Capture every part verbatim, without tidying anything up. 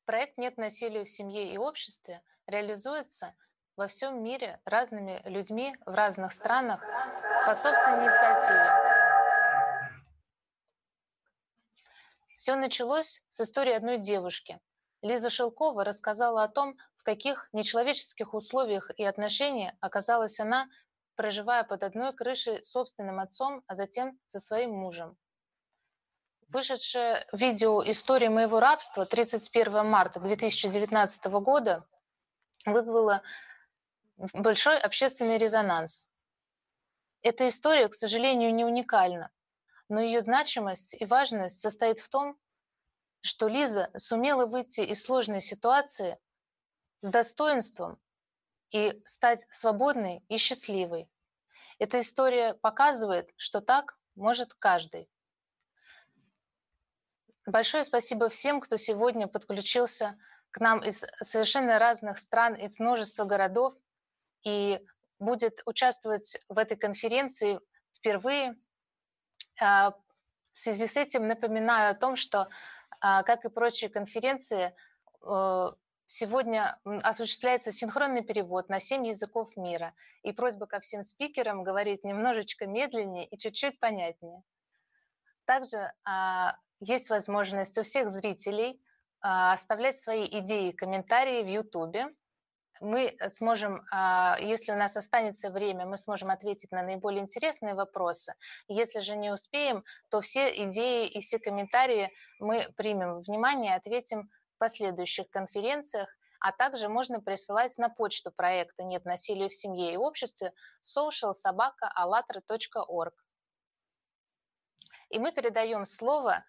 Проект «Нет насилия в семье и обществе» реализуется во всем мире разными людьми в разных странах по собственной инициативе. Все началось с истории одной девушки. Лиза Шелкова рассказала о том, в каких нечеловеческих условиях и отношениях оказалась она, проживая под одной крышей с собственным отцом, а затем со своим мужем. Вышедшее видео «История моего рабства» тридцать первого марта две тысячи девятнадцатого года вызвало большой общественный резонанс. Эта история, к сожалению, не уникальна, но ее значимость и важность состоит в том, что Лиза сумела выйти из сложной ситуации с достоинством и стать свободной и счастливой. Эта история показывает, что так может каждый. Большое спасибо всем, кто сегодня подключился к нам из совершенно разных стран, из множества городов и будет участвовать в этой конференции впервые. В связи с этим напоминаю о том, что, как и прочие конференции, сегодня осуществляется синхронный перевод на семь языков мира. И просьба ко всем спикерам говорить немножечко медленнее и чуть-чуть понятнее. Также есть возможность у всех зрителей оставлять свои идеи и комментарии в Ютубе. Мы сможем, если у нас останется время, мы сможем ответить на наиболее интересные вопросы. Если же не успеем, то все идеи и все комментарии мы примем во внимание и ответим в последующих конференциях. А также можно присылать на почту проекта «Нет насилия в семье и обществе» social собака allatra точка org. И мы передаем слово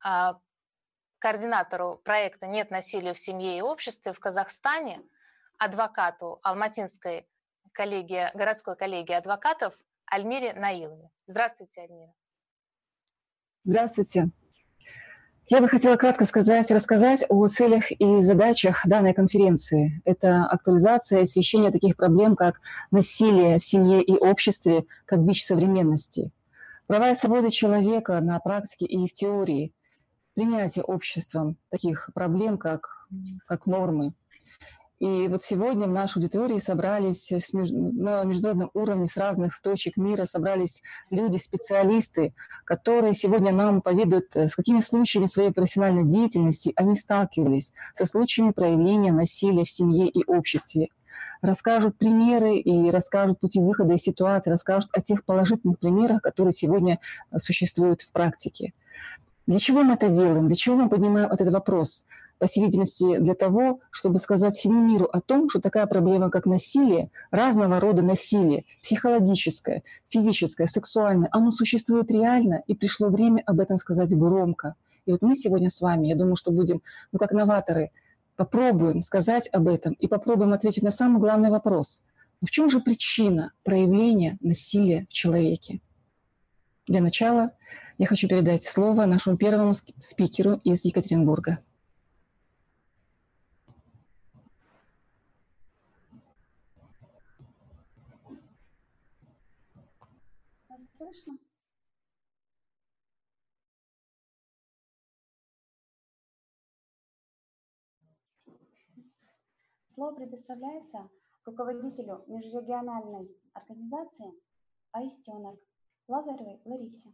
координатору проекта «Нет насилия в семье и обществе» в Казахстане, адвокату Алматинской коллегии, городской коллегии адвокатов Альмире Наиловне. Здравствуйте, Альмира. Здравствуйте. Я бы хотела кратко сказать, рассказать о целях и задачах данной конференции. Это актуализация и освещение таких проблем, как насилие в семье и обществе, как бич современности, права и свободы человека на практике и в теории, принятие обществом таких проблем, как, как нормы. И вот сегодня в нашей аудитории собрались с меж... на международном уровне с разных точек мира, собрались люди, специалисты, которые сегодня нам поведают, с какими случаями своей профессиональной деятельности они сталкивались, со случаями проявления насилия в семье и обществе. Расскажут примеры и расскажут пути выхода из ситуации, расскажут о тех положительных примерах, которые сегодня существуют в практике. Для чего мы это делаем? Для чего мы поднимаем этот вопрос? По всей видимости, для того, чтобы сказать всему миру о том, что такая проблема, как насилие, разного рода насилие, психологическое, физическое, сексуальное, оно существует реально, и пришло время об этом сказать громко. И вот мы сегодня с вами, я думаю, что будем, ну как новаторы, попробуем сказать об этом и попробуем ответить на самый главный вопрос. Но в чем же причина проявления насилия в человеке? Для начала я хочу передать слово нашему первому спикеру из Екатеринбурга. Слышно? Слово предоставляется руководителю межрегиональной организации «Аистенок» Лазаревой Ларисе.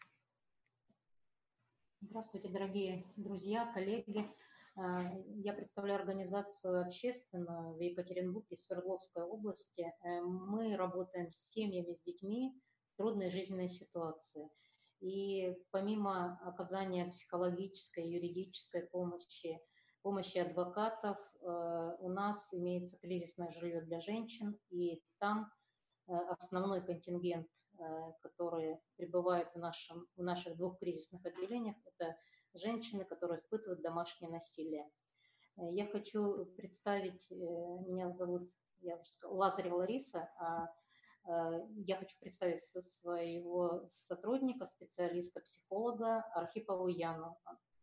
Здравствуйте, дорогие друзья, коллеги. Я представляю организацию общественную в Екатеринбурге, Свердловской области. Мы работаем с семьями, с детьми в трудной жизненной ситуации. И помимо оказания психологической, юридической помощи, помощи адвокатов, у нас имеется кризисное жилье для женщин, и там основной контингент, которые пребывают в, нашем, в наших двух кризисных отделениях, это женщины, которые испытывают домашнее насилие. Я хочу представить, меня зовут я уже сказала, Лазарева Лариса, а я хочу представить своего сотрудника, специалиста, психолога Архипову Яну.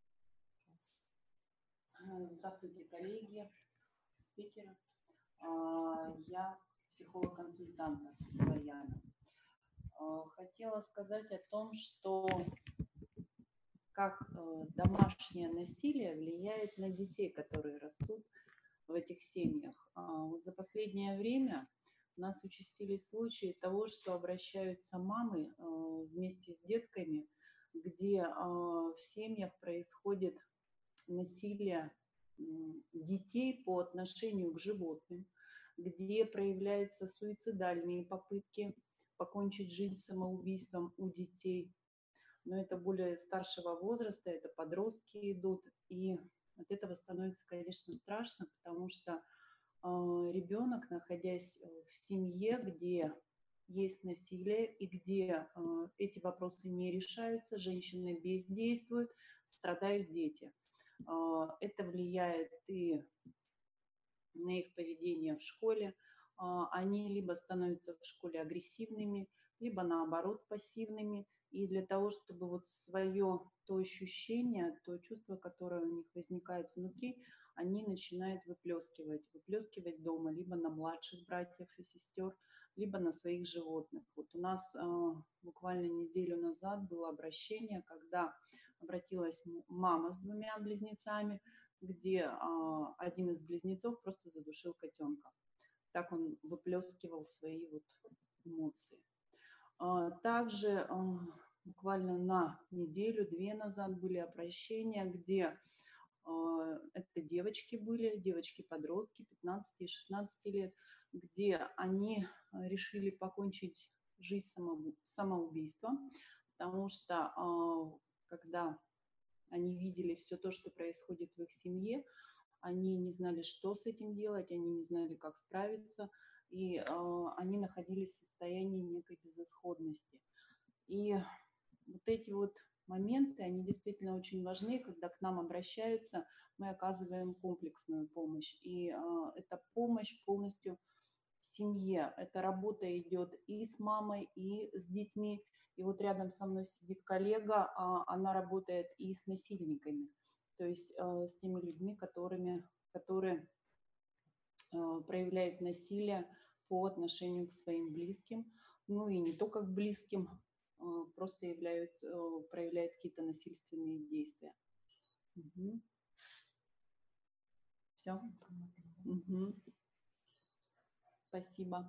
Здравствуйте, коллеги, спикеры. Я психолог-консультант Яна. Хотела сказать о том, что как домашнее насилие влияет на детей, которые растут в этих семьях. Вот за последнее время у нас участились случаи того, что обращаются мамы вместе с детками, где в семьях происходит насилие детей по отношению к животным, где проявляются суицидальные попытки покончить жизнь самоубийством у детей. Но это более старшего возраста, это подростки идут, и от этого становится, конечно, страшно, потому что э, ребенок, находясь в семье, где есть насилие и где э, эти вопросы не решаются, женщины бездействуют, страдают дети. Э, это влияет и на их поведение в школе. Э, они либо становятся в школе агрессивными, либо наоборот пассивными. И для того, чтобы вот свое то ощущение, то чувство, которое у них возникает внутри, они начинают выплескивать, выплескивать дома, либо на младших братьев и сестер, либо на своих животных. Вот у нас э, буквально неделю назад было обращение, когда обратилась мама с двумя близнецами, где э, один из близнецов просто задушил котенка. Так он выплескивал свои вот эмоции. Также буквально на неделю-две назад были обращения, где это девочки были, девочки-подростки пятнадцати и шестнадцати лет, где они решили покончить жизнь самоубийством, потому что когда они видели все то, что происходит в их семье, они не знали, что с этим делать, они не знали, как справиться, и э, они находились в состоянии некой безысходности. И вот эти вот моменты, они действительно очень важны, когда к нам обращаются, мы оказываем комплексную помощь. И э, эта помощь полностью в семье. Эта работа идет и с мамой, и с детьми. И вот рядом со мной сидит коллега, а она работает и с насильниками. То есть э, с теми людьми, которыми, которые э, проявляют насилие по отношению к своим близким, ну и не только к близким, э, просто являют, э, проявляют какие-то насильственные действия. Угу. Все. Угу. Спасибо.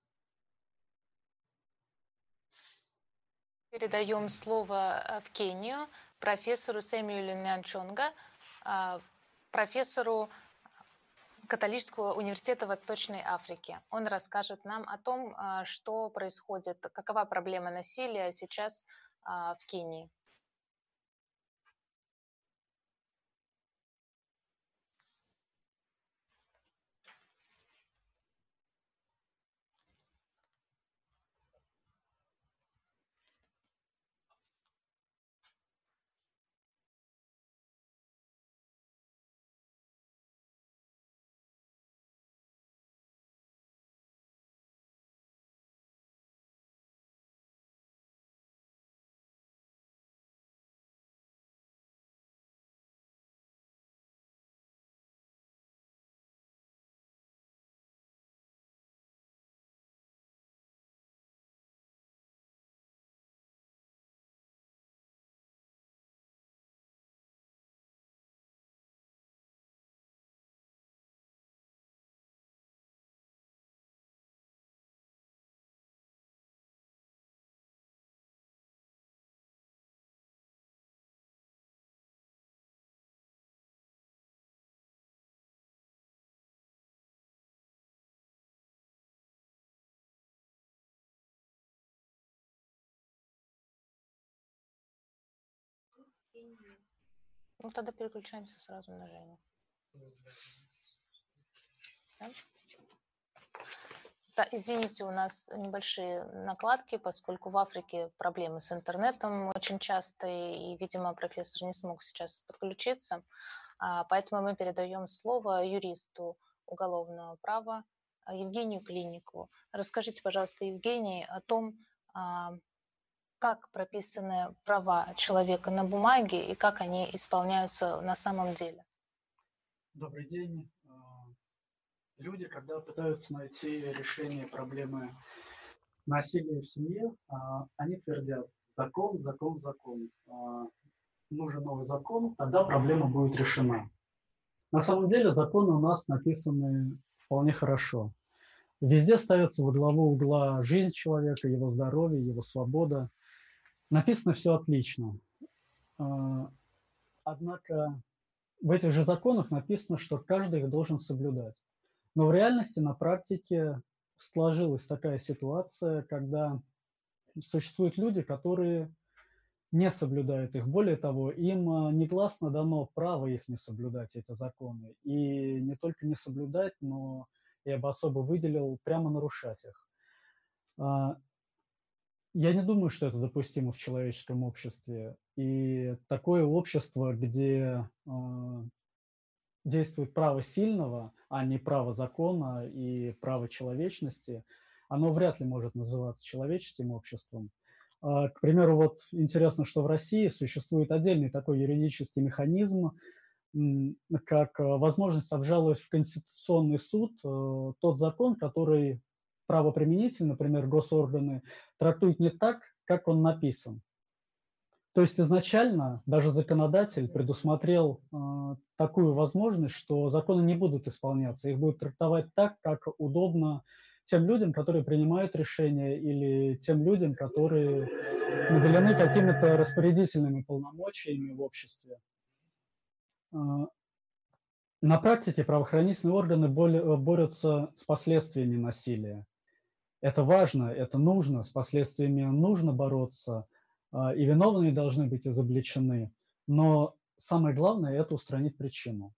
Передаем слово в Кению профессору Сэмюэлю Нянчонга, профессору Католического университета Восточной Африки. Он расскажет нам о том, что происходит, какова проблема насилия сейчас в Кении. Ну, тогда переключаемся сразу на Женю. Да? Да, извините, у нас небольшие накладки, поскольку в Африке проблемы с интернетом очень частые, и, видимо, профессор не смог сейчас подключиться. Поэтому мы передаем слово юристу уголовного права Евгению Клиникову. Расскажите, пожалуйста, Евгений, о том, как прописаны права человека на бумаге и как они исполняются на самом деле. Добрый день. Люди, когда пытаются найти решение проблемы насилия в семье, они твердят: закон, закон, закон. нужен новый закон, тогда проблема будет решена. На самом деле законы у нас написаны вполне хорошо. Везде ставится во главу угла жизнь человека, его здоровье, его свобода. Написано все отлично. Однако в этих же законах написано, что каждый их должен соблюдать. Но в реальности, на практике сложилась такая ситуация, когда существуют люди, которые не соблюдают их. Более того, им негласно дано право их не соблюдать, эти законы. И не только не соблюдать, но я бы особо выделил прямо нарушать их. Я не думаю, что это допустимо в человеческом обществе. И такое общество, где э, действует право сильного, а не право закона и право человечности, оно вряд ли может называться человеческим обществом. Э, к примеру, вот интересно, что в России существует отдельный такой юридический механизм, как возможность обжаловать в Конституционный суд э, тот закон, который правоприменитель, например, госорганы, трактуют не так, как он написан. То есть изначально даже законодатель предусмотрел э, такую возможность, что законы не будут исполняться, их будут трактовать так, как удобно тем людям, которые принимают решения, или тем людям, которые наделены какими-то распорядительными полномочиями в обществе. Э, на практике правоохранительные органы борются с последствиями насилия. Это важно, это нужно, с последствиями нужно бороться, и виновные должны быть изобличены. Но самое главное – это устранить причину.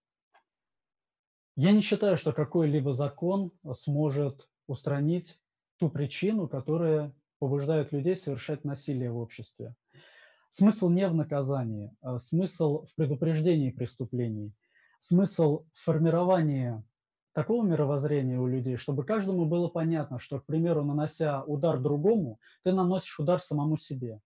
Я не считаю, что какой-либо закон сможет устранить ту причину, которая побуждает людей совершать насилие в обществе. Смысл не в наказании, а смысл в предупреждении преступлений, смысл в формировании такого мировоззрения у людей, чтобы каждому было понятно, что, к примеру, нанося удар другому, ты наносишь удар самому себе.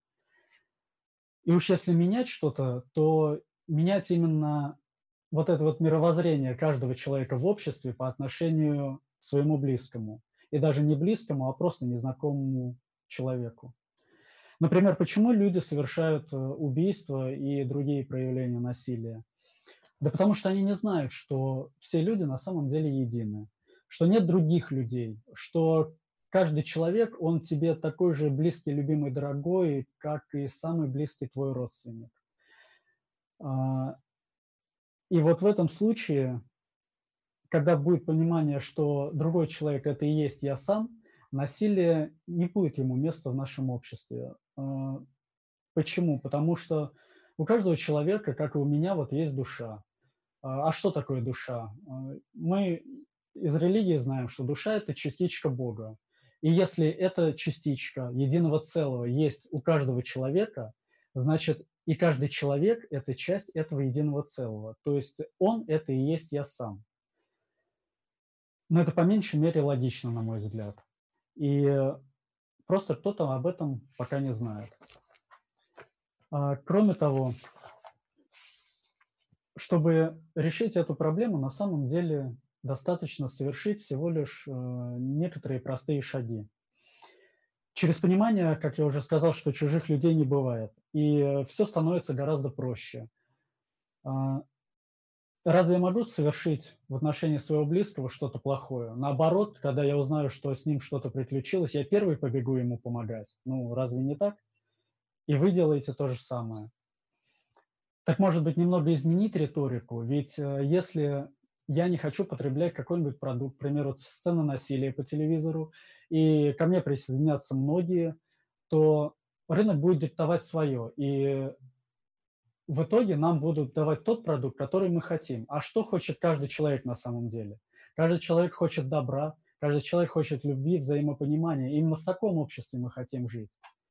И уж если менять что-то, то менять именно вот это вот мировоззрение каждого человека в обществе по отношению к своему близкому. И даже не близкому, а просто незнакомому человеку. Например, почему люди совершают убийства и другие проявления насилия? Да потому что они не знают, что все люди на самом деле едины, что нет других людей, что каждый человек, он тебе такой же близкий, любимый, дорогой, как и самый близкий твой родственник. И вот в этом случае, когда будет понимание, что другой человек – это и есть я сам, насилие не будет ему места в нашем обществе. Почему? Потому что у каждого человека, как и у меня, вот есть душа. А что такое душа? Мы из религии знаем, что душа – это частичка Бога. И если эта частичка единого целого есть у каждого человека, значит, и каждый человек – это часть этого единого целого. То есть он – это и есть я сам. Но это по меньшей мере логично, на мой взгляд. И просто кто-то об этом пока не знает. Кроме того, чтобы решить эту проблему, на самом деле достаточно совершить всего лишь некоторые простые шаги. Через понимание, как я уже сказал, что чужих людей не бывает, и все становится гораздо проще. Разве я могу совершить в отношении своего близкого что-то плохое? Наоборот, когда я узнаю, что с ним что-то приключилось, я первый побегу ему помогать. Ну, разве не так? И вы делаете то же самое. Так, может быть, немного изменить риторику, ведь если я не хочу потреблять какой-нибудь продукт, к примеру, сцена насилия по телевизору, и ко мне присоединятся многие, то рынок будет диктовать свое, и в итоге нам будут давать тот продукт, который мы хотим. А что хочет каждый человек на самом деле? Каждый человек хочет добра, каждый человек хочет любви, взаимопонимания. Именно в таком обществе мы хотим жить.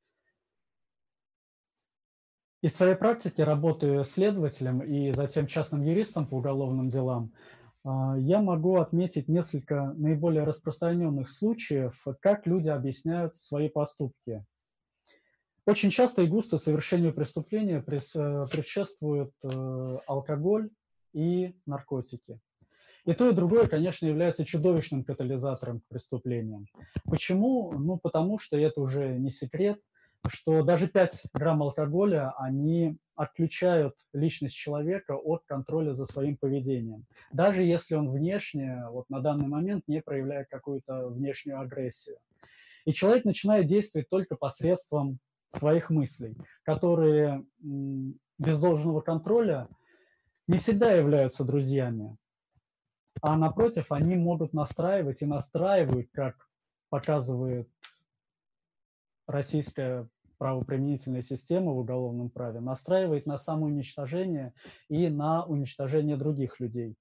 Из своей практики, работая следователем и затем частным юристом по уголовным делам, я могу отметить несколько наиболее распространенных случаев, как люди объясняют свои поступки. Очень часто и густо совершению преступления предшествуют алкоголь и наркотики. И то, и другое, конечно, является чудовищным катализатором к преступлениям. Почему? Ну, потому что это уже не секрет. что даже пять грамм алкоголя, они отключают личность человека от контроля за своим поведением. Даже если он внешне, вот на данный момент, не проявляет какую-то внешнюю агрессию. И человек начинает действовать только посредством своих мыслей, которые без должного контроля не всегда являются друзьями, а напротив, они могут настраивать и настраивают, как показывает российская правоприменительная система в уголовном праве, настраивает на самоуничтожение и на уничтожение других людей.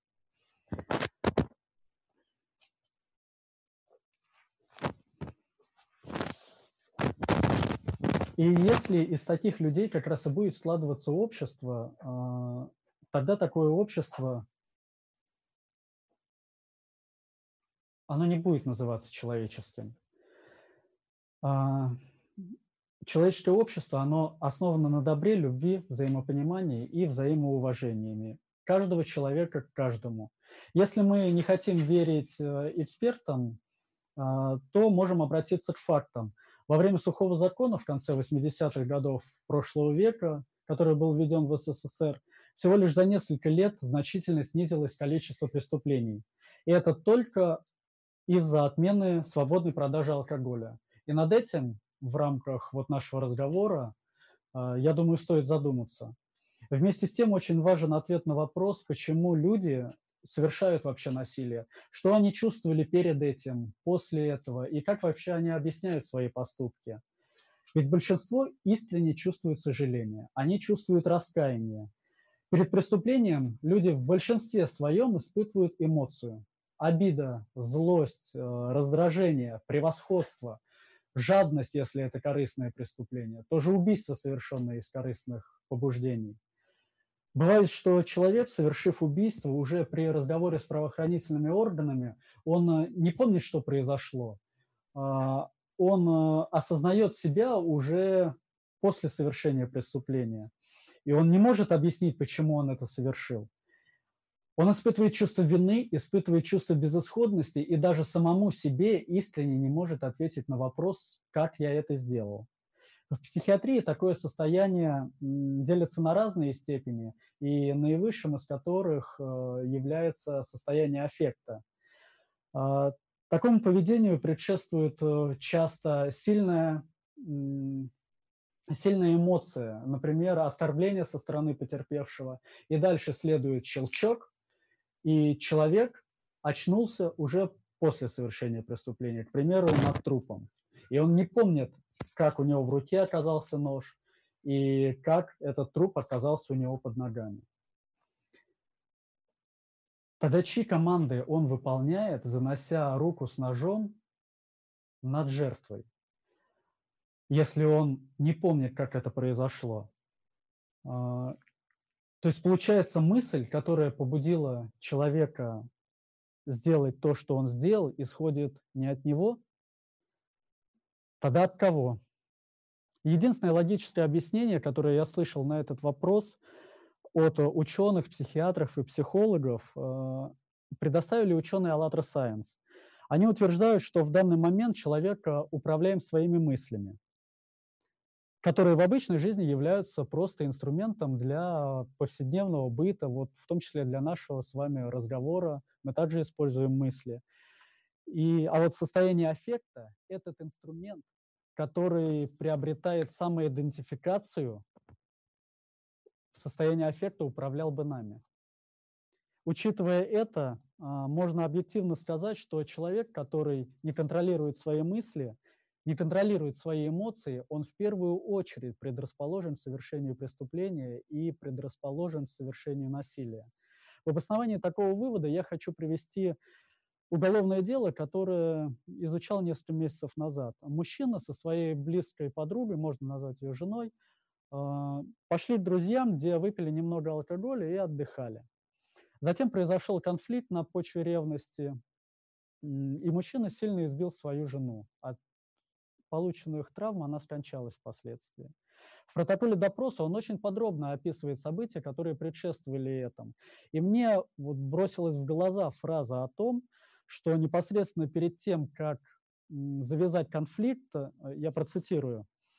И если из таких людей как раз и будет складываться общество, тогда такое общество, оно не будет называться человеческим. Человеческое общество, оно основано на добре, любви, взаимопонимании и взаимоуважении каждого человека к каждому. Если мы не хотим верить экспертам, то можем обратиться к фактам. Во время сухого закона в конце восьмидесятых годов прошлого века, который был введен в СССР, всего лишь за несколько лет значительно снизилось количество преступлений. И это только из-за отмены свободной продажи алкоголя. И над этим в рамках вот нашего разговора, я думаю, стоит задуматься. Вместе с тем очень важен ответ на вопрос, почему люди совершают вообще насилие, что они чувствовали перед этим, после этого, и как вообще они объясняют свои поступки. Ведь большинство искренне чувствует сожаление, они чувствуют раскаяние. Перед преступлением люди в большинстве своем испытывают эмоцию. Обида, злость, раздражение, превосходство, жадность, если это корыстное преступление, тоже убийство, совершенное из корыстных побуждений. Бывает, что человек, совершив убийство, уже при разговоре с правоохранительными органами, он не помнит, что произошло. Он осознает себя уже после совершения преступления. И он не может объяснить, почему он это совершил. Он испытывает чувство вины, испытывает чувство безысходности и даже самому себе искренне не может ответить на вопрос, как я это сделал. В психиатрии такое состояние делится на разные степени, и наивысшим из которых является состояние аффекта. Такому поведению предшествует часто сильная, сильная эмоция, например, оскорбление со стороны потерпевшего, и дальше следует щелчок, и человек очнулся уже после совершения преступления, к примеру, над трупом. И он не помнит, как у него в руке оказался нож и как этот труп оказался у него под ногами. Тогда чьи команды он выполняет, занося руку с ножом над жертвой, если он не помнит, как это произошло? То есть получается, мысль, которая побудила человека сделать то, что он сделал, исходит не от него, тогда от кого? Единственное логическое объяснение, которое я слышал на этот вопрос от ученых, психиатров и психологов, предоставили ученые АЛЛАТРА Science. Они утверждают, что в данный момент человек управляем своими мыслями, которые в обычной жизни являются просто инструментом для повседневного быта, вот в том числе для нашего с вами разговора. Мы также используем мысли. И, а вот состояние аффекта – этот инструмент, который приобретает самоидентификацию, состояние аффекта управлял бы нами. Учитывая это, можно объективно сказать, что человек, который не контролирует свои мысли, не контролирует свои эмоции, он в первую очередь предрасположен к совершению преступления и предрасположен к совершению насилия. В обосновании такого вывода я хочу привести уголовное дело, которое изучал несколько месяцев назад. Мужчина со своей близкой подругой, можно назвать ее женой, пошли к друзьям, где выпили немного алкоголя и отдыхали. Затем произошел конфликт на почве ревности, и мужчина сильно избил свою жену. От полученных травм она скончалась впоследствии. В протоколе допроса он очень подробно описывает события, которые предшествовали этому. И мне вот бросилась в глаза фраза о том, что непосредственно перед тем, как завязать конфликт, я процитирую,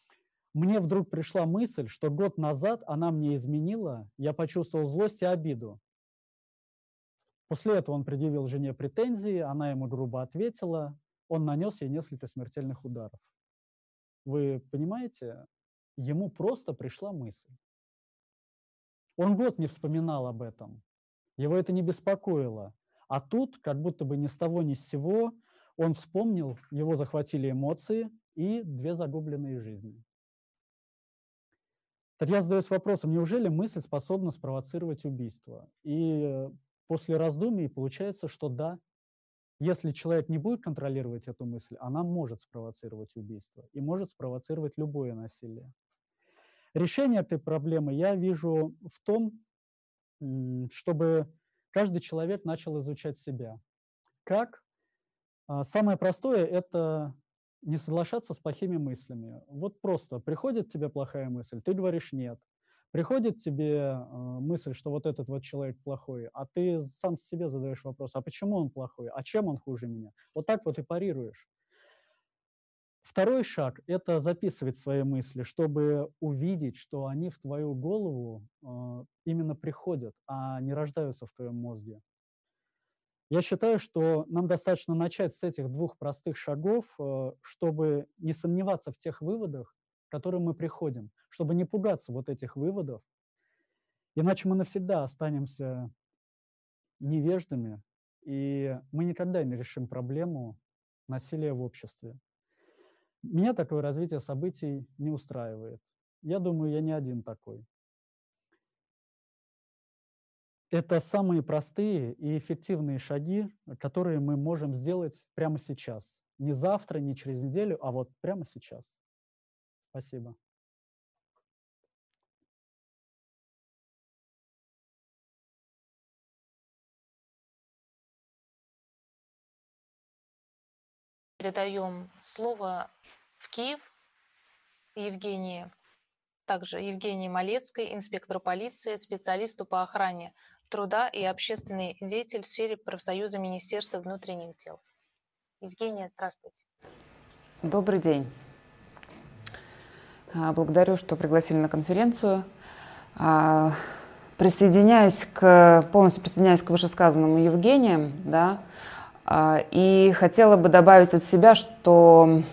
мне вдруг пришла мысль, что год назад она мне изменила, я почувствовал злость и обиду. После этого он предъявил жене претензии, она ему грубо ответила, он нанес ей несколько смертельных ударов. Вы понимаете, ему просто пришла мысль. Он год не вспоминал об этом, его это не беспокоило. А тут, как будто бы ни с того ни с сего, он вспомнил, его захватили эмоции и две загубленные жизни. Так я задаюсь вопросом, неужели мысль способна спровоцировать убийство? И после раздумий получается, что да, если человек не будет контролировать эту мысль, она может спровоцировать убийство и может спровоцировать любое насилие. Решение этой проблемы я вижу в том, чтобы каждый человек начал изучать себя. Как? Самое простое – это не соглашаться с плохими мыслями. Вот просто приходит тебе плохая мысль, ты говоришь «нет». Приходит тебе э, мысль, что вот этот вот человек плохой, а ты сам себе задаешь вопрос, а почему он плохой, а чем он хуже меня? Вот так вот и парируешь. Второй шаг – это записывать свои мысли, чтобы увидеть, что они в твою голову э, именно приходят, а не рождаются в твоем мозге. Я считаю, что нам достаточно начать с этих двух простых шагов, э, чтобы не сомневаться в тех выводах, к которым мы приходим, чтобы не пугаться вот этих выводов, иначе мы навсегда останемся невеждами, и мы никогда не решим проблему насилия в обществе. Меня такое развитие событий не устраивает. Я думаю, я не один такой. Это самые простые и эффективные шаги, которые мы можем сделать прямо сейчас. Не завтра, не через неделю, а вот прямо сейчас. Спасибо. Передаем слово в Киев Евгении, также Евгении Малецкой, инспектору полиции, специалисту по охране труда и общественный деятель в сфере профсоюза Министерства внутренних дел. Евгения, здравствуйте. Добрый день. Благодарю, что пригласили на конференцию. Присоединяюсь к, полностью присоединяюсь к вышесказанному Евгению, да, и хотела бы добавить от себя, что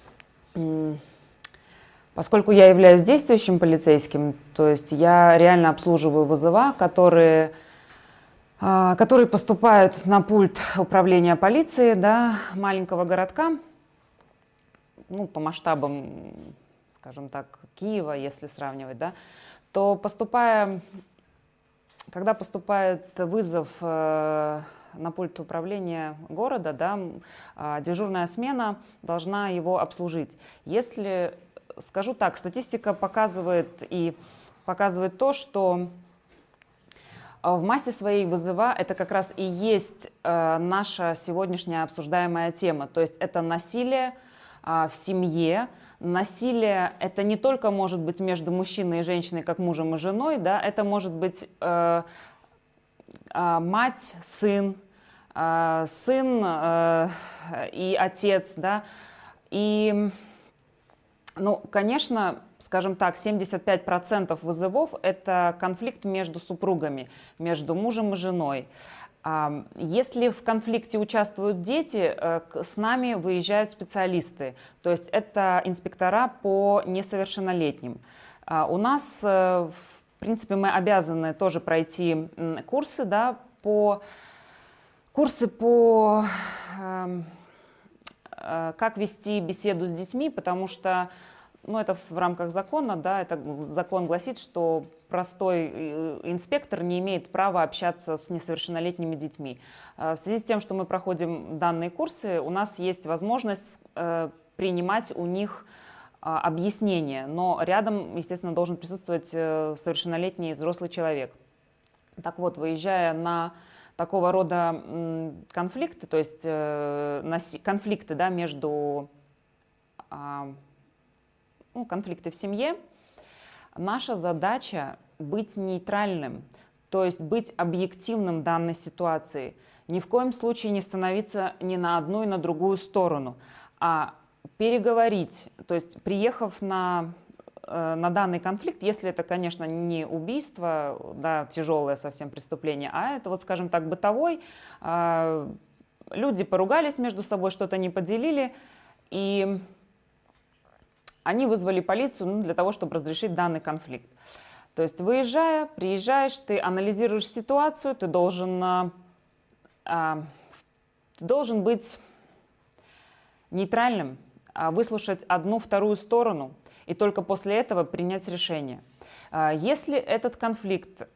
поскольку я являюсь действующим полицейским, то есть я реально обслуживаю вызова, которые, которые поступают на пульт управления полиции, да, маленького городка, ну, по масштабам, скажем так, Киева, если сравнивать, да, то поступая, когда поступает вызов э, на пульт управления города, да, э, дежурная смена должна его обслужить. Если, скажу так, статистика показывает и показывает то, что в массе своей вызова это как раз и есть э, наша сегодняшняя обсуждаемая тема, то есть это насилие в семье. Насилие это не только может быть между мужчиной и женщиной, как мужем и женой, да, это может быть э, э, мать, сын, э, сын э, и отец, да. И, ну, конечно, скажем так, семьдесят пять процентов вызовов это конфликт между супругами, между мужем и женой. Если в конфликте участвуют дети, с нами выезжают специалисты, то есть это инспектора по несовершеннолетним. У нас, в принципе, мы обязаны тоже пройти курсы, да, по, курсы по как вести беседу с детьми, потому что, ну, это в рамках закона, да, это закон гласит, что простой инспектор не имеет права общаться с несовершеннолетними детьми. В связи с тем, что мы проходим данные курсы, у нас есть возможность принимать у них объяснения, но рядом, естественно, должен присутствовать совершеннолетний взрослый человек. Так вот, выезжая на такого рода конфликты, то есть конфликты, да, между, ну, конфликты в семье, наша задача быть нейтральным, то есть быть объективным в данной ситуации. Ни в коем случае не становиться ни на одну и на другую сторону, а переговорить, то есть приехав на на данный конфликт, если это, конечно, не убийство, да, тяжелое совсем преступление, а это, вот, скажем так, бытовой. Люди поругались между собой, что-то не поделили, и они вызвали полицию, ну, для того, чтобы разрешить данный конфликт. То есть, выезжая, приезжаешь, ты анализируешь ситуацию, ты должен, ты должен быть нейтральным, выслушать одну, вторую сторону, и только после этого принять решение. Если этот конфликт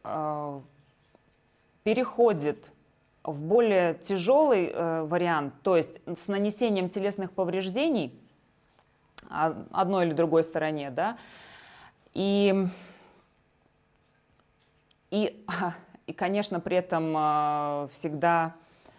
переходит в более тяжелый вариант, то есть с нанесением телесных повреждений одной или другой стороне, да, и, и, и конечно, при этом всегда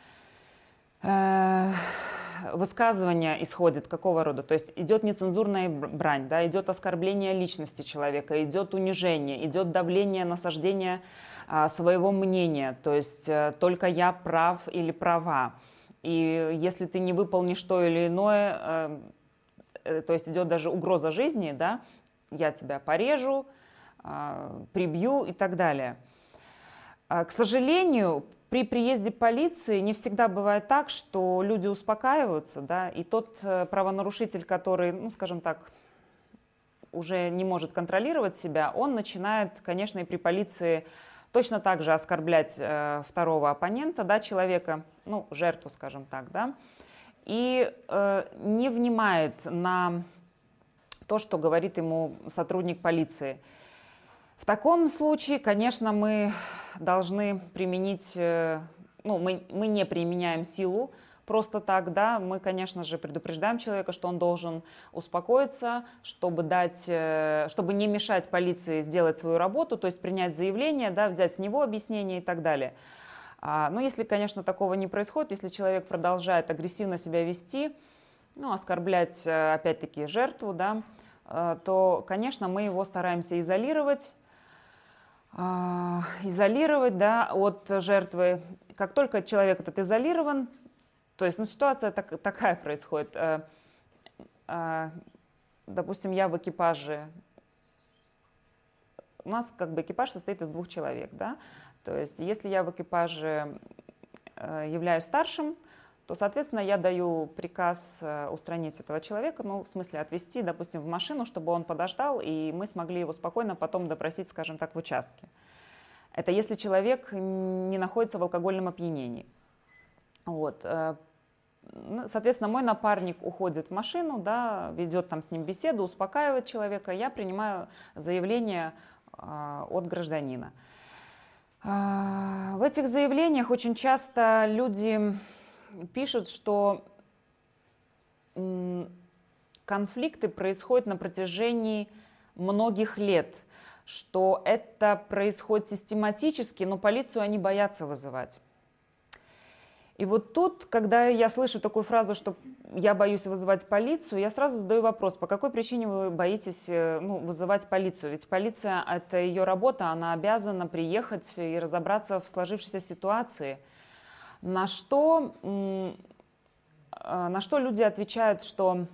высказывание исходит какого рода? То есть идет нецензурная брань, да, идет оскорбление личности человека, идет унижение, идет давление, насаждение а, своего мнения, то есть а, только я прав или права. И если ты не выполнишь то или иное, а, то есть идет даже угроза жизни, да, я тебя порежу, а, прибью и так далее. А, к сожалению, при приезде полиции не всегда бывает так, что люди успокаиваются, да, и тот правонарушитель, который, ну, скажем так, уже не может контролировать себя, он начинает, конечно, и при полиции точно так же оскорблять э, второго оппонента, да, человека, ну, жертву, скажем так, да, и э, не внимает на то, что говорит ему сотрудник полиции. В таком случае, конечно, мы должны применить, ну, мы, мы не применяем силу просто так, да, мы, конечно же, предупреждаем человека, что он должен успокоиться, чтобы дать, чтобы не мешать полиции сделать свою работу, то есть принять заявление, да, взять с него объяснение и так далее. Но если, конечно, такого не происходит, если человек продолжает агрессивно себя вести, ну, оскорблять, опять-таки, жертву, да, то, конечно, мы его стараемся изолировать, изолировать, да, от жертвы. Как только человек этот изолирован, то есть, ну, ситуация так, такая происходит. Допустим, я в экипаже, у нас как бы экипаж состоит из двух человек, да, то есть если я в экипаже являюсь старшим, то, соответственно, я даю приказ устранить этого человека, ну, в смысле отвезти, допустим, в машину, чтобы он подождал, и мы смогли его спокойно потом допросить, скажем так, в участке. Это если человек не находится в алкогольном опьянении. Вот. Соответственно, мой напарник уходит в машину, да, ведет там с ним беседу, успокаивает человека, я принимаю заявление от гражданина. В этих заявлениях очень часто люди пишут, что конфликты происходят на протяжении многих лет, что это происходит систематически, но полицию они боятся вызывать. И вот тут, когда я слышу такую фразу, что я боюсь вызывать полицию, я сразу задаю вопрос, по какой причине вы боитесь, ну, вызывать полицию? Ведь полиция, это ее работа, она обязана приехать и разобраться в сложившейся ситуации. На что, на что люди отвечают, что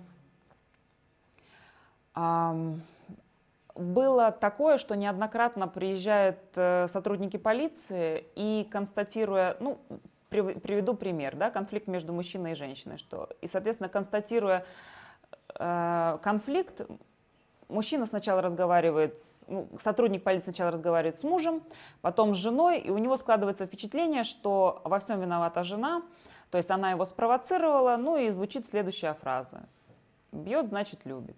э, было такое, что неоднократно приезжают сотрудники полиции и, констатируя, ну, приведу пример, да, конфликт между мужчиной и женщиной, что, и, соответственно, констатируя э, конфликт, мужчина сначала разговаривает, ну, сотрудник полиции сначала разговаривает с мужем, потом с женой, и у него складывается впечатление, что во всем виновата жена, то есть она его спровоцировала, ну и звучит следующая фраза: «Бьет, значит, любит».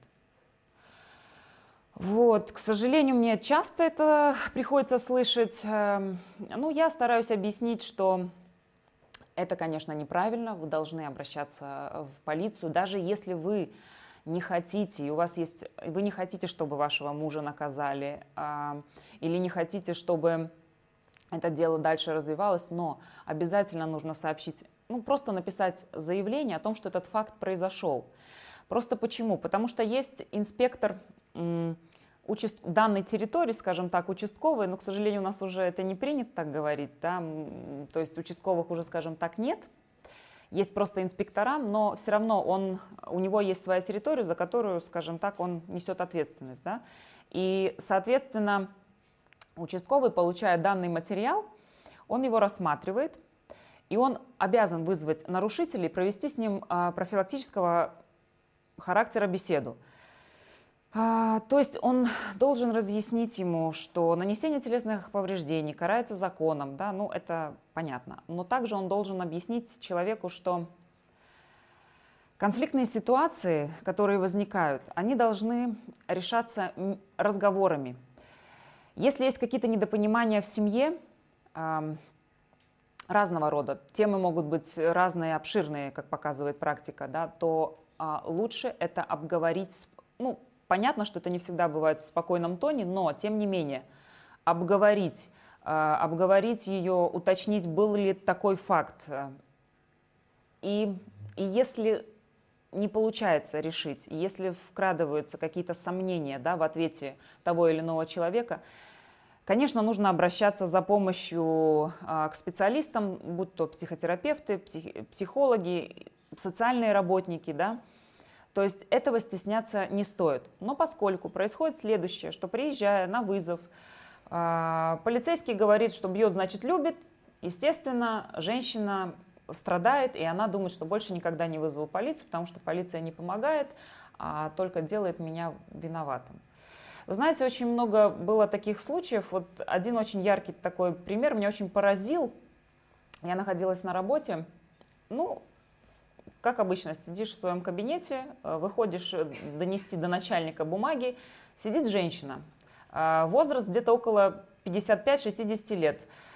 Вот, к сожалению, мне часто это приходится слышать. Ну, я стараюсь объяснить, что это, конечно, неправильно, вы должны обращаться в полицию, даже если вы не хотите, и у вас есть, вы не хотите, чтобы вашего мужа наказали, а, или не хотите, чтобы это дело дальше развивалось, но обязательно нужно сообщить, ну, просто написать заявление о том, что этот факт произошел. Просто почему? Потому что есть инспектор м, участ... данной территории, скажем так, участковый, но, к сожалению, у нас уже это не принято так говорить, да, то есть участковых уже, скажем так, нет. есть просто инспектора, но все равно он, у него есть своя территория, за которую, скажем так, он несет ответственность. Да? И, соответственно, участковый, получая данный материал, он его рассматривает, и он обязан вызвать нарушителя и провести с ним профилактического характера беседу. А, то есть он должен разъяснить ему, что нанесение телесных повреждений карается законом, да, ну это понятно. Но также он должен объяснить человеку, что конфликтные ситуации, которые возникают, они должны решаться разговорами. Если есть какие-то недопонимания в семье, э, разного рода, темы могут быть разные, обширные, как показывает практика, да, то э, лучше это обговорить, ну, понятно, что это не всегда бывает в спокойном тоне, но, тем не менее, обговорить, э, обговорить ее, уточнить, был ли такой факт. И, и если не получается решить, если вкрадываются какие-то сомнения, да, в ответе того или иного человека, конечно, нужно обращаться за помощью э, к специалистам, будь то психотерапевты, псих, психологи, социальные работники, да. То есть этого стесняться не стоит. Но поскольку происходит следующее, что приезжая на вызов, э, полицейский говорит, что бьет, значит любит, естественно, женщина страдает, и она думает, что больше никогда не вызову полицию, потому что полиция не помогает, а только делает меня виноватым. Вы знаете, очень много было таких случаев. Вот один очень яркий такой пример меня очень поразил. Я находилась на работе, ну, как обычно, сидишь в своем кабинете, выходишь донести до начальника бумаги, сидит женщина, возраст где-то около пятидесяти пяти — шестидесяти лет.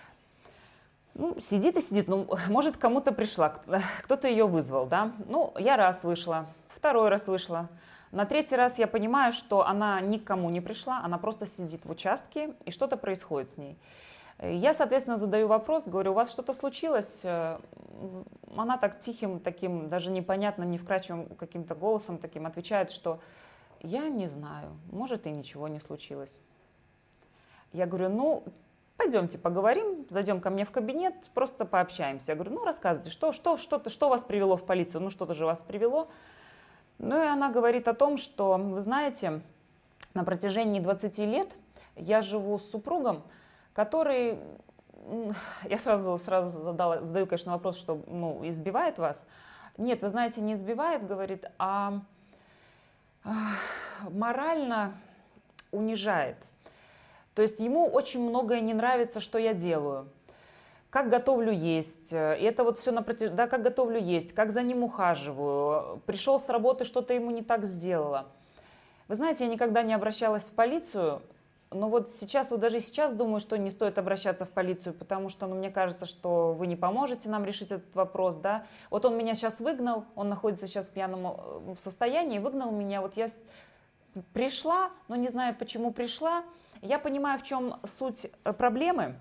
Ну, сидит и сидит, ну, может, кому-то пришла, кто-то ее вызвал, да. Ну, я раз вышла, второй раз вышла. На третий раз я понимаю, что она никому не пришла, она просто сидит в участке, и что-то происходит с ней. Я, соответственно, задаю вопрос, говорю, у вас что-то случилось? Она так тихим, таким, даже непонятным, не вкрадчивым каким-то голосом таким отвечает, что я не знаю, может, и ничего не случилось. Я говорю, ну, пойдемте поговорим, зайдем ко мне в кабинет, просто пообщаемся. Я говорю, ну, рассказывайте, что, что, что, что вас привело в полицию? Ну, что-то же вас привело. Ну, и она говорит о том, что, вы знаете, на протяжении двадцати лет я живу с супругом, который, я сразу, сразу задала, задаю, конечно, вопрос, что, ну, избивает вас. Нет, вы знаете, не избивает, говорит, а, а морально унижает. То есть ему очень многое не нравится, что я делаю. Как готовлю есть, и это вот все на протяж... да, как готовлю есть, как за ним ухаживаю, пришел с работы, что-то ему не так сделала. Вы знаете, я никогда не обращалась в полицию, но вот сейчас, вот даже сейчас думаю, что не стоит обращаться в полицию, потому что, ну, мне кажется, что вы не поможете нам решить этот вопрос, да. Вот он меня сейчас выгнал, он находится сейчас в пьяном состоянии, выгнал меня, вот я пришла, но не знаю, почему пришла, я понимаю, в чем суть проблемы.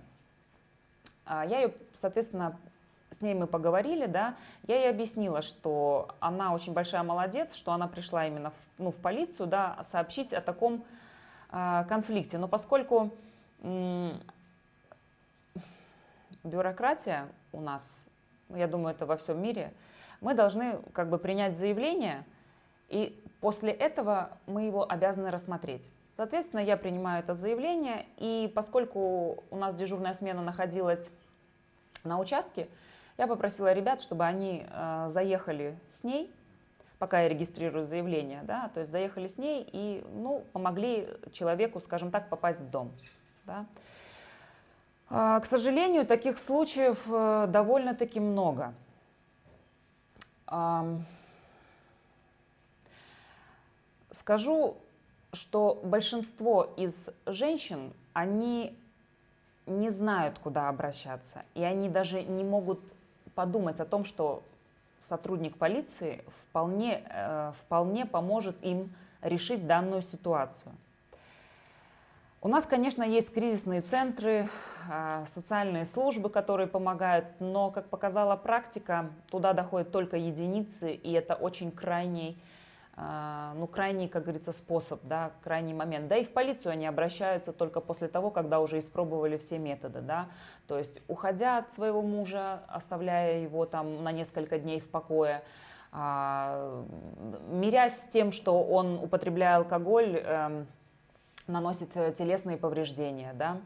Я ее, соответственно, с ней мы поговорили, да, я ей объяснила, что она очень большая молодец, что она пришла именно в, ну, в полицию, да, сообщить о таком э, конфликте. Но поскольку м- бюрократия у нас, я думаю, это во всем мире, мы должны как бы принять заявление, и после этого мы его обязаны рассмотреть. Соответственно, я принимаю это заявление, и поскольку у нас дежурная смена находилась на участке, я попросила ребят, чтобы они э, заехали с ней, пока я регистрирую заявление, да, то есть заехали с ней и, ну, помогли человеку, скажем так, попасть в дом. Да. Э, к сожалению, таких случаев э, довольно-таки много. Э, скажу, что большинство из женщин, они не знают, куда обращаться, и они даже не могут подумать о том, что сотрудник полиции вполне, э, вполне поможет им решить данную ситуацию. У нас, конечно, есть кризисные центры, э, социальные службы, которые помогают, но, как показала практика, туда доходят только единицы, и это очень крайний ну, крайний, как говорится, способ, да, крайний момент. Да и в полицию они обращаются только после того, когда уже испробовали все методы, да, то есть уходя от своего мужа, оставляя его там на несколько дней в покое, мирясь с тем, что он, употребляя алкоголь, э, наносит телесные повреждения, да.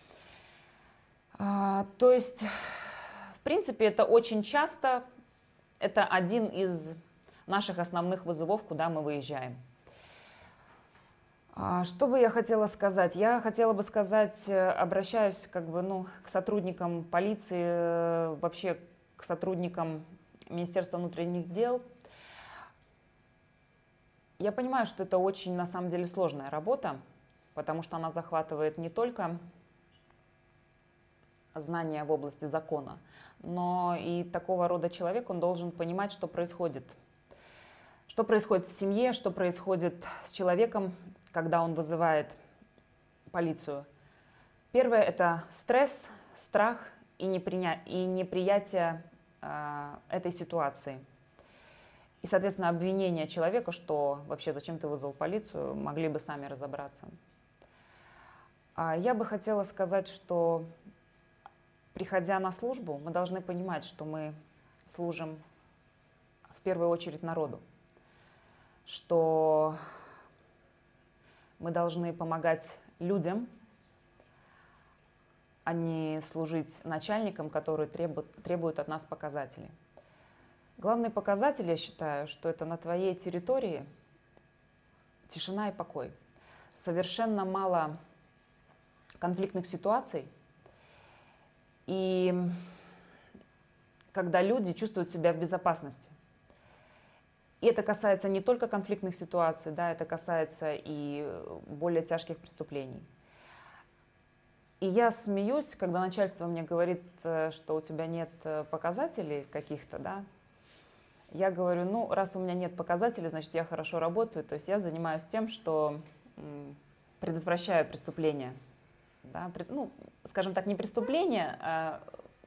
А, то есть, в принципе, это очень часто, это один из наших основных вызовов, куда мы выезжаем. А, что бы я хотела сказать? Я хотела бы сказать, обращаюсь как бы, ну, к сотрудникам полиции, вообще к сотрудникам Министерства внутренних дел. Я понимаю, что это очень, на самом деле, сложная работа, потому что она захватывает не только знания в области закона, но и такого рода человек, он должен понимать, что происходит. Что происходит в семье, что происходит с человеком, когда он вызывает полицию. Первое – это стресс, страх и, неприня... и неприятие э, этой ситуации. И, соответственно, обвинение человека, что вообще зачем ты вызвал полицию, могли бы сами разобраться. А я бы хотела сказать, что, приходя на службу, мы должны понимать, что мы служим в первую очередь народу, что мы должны помогать людям, а не служить начальникам, которые требуют, требуют от нас показателей. Главный показатель, я считаю, что это на твоей территории тишина и покой. Совершенно мало конфликтных ситуаций. И когда люди чувствуют себя в безопасности. И это касается не только конфликтных ситуаций, да, это касается и более тяжких преступлений. И я смеюсь, когда начальство мне говорит, что у тебя нет показателей каких-то, да. Я говорю, ну, раз у меня нет показателей, значит, я хорошо работаю. То есть я занимаюсь тем, что предотвращаю преступления. Да, ну, скажем так, не преступления, а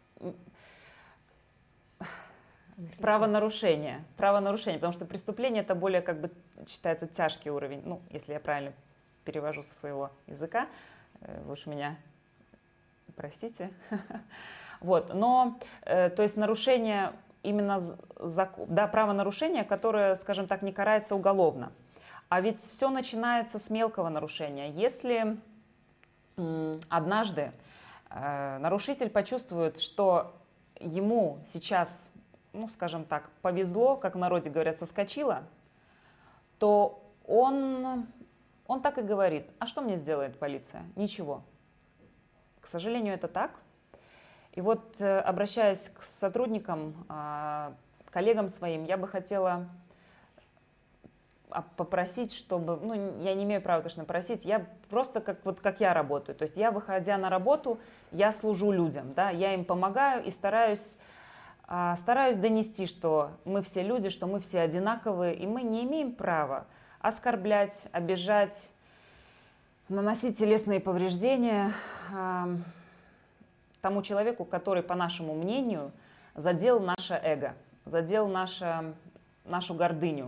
правонарушение. Правонарушение, потому что преступление – это более, как бы, считается тяжкий уровень. Ну, если я правильно перевожу со своего языка, вы уж меня простите. Вот, но, то есть нарушение… Именно да, правонарушение, которое, скажем так, не карается уголовно. А ведь все начинается с мелкого нарушения. Если м, однажды э, нарушитель почувствует, что ему сейчас, ну, скажем так, повезло, как в народе говорят, соскочило, то он, он так и говорит, а что мне сделает полиция? Ничего. К сожалению, это так. И вот, обращаясь к сотрудникам, коллегам своим, я бы хотела попросить, чтобы, ну, я не имею права, конечно, просить, я просто как, вот, как я работаю. То есть я, выходя на работу, я служу людям, да, я им помогаю и стараюсь, стараюсь донести, что мы все люди, что мы все одинаковые, и мы не имеем права оскорблять, обижать, наносить телесные повреждения тому человеку, который, по нашему мнению, задел наше эго, задел наше, нашу гордыню.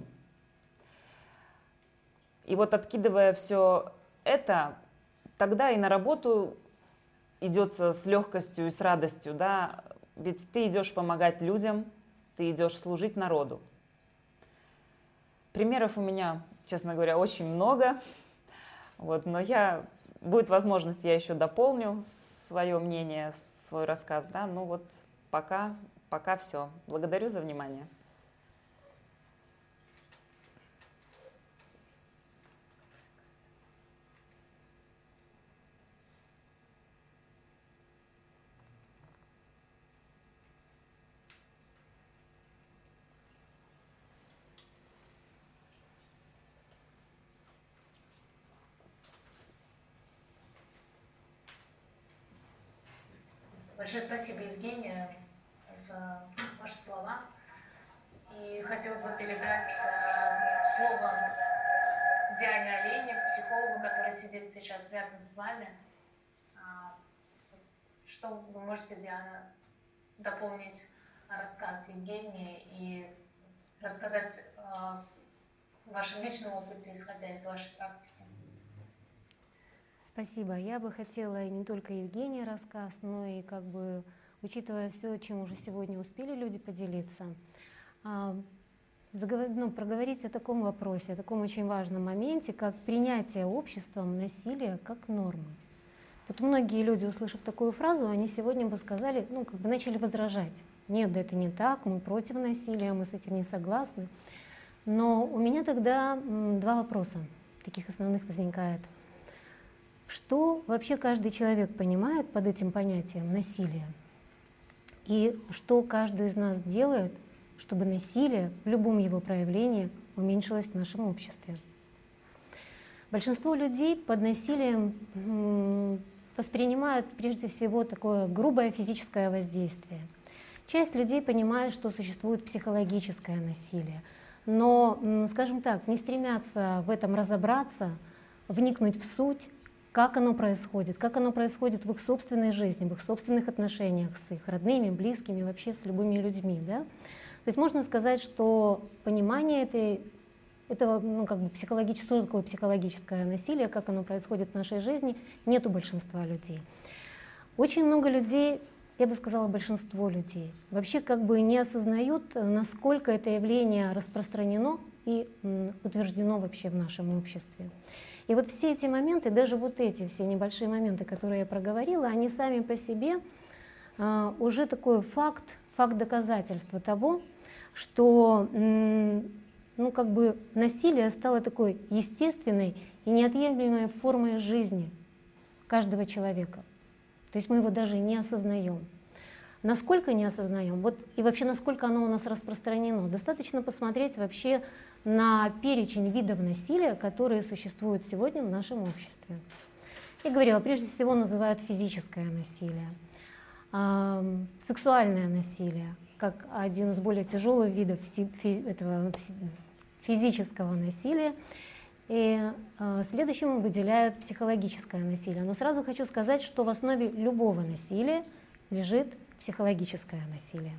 И вот, откидывая все это, тогда и на работу идется с легкостью и с радостью, да, ведь ты идешь помогать людям, ты идешь служить народу. Примеров у меня, честно говоря, очень много, вот, но я, будет возможность, я еще дополню свое мнение, свой рассказ, да, ну вот пока, пока все. Благодарю за внимание. Большое спасибо, Евгения, за ваши слова. И хотелось бы передать э, слово Диане Олейник, психологу, которая сидит сейчас рядом с вами. А, что вы можете, Диана, дополнить рассказ Евгении и рассказать, э, в вашем личном опыте, исходя из вашей практики? Спасибо. Я бы хотела не только Евгения рассказ, но и как бы, учитывая все, чем уже сегодня успели люди поделиться, ну, проговорить о таком вопросе, о таком очень важном моменте, как принятие обществом насилия как нормы. Вот многие люди, услышав такую фразу, они сегодня бы сказали, ну, как бы начали возражать. Нет, да это не так, мы против насилия, мы с этим не согласны. Но у меня тогда два вопроса таких основных возникает. Что вообще каждый человек понимает под этим понятием насилия? И что каждый из нас делает, чтобы насилие в любом его проявлении уменьшилось в нашем обществе? Большинство людей под насилием воспринимают прежде всего такое грубое физическое воздействие. Часть людей понимает, что существует психологическое насилие, но, скажем так, не стремятся в этом разобраться, вникнуть в суть, как оно происходит, как оно происходит в их собственной жизни, в их собственных отношениях с их родными, близкими, вообще с любыми людьми. Да? То есть можно сказать, что понимание этой, этого ну, как бы психологического, что такое психологическое насилие, как оно происходит в нашей жизни, нет у большинства людей. Очень много людей, я бы сказала, большинство людей, вообще как бы не осознают, насколько это явление распространено и утверждено вообще в нашем обществе. И вот все эти моменты, даже вот эти все небольшие моменты, которые я проговорила, они сами по себе а, уже такой факт, факт доказательства того, что ну, как бы насилие стало такой естественной и неотъемлемой формой жизни каждого человека. То есть мы его даже не осознаем. Насколько не осознаем, вот, и вообще насколько оно у нас распространено, достаточно посмотреть вообще на перечень видов насилия, которые существуют сегодня в нашем обществе. Я говорила, прежде всего называют физическое насилие, э, сексуальное насилие, как один из более тяжелых видов этого физического насилия. И э, следующим выделяют психологическое насилие. Но сразу хочу сказать, что в основе любого насилия лежит психологическое насилие.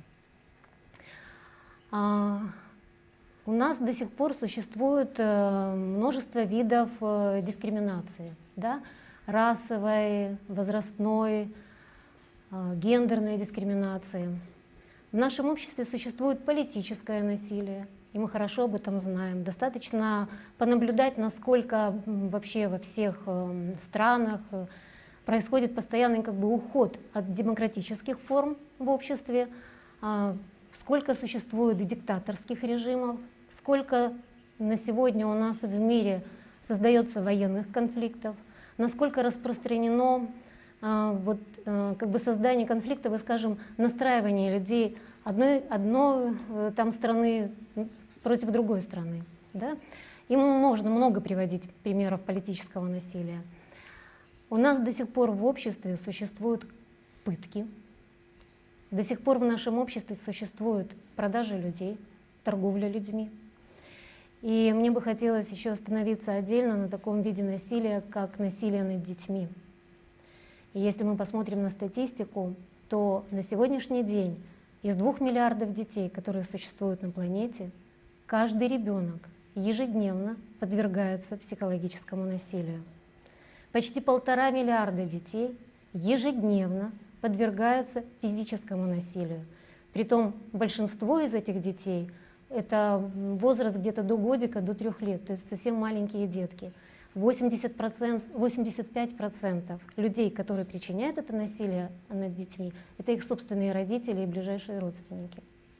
А, у нас до сих пор существует э, множество видов э, дискриминации, да? Расовой, возрастной, э, гендерной дискриминации. В нашем обществе существует политическое насилие, и мы хорошо об этом знаем. Достаточно понаблюдать, насколько вообще во всех э, странах э, происходит постоянный как бы уход от демократических форм в обществе, э, сколько существует диктаторских режимов, сколько на сегодня у нас в мире создается военных конфликтов, насколько распространено э, вот, э, как бы создание конфликтов и, скажем, настраивание людей одной, одной э, там страны против другой страны. Да? И можно много приводить примеров политического насилия. У нас до сих пор в обществе существуют пытки, до сих пор в нашем обществе существует продажа людей, торговля людьми. И мне бы хотелось еще остановиться отдельно на таком виде насилия, как насилие над детьми. И если мы посмотрим на статистику, то на сегодняшний день из двух миллиардов детей, которые существуют на планете, каждый ребенок ежедневно подвергается психологическому насилию. Почти полтора миллиарда детей ежедневно подвергаются физическому насилию. Притом большинство из этих детей — это возраст где-то до годика, до трех лет, то есть совсем маленькие детки. восемьдесят процентов, восемьдесят пять процентов людей, которые причиняют это насилие над детьми, это их собственные родители и ближайшие родственники.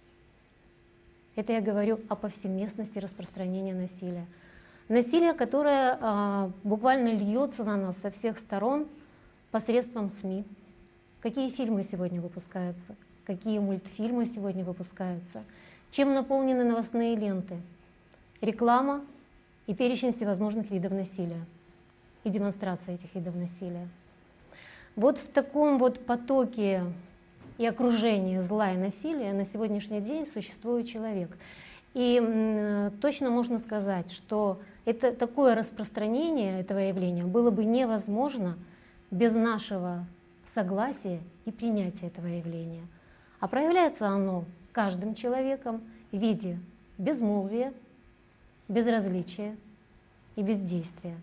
Это я говорю о повсеместности распространения насилия. Насилие, которое а, буквально льется на нас со всех сторон посредством СМИ. Какие фильмы сегодня выпускаются? Какие мультфильмы сегодня выпускаются? Чем наполнены новостные ленты? Реклама и перечень всевозможных видов насилия и демонстрация этих видов насилия. Вот в таком вот потоке и окружении зла и насилия на сегодняшний день существует человек. И м, точно можно сказать, что это, такое распространение этого явления было бы невозможно без нашего согласия и принятия этого явления. А проявляется оно каждым человеком в виде безмолвия, безразличие и бездействие.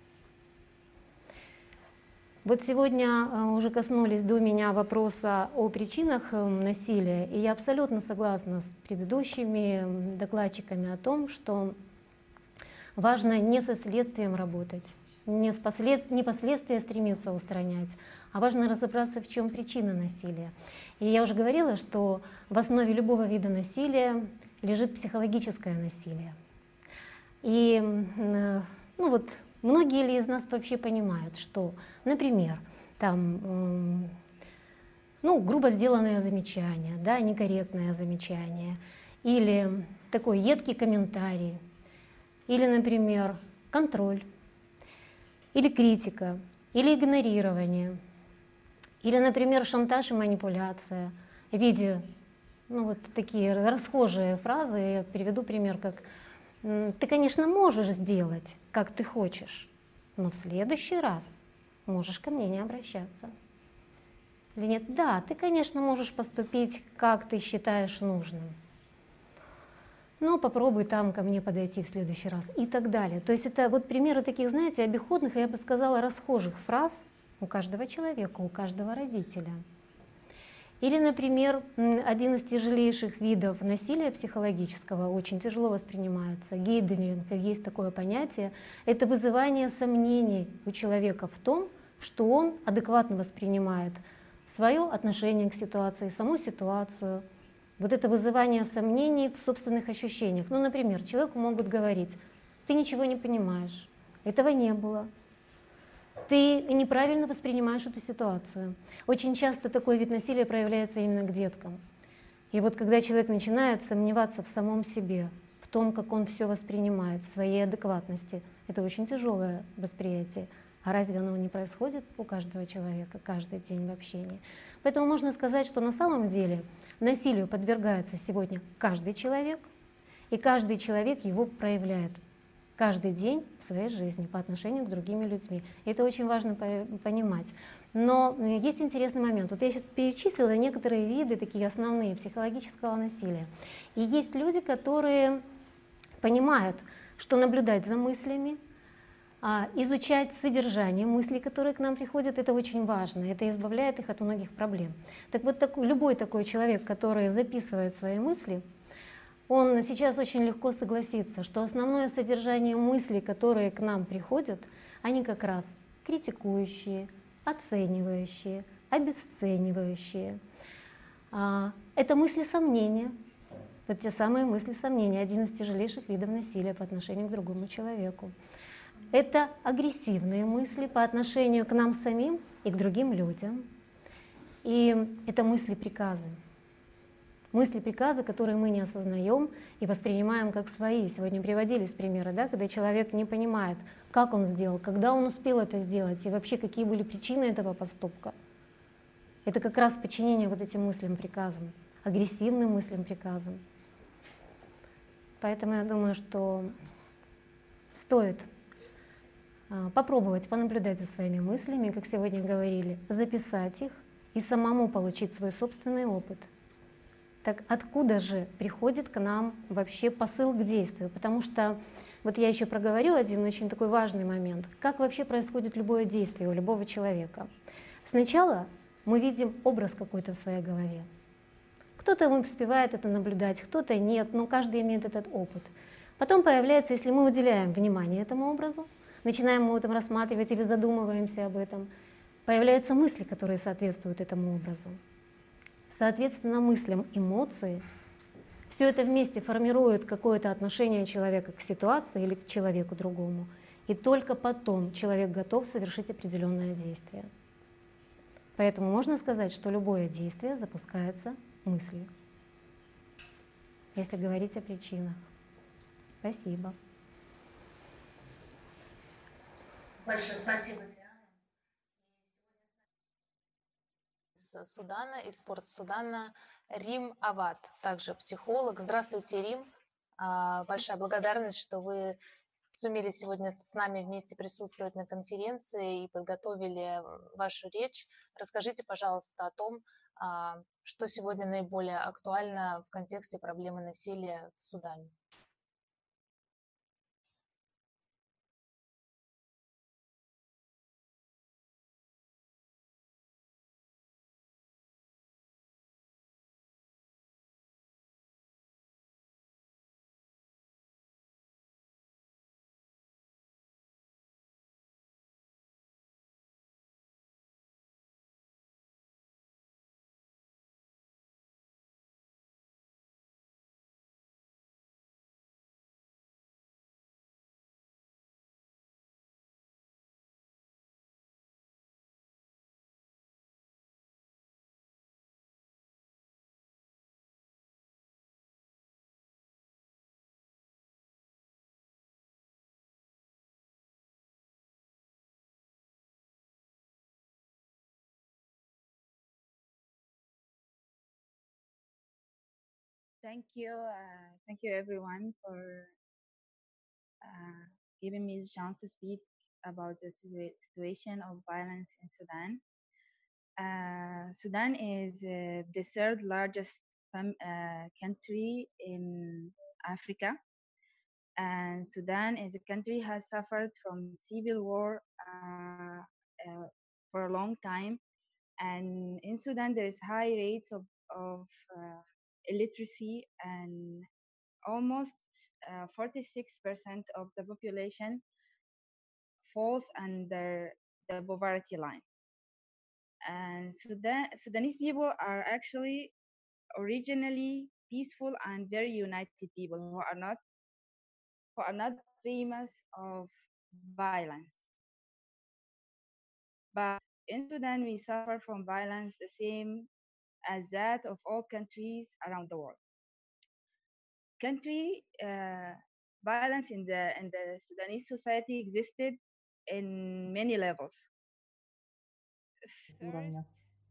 Вот сегодня уже коснулись до меня вопроса о причинах насилия, и я абсолютно согласна с предыдущими докладчиками о том, что важно не со следствием работать, не, с послед... не последствия стремиться устранять, а важно разобраться, в чем причина насилия. И я уже говорила, что в основе любого вида насилия лежит психологическое насилие. И ну вот, многие ли из нас вообще понимают, что, например, там, ну, грубо сделанное замечание, да, некорректное замечание, или такой едкий комментарий, или, например, контроль, или критика, или игнорирование, или, например, шантаж и манипуляция в виде, ну, вот такие расхожие фразы. Я приведу пример, как «ты, конечно, можешь сделать, как ты хочешь, но в следующий раз можешь ко мне не обращаться». Или нет, да, ты, конечно, можешь поступить, как ты считаешь нужным, но попробуй там ко мне подойти в следующий раз и так далее. То есть это вот примеры таких, знаете, обиходных, я бы сказала, расхожих фраз у каждого человека, у каждого родителя. Или, например, один из тяжелейших видов насилия психологического, очень тяжело воспринимается, гейдеринг, есть такое понятие, это вызывание сомнений у человека в том, что он адекватно воспринимает свое отношение к ситуации, саму ситуацию. Вот это вызывание сомнений в собственных ощущениях. Ну, например, человеку могут говорить: ты ничего не понимаешь, этого не было, ты неправильно воспринимаешь эту ситуацию. Очень часто такой вид насилия проявляется именно к деткам. И вот когда человек начинает сомневаться в самом себе, в том, как он все воспринимает, в своей адекватности, это очень тяжелое восприятие. А разве оно не происходит у каждого человека каждый день в общении? Поэтому можно сказать, что на самом деле насилию подвергается сегодня каждый человек, и каждый человек его проявляет каждый день в своей жизни по отношению к другими людьми. И это очень важно понимать. Но есть интересный момент. Вот я сейчас перечислила некоторые виды, такие основные, психологического насилия. И есть люди, которые понимают, что наблюдать за мыслями, изучать содержание мыслей, которые к нам приходят, это очень важно, это избавляет их от многих проблем. Так вот, такой, любой такой человек, который записывает свои мысли, он сейчас очень легко согласится, что основное содержание мыслей, которые к нам приходят, они как раз критикующие, оценивающие, обесценивающие. Это мысли сомнения, вот те самые мысли сомнения, один из тяжелейших видов насилия по отношению к другому человеку. Это агрессивные мысли по отношению к нам самим и к другим людям. И это мысли-приказы. Мысли-приказы, которые мы не осознаем и воспринимаем как свои. Сегодня приводились примеры, да, когда человек не понимает, как он сделал, когда он успел это сделать и вообще какие были причины этого поступка. Это как раз подчинение вот этим мыслям-приказам, агрессивным мыслям-приказам. Поэтому я думаю, что стоит попробовать понаблюдать за своими мыслями, как сегодня говорили, записать их и самому получить свой собственный опыт. Так откуда же приходит к нам вообще посыл к действию? Потому что, вот я еще проговорю один очень такой важный момент. Как вообще происходит любое действие у любого человека? Сначала мы видим образ какой-то в своей голове. Кто-то успевает это наблюдать, кто-то нет, но каждый имеет этот опыт. Потом появляется, если мы уделяем внимание этому образу, начинаем мы это рассматривать или задумываемся об этом, появляются мысли, которые соответствуют этому образу. Соответственно, мыслям, эмоции, все это вместе формирует какое-то отношение человека к ситуации или к человеку другому. И только потом человек готов совершить определенное действие. Поэтому можно сказать, что любое действие запускается мыслью, если говорить о причинах. Спасибо. Большое спасибо, Диана. Из Судана, из порт Судана, Рим Ават, также психолог. Здравствуйте, Рим. Большая благодарность, что вы сумели сегодня с нами вместе присутствовать на конференции и подготовили вашу речь. Расскажите, пожалуйста, о том, что сегодня наиболее актуально в контексте проблемы насилия в Судане. thank you, uh, thank you everyone for uh, giving me the chance to speak about the situa- situation of violence in Sudan. Uh, Sudan is uh, the third largest fam- uh, country in Africa, and Sudan is a country has suffered from civil war uh, uh, for a long time. And in Sudan, there is high rates of of uh, illiteracy, and almost uh, forty-six percent of the population falls under the poverty line. And Sudan, Sudanese people are actually originally peaceful and very united people who are not who are not famous of violence. But in Sudan, we suffer from violence the same as that of all countries around the world. Country uh, violence in the in the Sudanese society existed in many levels. First, уровня.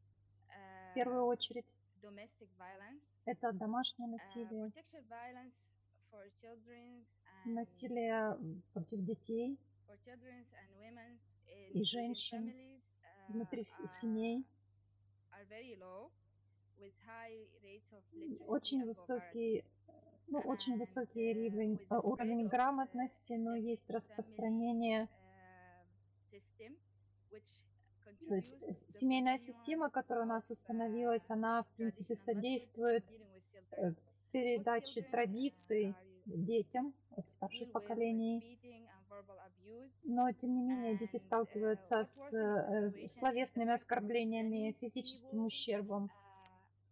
В uh, первую очередь, domestic violence, это домашнее uh, насилие, protection violence for children and насилие м, против детей for children and women in и within женщин families uh, внутри ф- are, семей. are very low, with high rates of literacy Очень and poverty. высокий, ну, очень And высокий uh, уровень, with э, the spread уровень of uh, грамотности, но the есть family распространение, uh, system, which то есть contributes с- the семейная continuous система, которая у of нас uh, установилась, она, в принципе, traditional methods содействует dealing with э, children. Most передаче children uh, традиций are детям от старших deal with with поколений, beating and verbal abuse, но, тем не менее, дети and uh, сталкиваются what с worsening the э, situation is the словесными fact that оскорблениями, Sudanese физическим people ущербом. uh,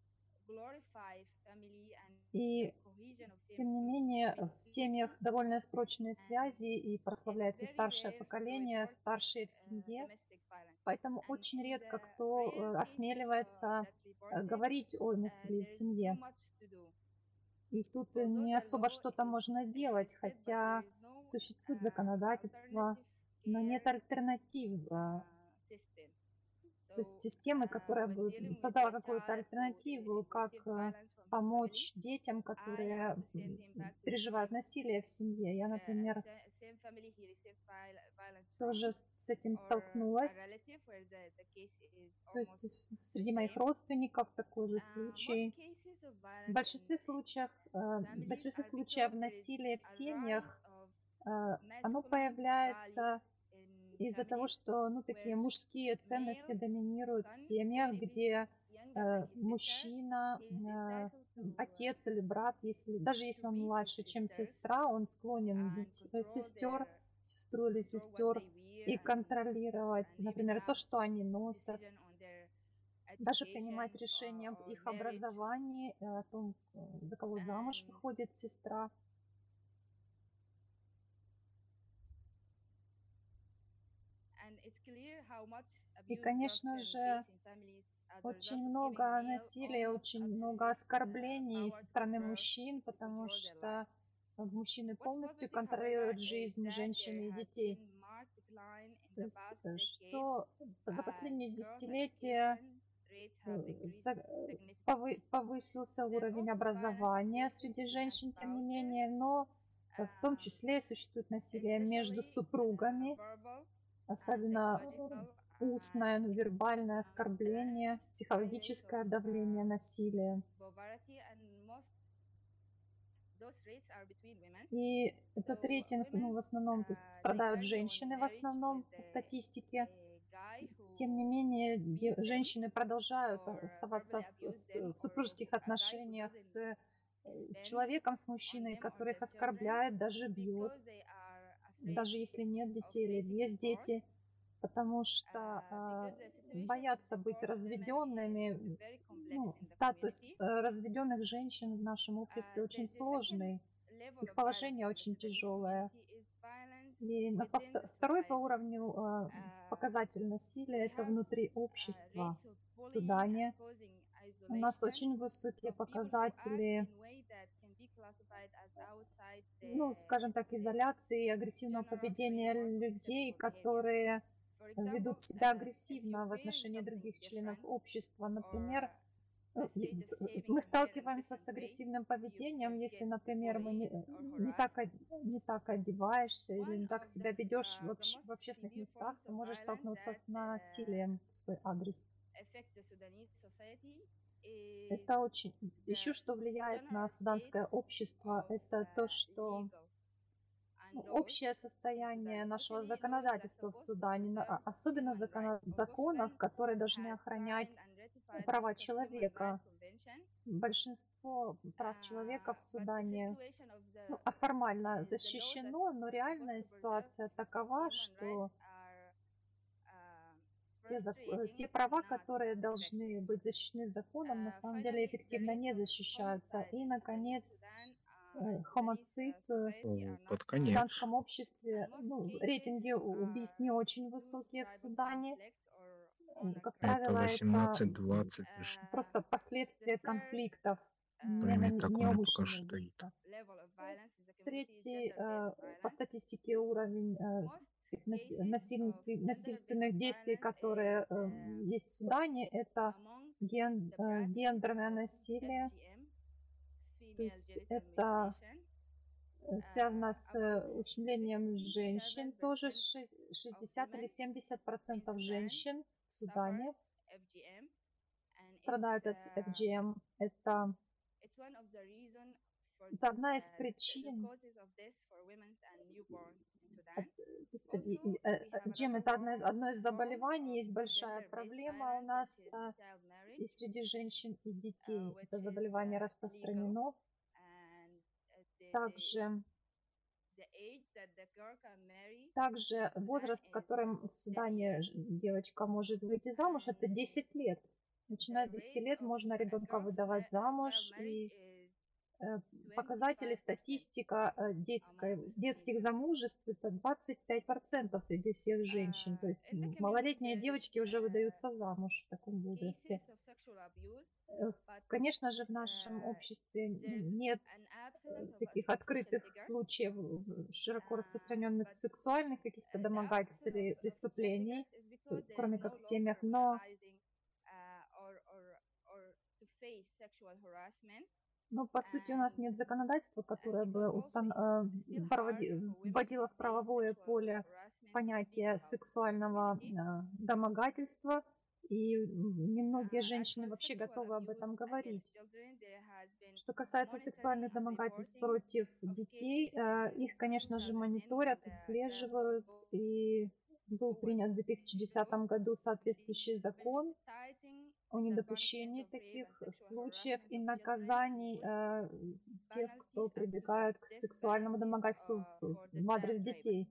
glorify family and the И, cohesion of тем не fam- менее, в community, семьях довольно прочные and связи, и it's прославляется very старшее rare to поколение, report старшие в uh, семье. domestic violence. Поэтому And очень in редко the кто rare э, cases uh, осмеливается that's э, reported, говорить о uh, насилии there в is too семье. much to do. И тут Although не the особо law что-то is можно делать, existed, but there хотя is no существует uh, законодательство, alternative но нет care альтернатив. э, uh, system. То есть So системы, uh, которая when бы dealing with создала a какую-то child who uh, альтернативу, как received э, violence from his family, помочь детям, I которые have to send him м, back to the переживают same насилие в семье. Я, uh, например, sa- same family he received viol- violence тоже from, с с этим or a столкнулась. relative where the, the case is То есть almost среди моих same. родственников такой же Uh, most случай. cases of В violence in, большинстве in случаев, э, в families большинстве are случаев because there is насилие в a rise семьях, of э, оно masculine values появляется in из-за того, families что, ну, такие where мужские ценности male доминируют в son, семьях, even if где he's younger than э, his sister, мужчина, he is э, entitled to отец или брат, если, даже если to он beat his младше, чем sisters сестра, он склонен and бить э, control сестер, their сестру или control what сестер they wear и and контролировать, and even например, то, have что они носят, decision on their даже принимать education решения об or, or их marriage. образовании, э, о том, э, за кого замуж And выходит сестра. and it's clear how much И, abuse girls конечно can же, face in families as a result очень of giving много male насилия, almost очень много absolute uh, оскорблений power со to стороны control мужчин, to потому control their что lives. э, мужчины What's полностью positive, however, контролируют is жизнь that женщин there и has детей. been marked decline in То the есть, past э, decade что за as последние girls' десятилетия education rates э, have increased за- э, significantly. повы- повысился There's уровень also violence образования inflicted среди at женщин, тем не spouses, менее, но э, в том um, числе существует насилие между especially uh, супругами, verbal and особенно psychological э, устное, and вербальное uh, оскорбление, high rates психологическое of давление, uh, насилие. poverty, and most those rates are between women. И этот So рейтинг, ну, women в основном, то есть uh, they страдают carry on женщины в marriage основном with по a, статистике. a guy Тем не who менее, де- beats them женщины продолжают or оставаться verbally в, abuse с- them, в or супружеских a guy who отношениях doesn't с э, spend человеком, с on мужчиной, them or который their их children оскорбляет, даже бьет, because they are afraid даже если нет of детей или facing есть divorce. дети, потому что Uh, because а, the situation of боятся быть divorced women is разведенными. very complex Ну, in the статус community. э, разведенных женщин в нашем обществе Uh, очень the, the second сложный, level их of violence положение in the очень Sudanese тяжелое. community is violence И на по- within the второй по society. уровню э, Uh, показатель насилия we это have внутри uh, общества. rates of В bullying and Судане causing у нас isolation очень высокие of people who act показатели, in way that can be classified as outside ну, the, скажем так, the изоляции и агрессивного general поведения framework of людей, acceptable behavior. которые For ведут example, себя uh, if you агрессивно в wear отношении something других членов different общества. or Например, Ну, и- Мы сталкиваемся с агрессивным поведением, если, например, мы не, не так, од- не так одеваешься или не так себя ведешь в, общ- в общественных местах, то можешь столкнуться с насилием в свой адрес. Это очень... Еще что влияет на суданское общество, это то, что ну, общее состояние нашего законодательства в Судане, на- а- особенно закона- законов, которые должны охранять права человека. Большинство прав человека в Судане ну, а формально защищено, но реальная ситуация такова, что те, зак- э, те права, которые должны быть защищены законом, на самом деле эффективно не защищаются. И, наконец, э, хомоцид э, О, под в конец. суданском обществе, ну, рейтинги у- убийств не очень высокие в Судане. М, Как Это правило, это восемнадцать-двадцать, аж просто последствия конфликтов, не, примерно нами- так у не меня пока умышленные стоит. убийства. Третий э, по статистике уровень э, тех нас- насильственных, насильственных действий, которые э, есть в Судане, это ген- э, гендерное насилие. То есть это э, связано с э, ущемлением женщин, тоже ши- шестьдесят или семьдесят процентов женщин в Судане страдают от эф джи эм. Это, это одна из причин. от- то есть, и- и, э, эф джи эм это одно из, одно из заболеваний, есть большая проблема у нас э, и среди женщин и детей. Это заболевание распространено. Также, также возраст, в котором в Судане ж- девочка может выйти замуж, это десять лет. Начиная с десяти лет можно ребенка выдавать замуж, и э, показатели, статистика э, детской, детских замужеств это двадцать пять процентов среди всех женщин. То есть м, малолетние девочки уже выдаются замуж в таком возрасте. Э, Конечно же, в нашем обществе нет э, таких открытых случаев э, широко распространенных сексуальных каких-то домогательств или преступлений, э, кроме как в семьях, но но по сути у нас нет законодательства, которое бы устан- э, проводи- вводило в правовое поле понятие сексуального э, домогательства, и м, немногие женщины вообще готовы об этом говорить. Что касается сексуальных домогательств против детей, э, их, конечно же, мониторят, отслеживают, и был принят в две тысячи десятом году соответствующий закон о недопущении таких случаев и наказаний э, тех, кто прибегает к сексуальному домогательству в в адрес детей.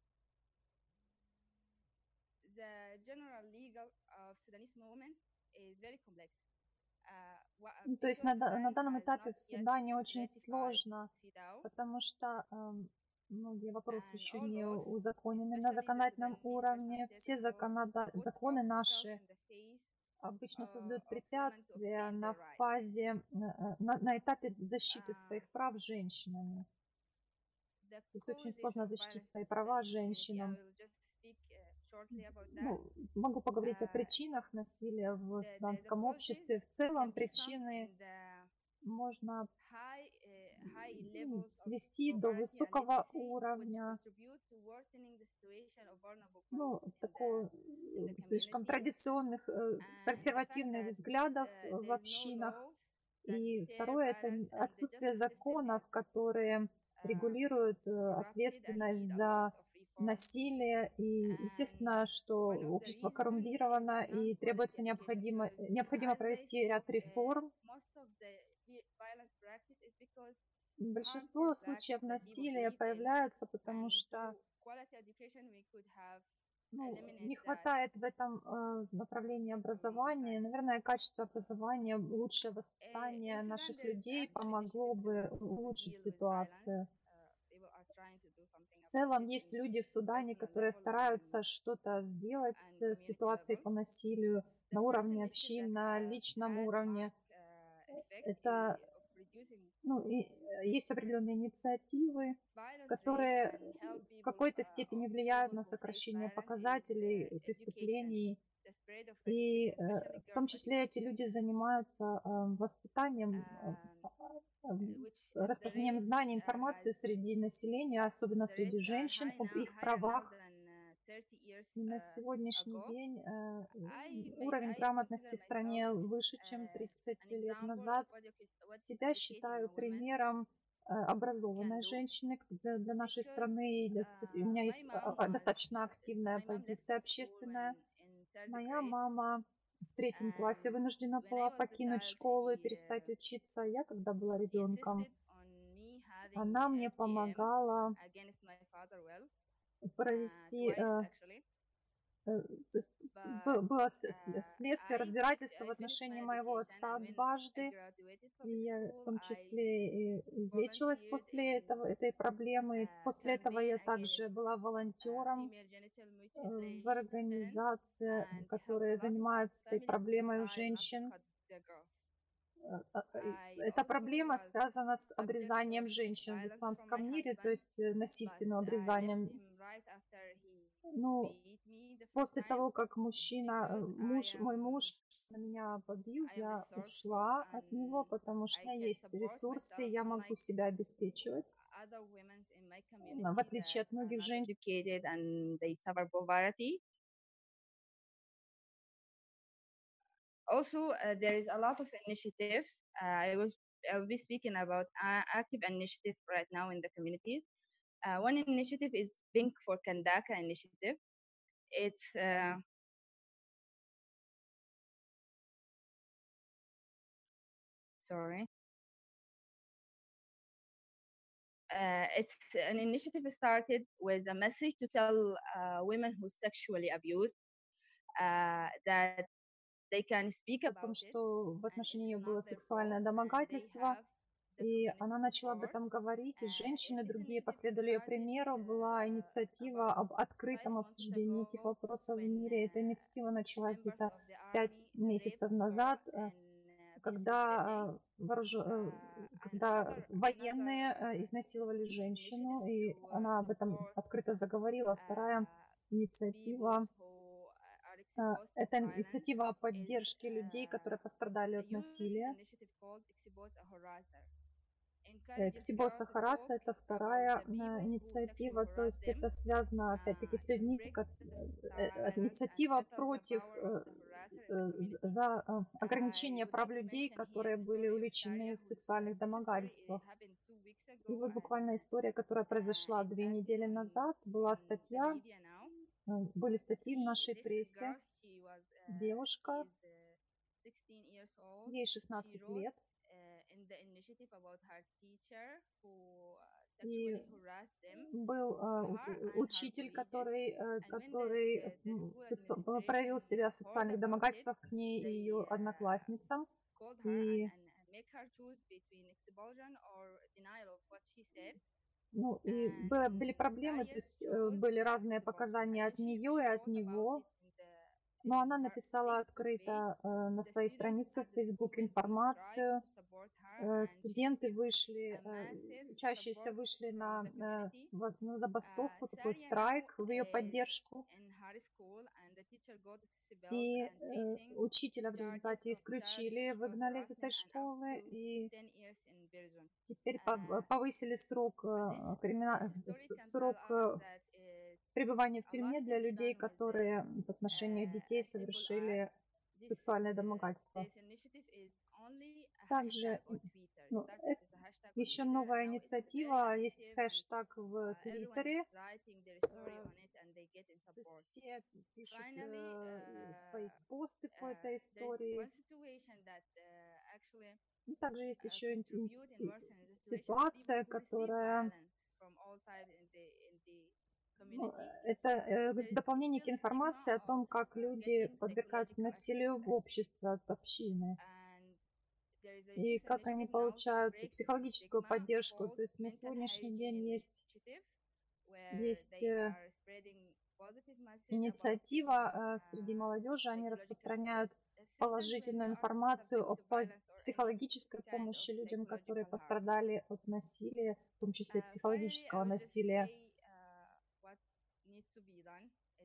Ну, То есть на, да- на данном этапе в Судане очень сложно, потому что эм, многие вопросы еще не узаконены на законодательном уровне. Все законода- законы наши обычно создают препятствия на фазе, э, э, на, на этапе защиты своих прав женщинами. То есть очень сложно защитить свои права женщинам. Ну, могу поговорить о причинах насилия в суданском обществе. В целом причины можно ну, свести до высокого уровня, ну, такого э, слишком традиционных, э, консервативных взглядов э, в общинах. И второе – это н- отсутствие законов, которые регулируют э, ответственность за насилие. И естественно, что общество коррумпировано и требуется необходимо, необходимо провести ряд реформ. Большинство случаев насилия появляются, потому что ну, не хватает в этом э, направлении образования. Наверное, качество образования, лучшее воспитание наших людей помогло бы улучшить ситуацию. В целом есть люди в Судане, которые стараются что-то сделать с ситуацией по насилию на уровне общин, на личном уровне. Это ну, и э, есть определенные инициативы, которые в какой-то степени влияют на сокращение показателей преступлений И э, в том числе эти люди занимаются э, воспитанием, э, э, распространением знаний, информации среди населения, особенно среди женщин, об их правах. И на сегодняшний день э, уровень грамотности в стране выше, чем тридцать лет назад. Себя считаю примером э, образованной женщины для, для нашей страны. И для- у меня есть а, а, достаточно активная позиция общественная. Моя мама в третьем классе вынуждена была покинуть школу и перестать учиться. Я, когда была ребенком, она мне помогала провести э, Э, то есть бы- было с- с- следствие, разбирательство в отношении моего отца дважды, и я в том числе и излечилась после этого, этой проблемы. После этого я также была волонтером э, в организации, которая занимается этой проблемой у женщин. Э, а, э, Эта проблема связана с обрезанием женщин в исламском мире, то есть э, насильственным обрезанием. Ну, после того, как мужчина, э, муж, мой муж на меня побил, я ушла от него, потому что у меня есть ресурсы, я могу себя обеспечивать, э, в отличие от многих женщин. Educated and they suffer poverty. Also, uh, there is a lot of initiatives. Uh, I was I will be speaking about uh, active initiative right now in the communities. Uh, one initiative is Pink for Kandaka initiative. It's uh, sorry. Uh, it's an initiative started with a message to tell uh, women who sexually abused uh, that they can speak О about том, it, что в and отношении it's нее было not their сексуальное fault, and they домогательство, have the и community она начала об support. этом говорить, и Uh, женщины this другие initiative последовали ее started примеру. Была uh, инициатива about об five открытом months обсуждении этих ago вопросов в when мире. Эта uh, инициатива началась members где-то of the пять army месяцев raped her назад, э, in uh, peaceful setting. когда, э, вооружи- э, Uh, когда another военные another э, изнасиловали женщину, initiative и to uh, она об этом support открыто заговорила. Вторая uh, инициатива people who are э, exposed to это violence инициатива о is поддержке людей, которые uh, пострадали a от youth насилия. initiative called Exibos a Harasser. Э, Encourages Ксибоса girls to Хараса — talk это about вторая the э, people who sexually инициатива, то harass есть them, это связано опять-таки uh, с to людьми, break ко- the э, э, silence and инициатива shut up the против power э, of the harasser in the э, з- community. за э, I ограничение would прав like to людей, mention here которые the были story of уличены Daria, в who's uh, сексуальных this story it домогательствах. happened two weeks И ago вот буквально and история, которая uh, произошла it's две active недели on назад, была on the статья, media now. э, были статьи в She, нашей this прессе. girl, she was uh, she Девушка, is uh, sixteen years old. ей She шестнадцать wrote лет, uh, in the initiative about her teacher who uh, и sexually harassed them, был э, у- her у- and her учитель, colleagues. который, э, And when the, который the, the м, school сексу- э, проявил administration себя в heard сексуальных about it, домогательствах к ней и they ее uh, одноклассницам. called her and, И and make her choose between expulsion or denial of what she said. Ну, и было, были And проблемы, то Daria есть э, chose были разные expulsion. показания And от when she, нее и she от wrote about него, it in the но in она her написала Facebook page, открыто э, на the своей students странице at в the school Facebook went on strike информацию. to support her, Э, and she Студенты received вышли, a э, massive учащиеся support вышли from на, the э, community. вот на Uh, забастовку, такой Saria now страйк в ее is поддержку. in her school, and the teacher got expelled И and э, facing учителя в charges результате of child исключили, sexual выгнали из этой harassment and up школы, to и ten years in prison. теперь Uh, пов- повысили срок, э, this кримина- this story с- can tell срок us э, that is пребывания в a lot тюрьме для can be людей, done with the которые в отношении uh, детей a simple act. совершили This сексуальное uh, домогательство. this initiative is only a Также hashtag on Twitter. ну, Started э- as a hashtag on еще Twitter, новая and now it's very инициатива, есть active, and хэштаг в uh, everyone Твиттере. is writing their story Э, on it, and they get in То есть support. все пишут Finally, э, свои uh, посты по uh, этой there is истории. one situation that uh, actually И также есть uh, еще и- и- contribute in и worsening the situation of people ситуация, who receive которая violence from all types in the in the ну, community. это э, There is дополнение к still информации о stigma том, of как uh, люди getting подвергаются psychological насилию в assistance, обществе от общины. and there is a И youth как они initiative now to получают break this психологическую stigma поддержку. called То есть на Mental сегодняшний день Hygiene есть, Initiative, where есть they э, are spreading positive message about инициатива seeking э, среди uh, молодежи. Они psychological распространяют assist- assistance when положительную you are информацию о subject to поз- violence or any психологической kind of помощи людям, которые psychological harm. пострадали от насилия, в том числе Uh, finally, I психологического will just насилия. say uh, what needs to be done.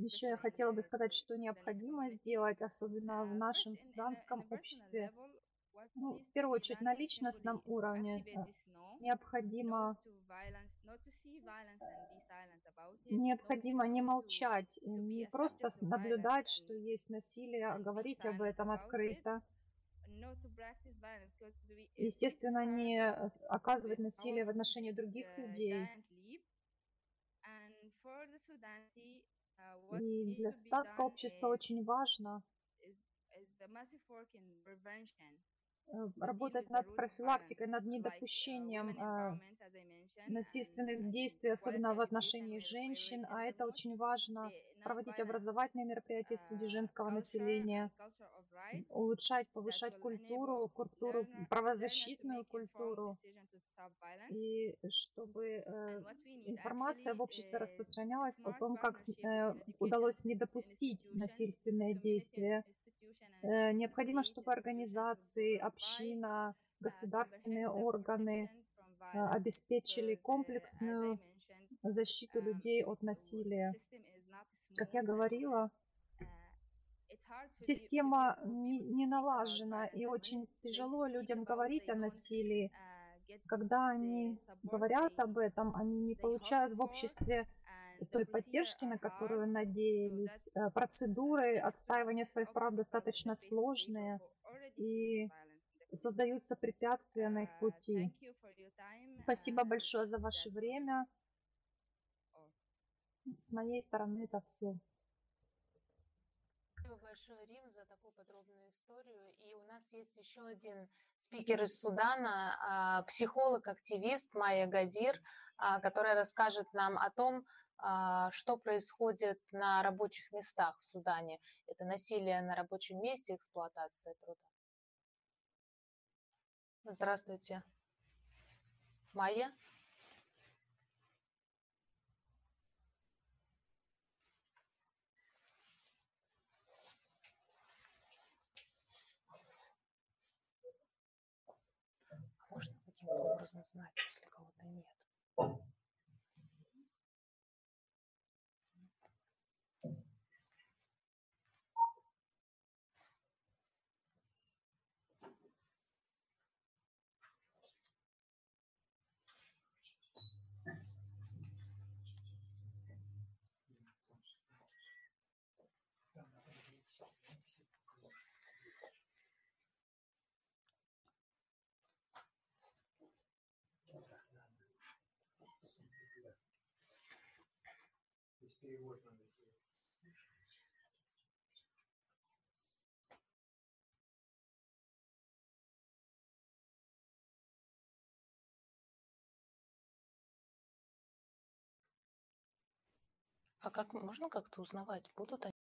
Еще я хотела бы сказать, что необходимо сделать, особенно в нашем суданском обществе. Ну, в первую очередь, на личностном уровне э, необходимо, необходимо не молчать, э, не просто с- наблюдать, что есть насилие, а говорить об этом открыто. Естественно, не э, оказывать насилие в отношении других людей. И для суданского общества очень важно э, работать над профилактикой, над недопущением э, насильственных действий, особенно в отношении женщин, а это очень важно проводить образовательные мероприятия среди женского населения, улучшать, повышать культуру, культуру, правозащитную культуру, и чтобы э, информация в обществе распространялась о том, как э, удалось не допустить насильственные действия. Э, необходимо, чтобы организации, община, государственные органы э, обеспечили комплексную защиту людей от насилия. Как я говорила, система не, не налажена, и очень тяжело людям говорить о насилии. Когда они говорят об этом, они не получают в обществе той поддержки, на которую надеялись. Э, Процедуры отстаивания своих прав достаточно сложные, и создаются препятствия на их пути. Спасибо большое за ваше время. С моей стороны это все. Спасибо большое, Рим, за такую подробную историю. И у нас есть еще один спикер из Судана, а, психолог-активист Майя Гадир, а, которая расскажет нам о том, а, что происходит на рабочих местах в Судане. Это насилие на рабочем месте, эксплуатация труда. Здравствуйте, Майя. Можно каким-то образом знать, если кого-то нет. А как можно как-то узнавать, будут они?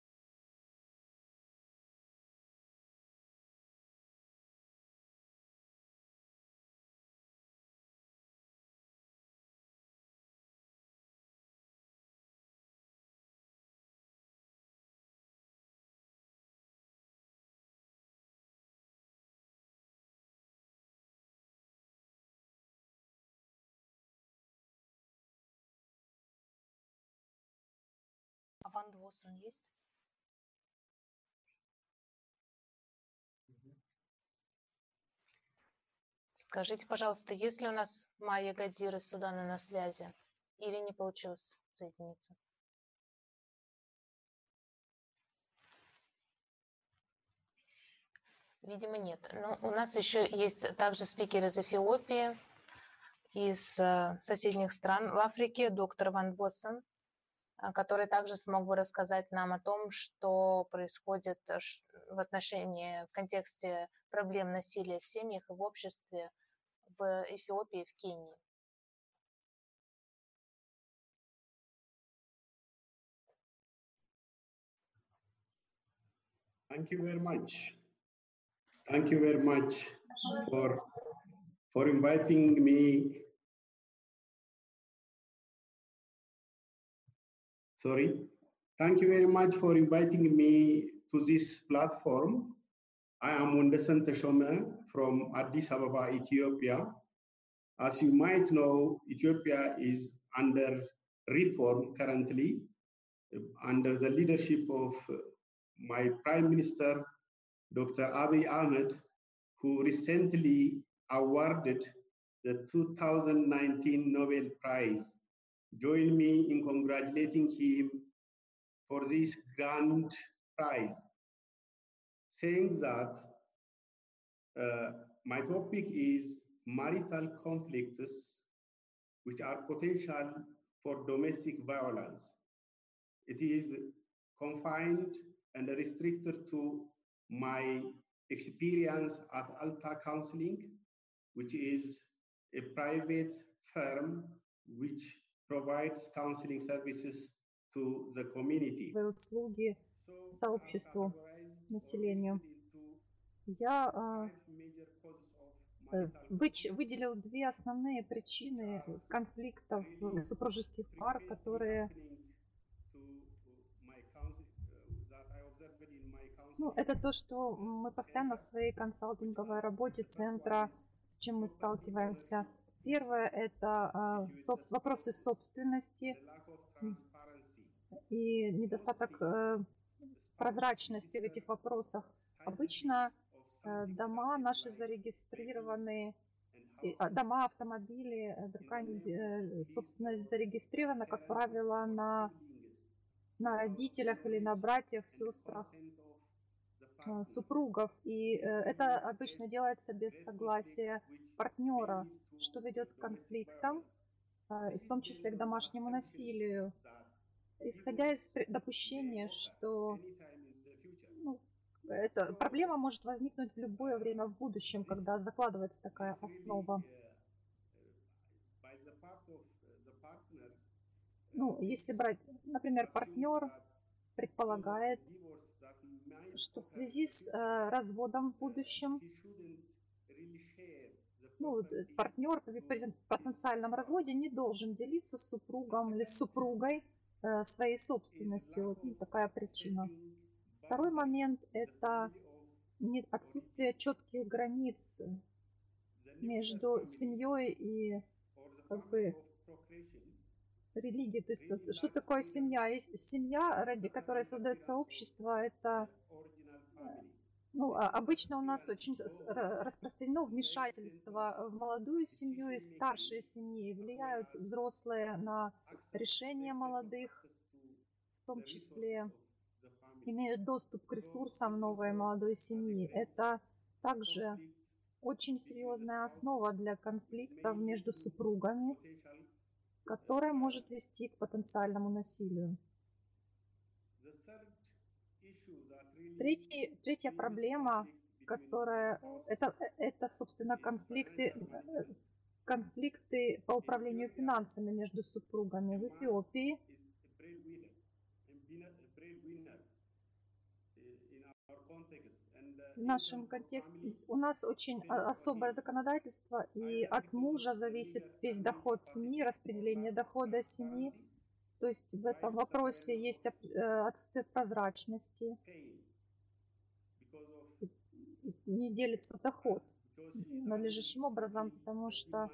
А Ван Двоссен есть? Скажите, пожалуйста, есть ли у нас Майя Гадир из Судана на связи? Или не получилось соединиться? Видимо, нет. Но у нас еще есть также спикер из Эфиопии, из э, соседних стран в Африке, доктор Ван Двоссен, который также смог бы рассказать нам о том, что происходит в отношении, в контексте проблем насилия в семьях и в обществе в Эфиопии, в Кении. Thank you very much. Thank you very much for, for inviting me. Sorry. Thank you very much for inviting me to this platform. I am Wondersen Teshome from Addis Ababa, Ethiopia. As you might know, Ethiopia is under reform currently, under the leadership of my Prime Minister, Doctor Abiy Ahmed, who recently awarded the two thousand nineteen Nobel Prize. Join me in congratulating him for this grand prize, saying that uh, my topic is marital conflicts which are potential for domestic violence. It is confined and restricted to my experience at Alta Counseling, which is a private firm which provides counseling services to the community. Услуги сообществу, населению. Я э, выч, выделил две основные причины конфликтов супружеских пар, которые ну, это то, что мы постоянно в своей консалтинговой работе центра, с чем мы сталкиваемся. Первое – это э, соб, вопросы собственности и недостаток э, прозрачности в этих вопросах. Обычно э, дома наши зарегистрированы, и, а, дома, автомобили, другая э, собственность зарегистрирована, как правило, на, на родителях или на братьях, сестрах, э, супругов. И э, это обычно делается без согласия партнера, что ведет к конфликтам, э, в том числе к домашнему насилию. Исходя из допущения, что ну, эта проблема может возникнуть в любое время в будущем, когда закладывается такая основа. Ну, если брать, например, партнер предполагает, что в связи с э, разводом в будущем, ну, партнер при потенциальном разводе не должен делиться с супругом или с супругой э, своей собственностью. Вот ну, такая причина. Второй момент – это отсутствие четких границ между семьей и как бы религией. То есть что такое семья? Есть семья, ради которой создается общество, это ну, обычно у нас очень распространено вмешательство в молодую семью и старшие семьи. Влияют взрослые на решения молодых, в том числе имеют доступ к ресурсам новой молодой семьи. Это также очень серьезная основа для конфликтов между супругами, которая может вести к потенциальному насилию. Третий, третья проблема, которая это, это собственно конфликты, конфликты по управлению финансами между супругами в Эфиопии. В нашем контексте у нас очень особое законодательство, и от мужа зависит весь доход семьи, распределение дохода семьи. То есть в этом вопросе есть отсутствие прозрачности, не делится доход надлежащим образом, потому что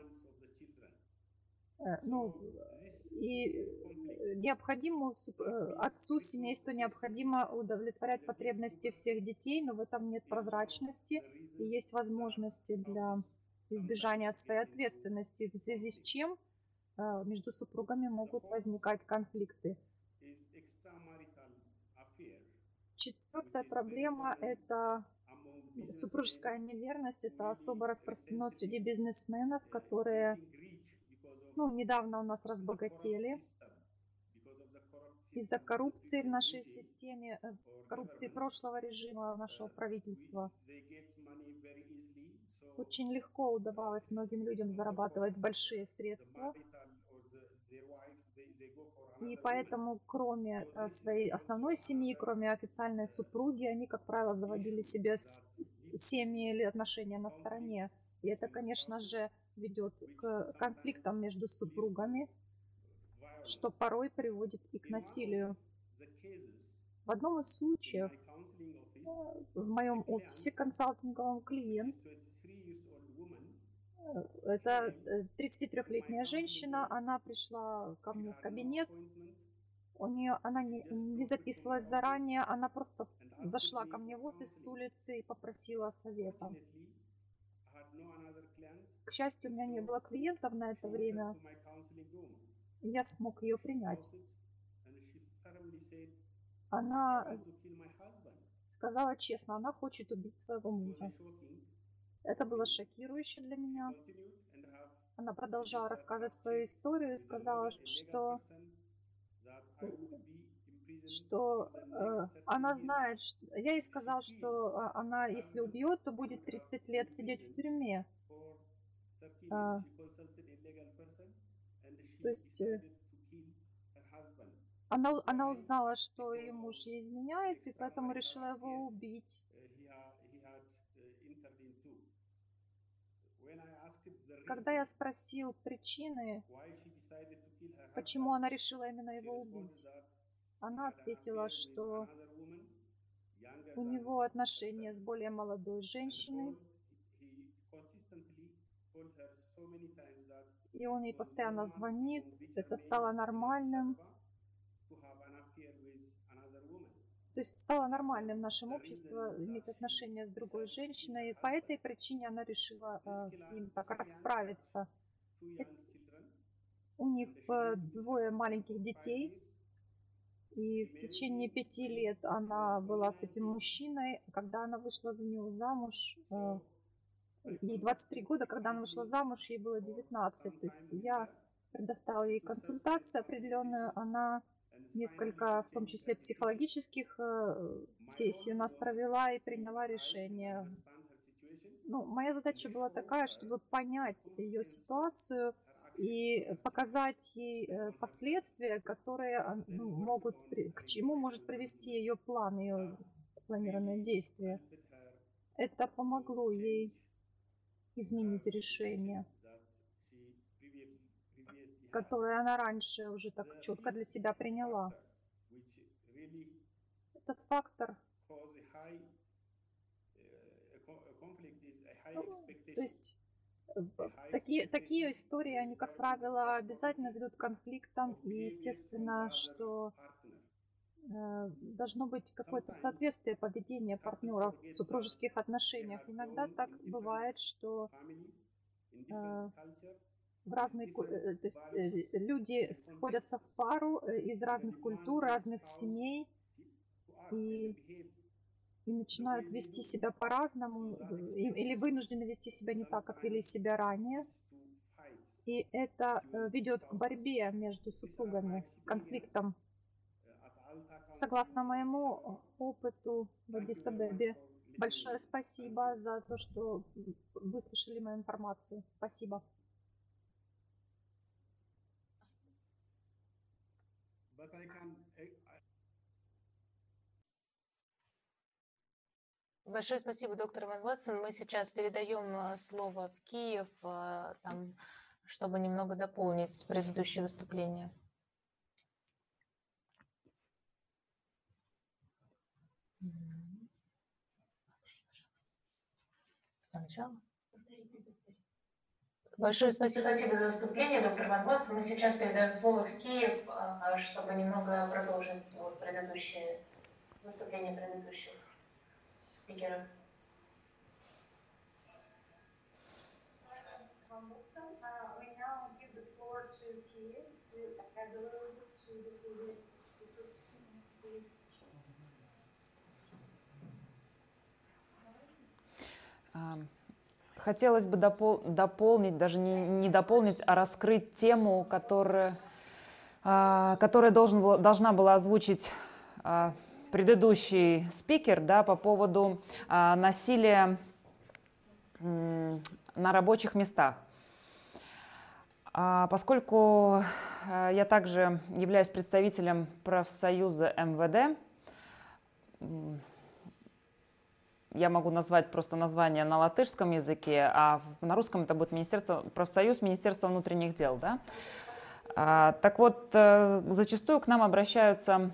ну, и необходимо отцу семейства необходимо удовлетворять потребности всех детей, но в этом нет прозрачности и есть возможности для избежания от своей ответственности, в связи с чем между супругами могут возникать конфликты. Четвертая проблема – это супружеская неверность. Это особо распространено среди бизнесменов, которые ну, недавно у нас разбогатели из-за коррупции в нашей системе, коррупции прошлого режима нашего правительства. Очень легко удавалось многим людям зарабатывать большие средства. И поэтому, кроме своей основной семьи, кроме официальной супруги, они, как правило, заводили себе семьи или отношения на стороне. И это, конечно же, ведет к конфликтам между супругами, что порой приводит и к насилию. В одном из случаев в моем офисе консалтинговом клиент, это тридцатитрёхлетняя женщина, она пришла ко мне в кабинет У нее, она не, не записывалась заранее, она просто зашла ко мне в офис с улицы и попросила совета. К счастью, у меня не было клиентов на это время, и я смог ее принять. Она сказала честно, она хочет убить своего мужа. Это было шокирующе для меня. Она продолжала рассказывать свою историю и сказала, что, что э, она знает, что... Я ей сказала, что она, если убьет, то будет тридцать лет сидеть в тюрьме. А, то есть э, она, она узнала, что ее муж ей изменяет, и поэтому решила его убить. Когда я спросил причины, почему она решила именно его убить, она ответила, что у него отношения с более молодой женщиной, и он ей постоянно звонит, это стало нормальным. То есть стало нормальным в нашем обществе иметь отношения с другой женщиной, и по этой причине она решила э, с ним так расправиться. У них э, двое маленьких детей, и в течение пяти лет она была с этим мужчиной. Когда она вышла за него замуж, э, ей двадцать три года, когда она вышла замуж, ей было девятнадцать. То есть я предоставила ей консультацию определенную, она несколько, в том числе психологических э, сессий у нас провела и приняла решение. Ну, моя задача была такая, чтобы понять ее ситуацию и показать ей э, последствия, которые ну, могут, к чему может привести ее план, ее планированные действия. Это помогло ей изменить решение, которое она раньше уже так четко для себя приняла. Этот фактор, ну, то есть такие, такие истории, они, как правило, обязательно ведут к конфликтам, и естественно, что э, должно быть какое-то соответствие поведения партнеров в супружеских отношениях. Иногда так бывает, что э, в разные, то есть люди сходятся в пару из разных культур, разных семей и, и начинают вести себя по-разному или вынуждены вести себя не так, как вели себя ранее. И это ведет к борьбе между супругами, к конфликтам. Согласно моему опыту в Аддис-Абебе, большое спасибо за то, что выслушали мою информацию. Спасибо. Большое спасибо, доктор Ван Вотсон. Мы сейчас передаем слово в Киев, там, чтобы немного дополнить предыдущее выступление. Сначала. Большое спасибо, спасибо за выступление, доктор Ван Вотсон. Мы сейчас передаем слово в Киев, чтобы немного продолжить вот предыдущее выступление предыдущих спикеров. Хотелось бы допол- дополнить, даже не, не дополнить, а раскрыть тему, которая, а, которая должен был, должна была озвучить а, предыдущий спикер, да, по поводу а, насилия м, на рабочих местах. А, поскольку а, я также являюсь представителем профсоюза эм вэ дэ, я могу назвать просто название на латышском языке, а на русском это будет Министерство, профсоюз Министерства внутренних дел. Да? А, так вот, зачастую к нам обращаются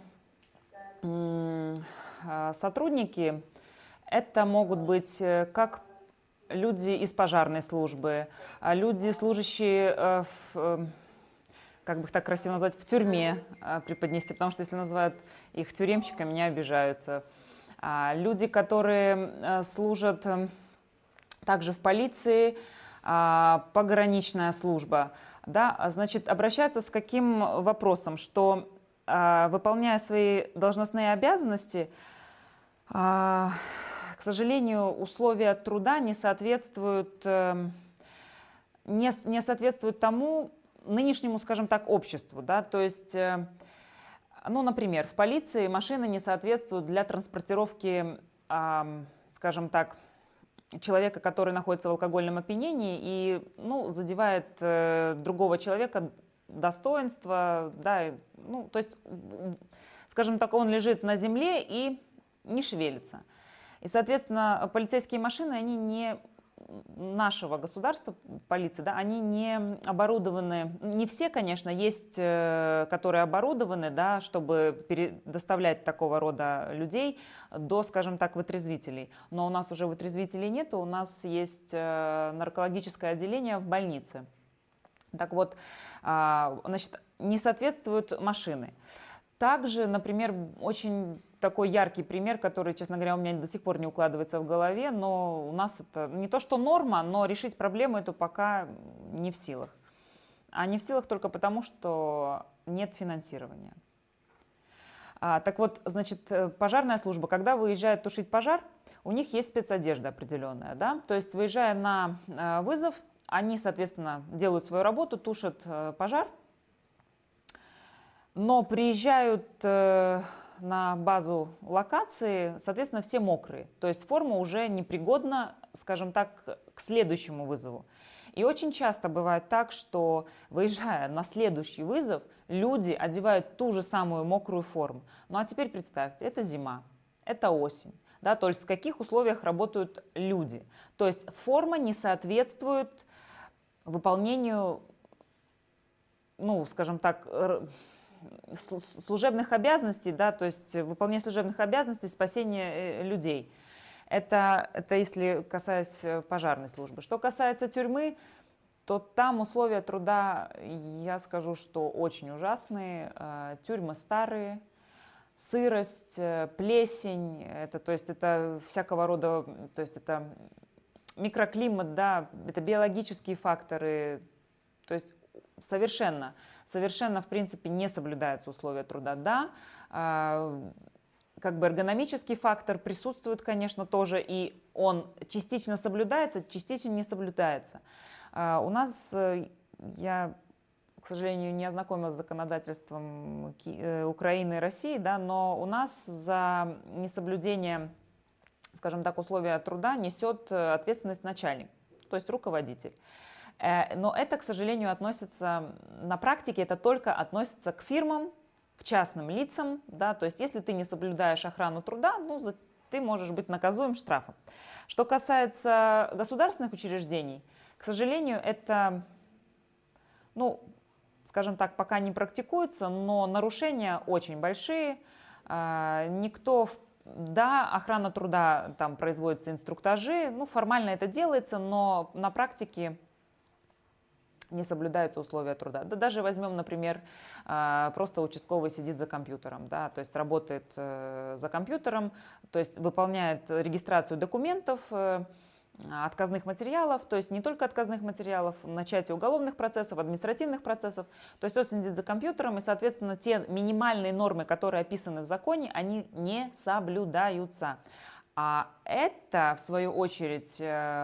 сотрудники. Это могут быть как люди из пожарной службы, люди, служащие в, как бы их так красиво назвать, в тюрьме преподнести, потому что если называют их тюремщиками, не обижаются. Люди, которые служат также в полиции, пограничная служба, да, значит, обращаются с каким вопросом, что, выполняя свои должностные обязанности, к сожалению, условия труда не соответствуют, не, не соответствуют тому нынешнему, скажем так, обществу, да, то есть, ну, например, в полиции машины не соответствуют для транспортировки, скажем так, человека, который находится в алкогольном опьянении и, ну, задевает э, другого человека достоинство, да, ну, то есть, скажем так, он лежит на земле и не шевелится. И, соответственно, полицейские машины, они не нашего государства, полиции, да, они не оборудованы, не все, конечно, есть, которые оборудованы, да, чтобы доставлять такого рода людей до, скажем так, вытрезвителей. Но у нас уже вытрезвителей нет, у нас есть наркологическое отделение в больнице. Так вот, значит, не соответствуют машины. Также, например, очень такой яркий пример, который, честно говоря, у меня до сих пор не укладывается в голове, но у нас это не то что норма, но решить проблему эту пока не в силах. А не в силах только потому, что нет финансирования. А, так вот, значит, пожарная служба, когда выезжает тушить пожар, у них есть спецодежда определенная, да, то есть, выезжая на э, вызов, они, соответственно, делают свою работу, тушат э, пожар, но приезжают э, на базу локации, соответственно, все мокрые. То есть форма уже непригодна, скажем так, к следующему вызову. И очень часто бывает так, что, выезжая на следующий вызов, люди одевают ту же самую мокрую форму. Ну а теперь представьте, это зима, это осень. Да, то есть в каких условиях работают люди. То есть форма не соответствует выполнению, ну, скажем так, служебных обязанностей, да, то есть выполнение служебных обязанностей, спасение людей. Это, это если касаясь пожарной службы. Что касается тюрьмы, то там условия труда, я скажу, что очень ужасные. Тюрьмы старые, сырость, плесень, это, то есть это всякого рода, то есть это микроклимат, да, это биологические факторы, то есть совершенно, совершенно, в принципе, не соблюдаются условия труда. Да, как бы эргономический фактор присутствует, конечно, тоже, и он частично соблюдается, частично не соблюдается. У нас, я, к сожалению, не ознакомилась с законодательством Украины и России, да, но у нас за несоблюдение, скажем так, условия труда несет ответственность начальник, то есть руководитель. Но это, к сожалению, относится, на практике это только относится к фирмам, к частным лицам, да, то есть если ты не соблюдаешь охрану труда, ну, ты можешь быть наказуем штрафом. Что касается государственных учреждений, к сожалению, это, ну, скажем так, пока не практикуется, но нарушения очень большие. Никто, да, охрана труда, там производятся инструктажи, ну, формально это делается, но на практике не соблюдаются условия труда. Да даже возьмем, например, просто участковый сидит за компьютером, да, то есть работает за компьютером, то есть выполняет регистрацию документов, отказных материалов, то есть не только отказных материалов, начатие уголовных процессов, административных процессов, то есть он сидит за компьютером, и, соответственно, те минимальные нормы, которые описаны в законе, они не соблюдаются. А это, в свою очередь,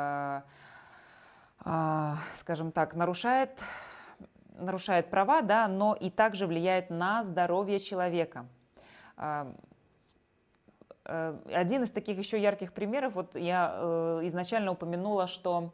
скажем так, нарушает, нарушает права, да, но и также влияет на здоровье человека. Один из таких еще ярких примеров, вот я изначально упомянула, что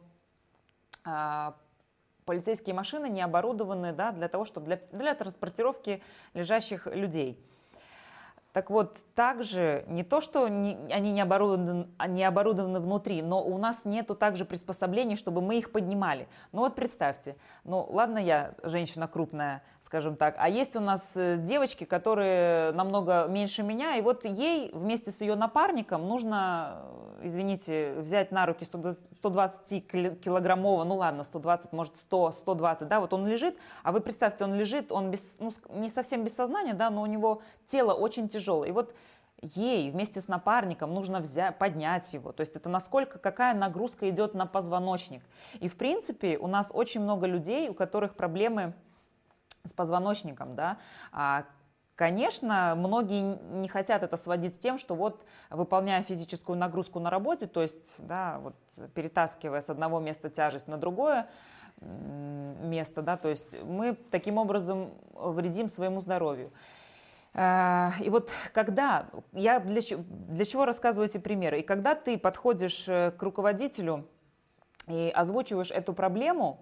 полицейские машины не оборудованы, да, для того, чтобы для, для транспортировки лежащих людей. Так вот, также не то, что не, они не оборудованы, не оборудованы внутри, но у нас нету также приспособлений, чтобы мы их поднимали. Ну вот представьте, ну ладно, я женщина крупная, скажем так, а есть у нас девочки, которые намного меньше меня, и вот ей вместе с ее напарником нужно, извините, взять на руки сто двадцать килограммового, ну ладно, сто двадцать, может сто, сто двадцать, да, вот он лежит, а вы представьте, он лежит, он без, ну, не совсем без сознания, да, но у него тело очень тяжелое, и вот ей вместе с напарником нужно взять, поднять его, то есть это насколько, какая нагрузка идет на позвоночник. И в принципе у нас очень много людей, у которых проблемы с позвоночником, да. А, конечно, многие не хотят это сводить с тем, что вот выполняя физическую нагрузку на работе, то есть, да, вот перетаскивая с одного места тяжесть на другое место, да, то есть мы таким образом вредим своему здоровью. И вот когда, я для, для чего рассказываю эти примеры, и когда ты подходишь к руководителю и озвучиваешь эту проблему,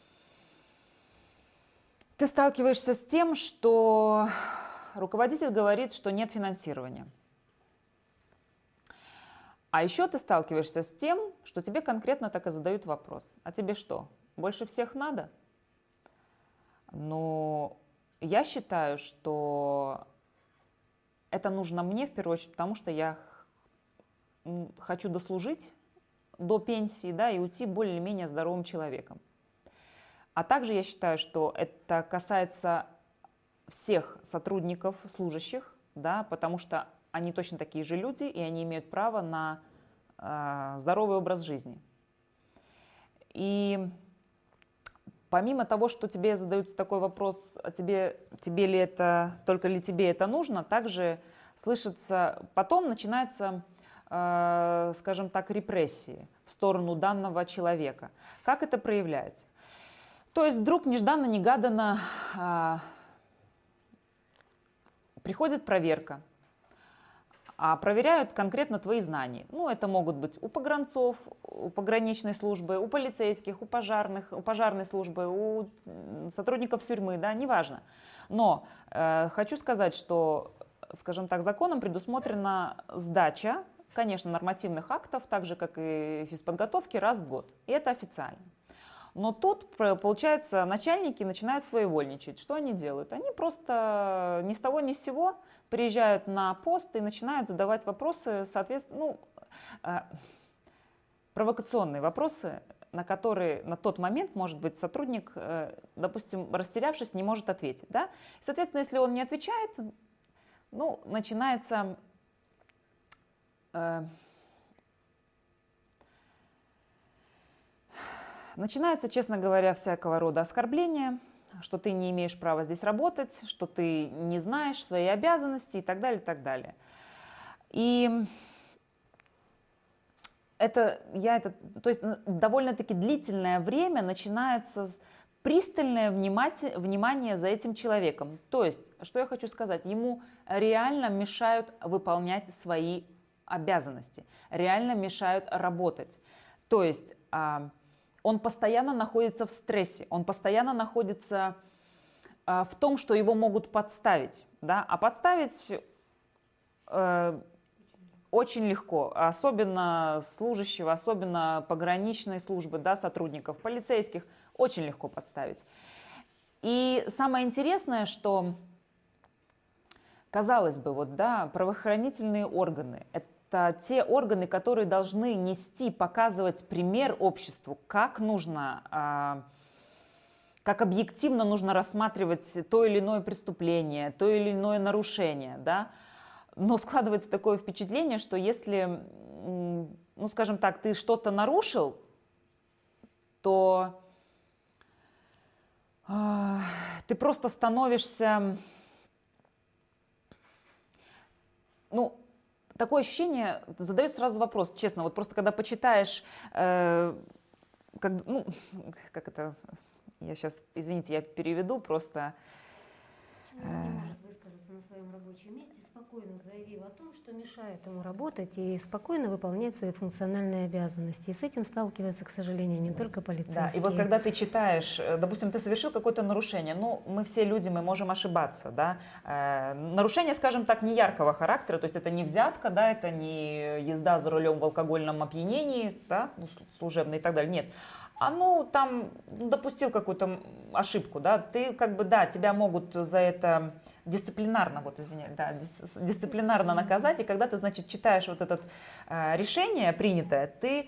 ты сталкиваешься с тем, что руководитель говорит, что нет финансирования. А еще ты сталкиваешься с тем, что тебе конкретно так и задают вопрос. А тебе что, больше всех надо? Ну, я считаю, что это нужно мне в первую очередь, потому что я хочу дослужить до пенсии, да, и уйти более-менее здоровым человеком. А также я считаю, что это касается всех сотрудников, служащих, да, потому что они точно такие же люди, и они имеют право на э, здоровый образ жизни. И помимо того, что тебе задают такой вопрос, а тебе, тебе ли это, только ли тебе это нужно, также слышится, потом начинается, э, скажем так, репрессии в сторону данного человека. Как это проявляется? То есть вдруг нежданно-негаданно а, приходит проверка, а проверяют конкретно твои знания. Ну, это могут быть у погранцов, у пограничной службы, у полицейских, у пожарных, у пожарной службы, у сотрудников тюрьмы, да, неважно. Но э, хочу сказать, что, скажем так, законом предусмотрена сдача, конечно, нормативных актов, так же, как и физподготовки, раз в год. И это официально. Но тут, получается, начальники начинают своевольничать. Что они делают? Они просто ни с того ни с сего приезжают на пост и начинают задавать вопросы, соответственно, ну, э, провокационные вопросы, на которые на тот момент, может быть, сотрудник, э, допустим, растерявшись, не может ответить. Да? И, соответственно, если он не отвечает, ну, начинается... Э, Начинается, честно говоря, всякого рода оскорбления, что ты не имеешь права здесь работать, что ты не знаешь свои обязанности и так далее, и так далее. И это, я это, то есть довольно-таки длительное время начинается пристальное внимание, внимание за этим человеком. То есть, что я хочу сказать, ему реально мешают выполнять свои обязанности, реально мешают работать. То есть... Он постоянно находится в стрессе, он постоянно находится э, в том, что его могут подставить. Да? А подставить э, очень легко, особенно служащего, особенно пограничной службы, да, сотрудников, полицейских, очень легко подставить. И самое интересное, что, казалось бы, вот, да, правоохранительные органы – это те органы, которые должны нести, показывать пример обществу, как нужно, как объективно нужно рассматривать то или иное преступление, то или иное нарушение, да? Но складывается такое впечатление, что если, ну, скажем так, ты что-то нарушил, то ты просто становишься, ну, такое ощущение, задает сразу вопрос, честно, вот просто когда почитаешь, э, как, ну, как это, я сейчас, извините, я переведу просто. Человек не может высказаться на своем рабочем месте, спокойно заявив о том, что мешает ему работать и спокойно выполнять свои функциональные обязанности. И с этим сталкиваются, к сожалению, не только полицейские. Да, и вот когда ты читаешь, допустим, ты совершил какое-то нарушение, ну, мы все люди, мы можем ошибаться, да, э, нарушение, скажем так, не яркого характера, то есть это не взятка, да, это не езда за рулем в алкогольном опьянении, да, ну, служебный и так далее, нет. А ну, там, допустил какую-то ошибку, да, ты как бы, да, тебя могут за это дисциплинарно, вот, извини, да, дис, дисциплинарно наказать, и когда ты, значит, читаешь вот это э, решение принятое, ты,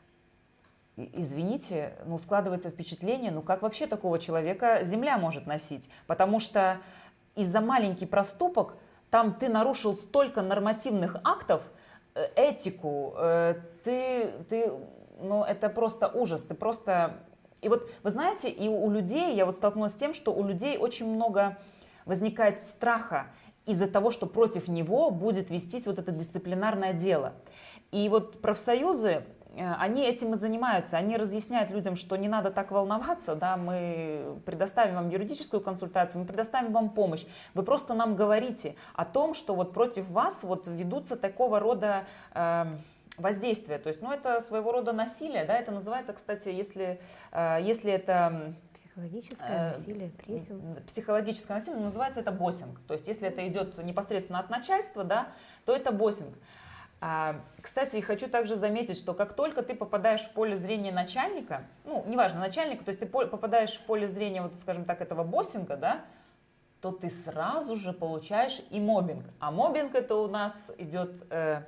извините, ну, складывается впечатление, ну, как вообще такого человека земля может носить, потому что из-за маленький проступок там ты нарушил столько нормативных актов, э, этику, э, ты, ты, ну, это просто ужас, ты просто... И вот, вы знаете, и у людей, я вот столкнулась с тем, что у людей очень много возникает страха из-за того, что против него будет вестись вот это дисциплинарное дело. И вот профсоюзы, они этим и занимаются, они разъясняют людям, что не надо так волноваться, да, мы предоставим вам юридическую консультацию, мы предоставим вам помощь, вы просто нам говорите о том, что вот против вас вот ведутся такого рода э, воздействия, то есть, ну, это своего рода насилие, да, это называется, кстати, если, э, если это... Психологическое насилие, прессинг. Психологическое насилие, называется это боссинг, то есть, если это идет непосредственно от начальства, да, то это боссинг. А, кстати, хочу также заметить, что как только ты попадаешь в поле зрения начальника, ну, неважно, начальника, то есть ты попадаешь в поле зрения, вот, скажем так, этого боссинга, да, то ты сразу же получаешь и моббинг. А моббинг это у нас идет... Э,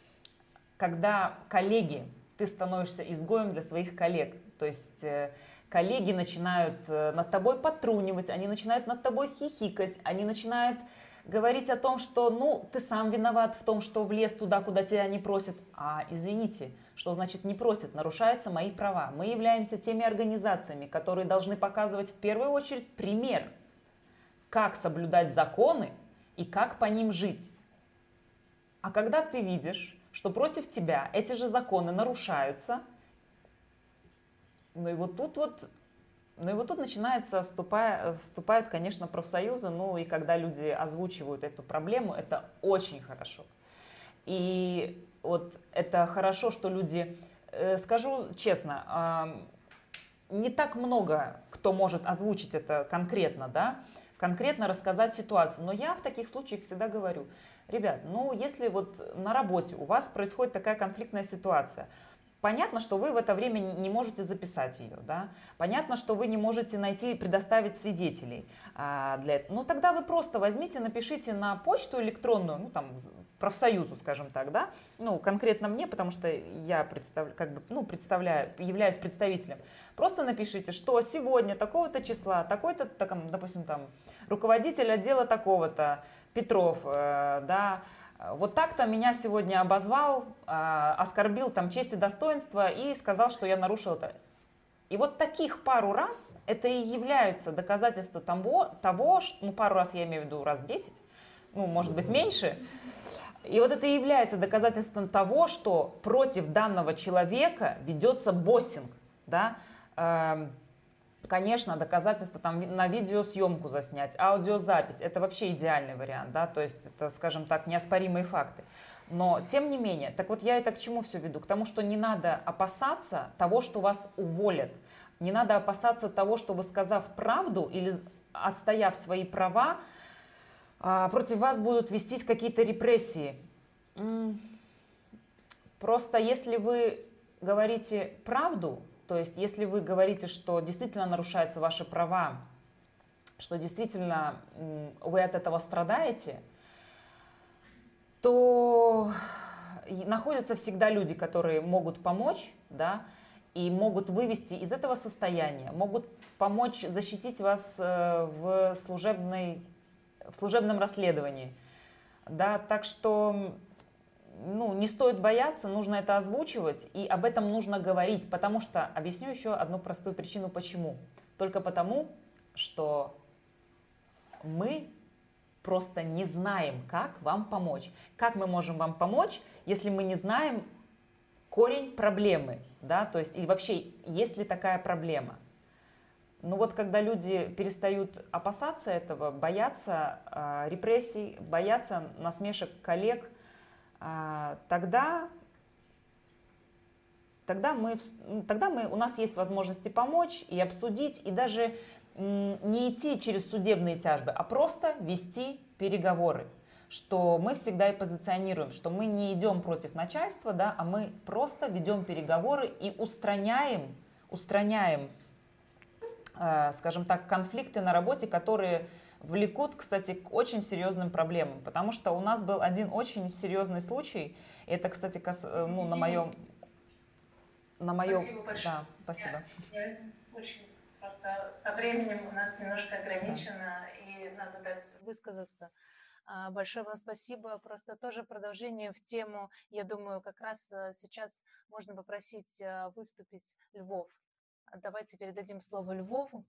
когда коллеги, ты становишься изгоем для своих коллег, то есть э, коллеги начинают э, над тобой потрунивать, они начинают над тобой хихикать, они начинают говорить о том, что, ну, ты сам виноват в том, что влез туда, куда тебя не просят. А, извините, что значит не просят? Нарушаются мои права. Мы являемся теми организациями, которые должны показывать в первую очередь пример, как соблюдать законы и как по ним жить. А когда ты видишь, что против тебя эти же законы нарушаются, ну и вот тут вот, ну и вот тут начинается, вступая, вступают, конечно, профсоюзы, ну и когда люди озвучивают эту проблему, это очень хорошо. И вот это хорошо, что люди, э, скажу честно, э, не так много кто может озвучить это конкретно, да, конкретно рассказать ситуацию, но я в таких случаях всегда говорю: ребят, ну если вот на работе у вас происходит такая конфликтная ситуация, понятно, что вы в это время не можете записать ее, да? Понятно, что вы не можете найти, предоставить свидетелей а, для этого. Ну тогда вы просто возьмите, напишите на почту электронную, ну там профсоюзу, скажем так, да? Ну конкретно мне, потому что я представляю, как бы, ну, представляю, являюсь представителем. Просто напишите, что сегодня такого-то числа, такой-то, так, допустим, там руководитель отдела такого-то, Петров, э, да, вот так-то меня сегодня обозвал, э, оскорбил там честь и достоинство и сказал, что я нарушил это. И вот таких пару раз это и являются доказательства того, того что, ну пару раз я имею в виду раз десять, ну может быть меньше, и вот это и является доказательством того, что против данного человека ведется боссинг, да. Э, Конечно, доказательства там на видеосъемку заснять, аудиозапись, это вообще идеальный вариант, да, то есть это, скажем так, неоспоримые факты. Но, тем не менее, так вот я это к чему все веду? К тому, что не надо опасаться того, что вас уволят, не надо опасаться того, что вы, сказав правду или отстояв свои права, против вас будут вестись какие-то репрессии. Просто если вы говорите правду, то есть, если вы говорите, что действительно нарушаются ваши права, что действительно вы от этого страдаете, то находятся всегда люди, которые могут помочь, да, и могут вывести из этого состояния, могут помочь защитить вас в, служебной, в служебном расследовании. Да, так что... Ну, не стоит бояться, нужно это озвучивать, и об этом нужно говорить, потому что, объясню еще одну простую причину, почему. Только потому, что мы просто не знаем, как вам помочь. Как мы можем вам помочь, если мы не знаем корень проблемы, да, то есть, или вообще, есть ли такая проблема. Но вот когда люди перестают опасаться этого, бояться э, репрессий, бояться насмешек коллег, э, тогда, тогда, мы, тогда мы, у нас есть возможности помочь и обсудить, и даже э, не идти через судебные тяжбы, а просто вести переговоры. Что мы всегда и позиционируем, что мы не идем против начальства, да, а мы просто ведем переговоры и устраняем, устраняем, э, скажем так, конфликты на работе, которые влекут, кстати, к очень серьезным проблемам. Потому что у нас был один очень серьезный случай, это, кстати, кас, ну, на моем... На моем... Спасибо большое. Да, спасибо. Я, я очень просто со временем у нас немножко ограничено, и надо дать высказаться. Большое вам спасибо. Просто тоже продолжение в тему, я думаю, как раз сейчас можно попросить выступить Львов. Давайте передадим слово Львову.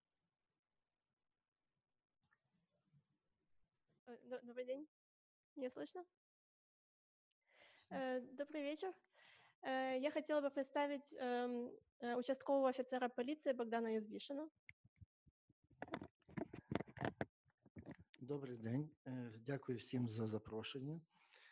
Добрый день. Меня слышно? Добрый вечер. Я хотела бы представить участкового офицера полиции Богдана Юзбішина. Добрий день, дякую всім за запрошення.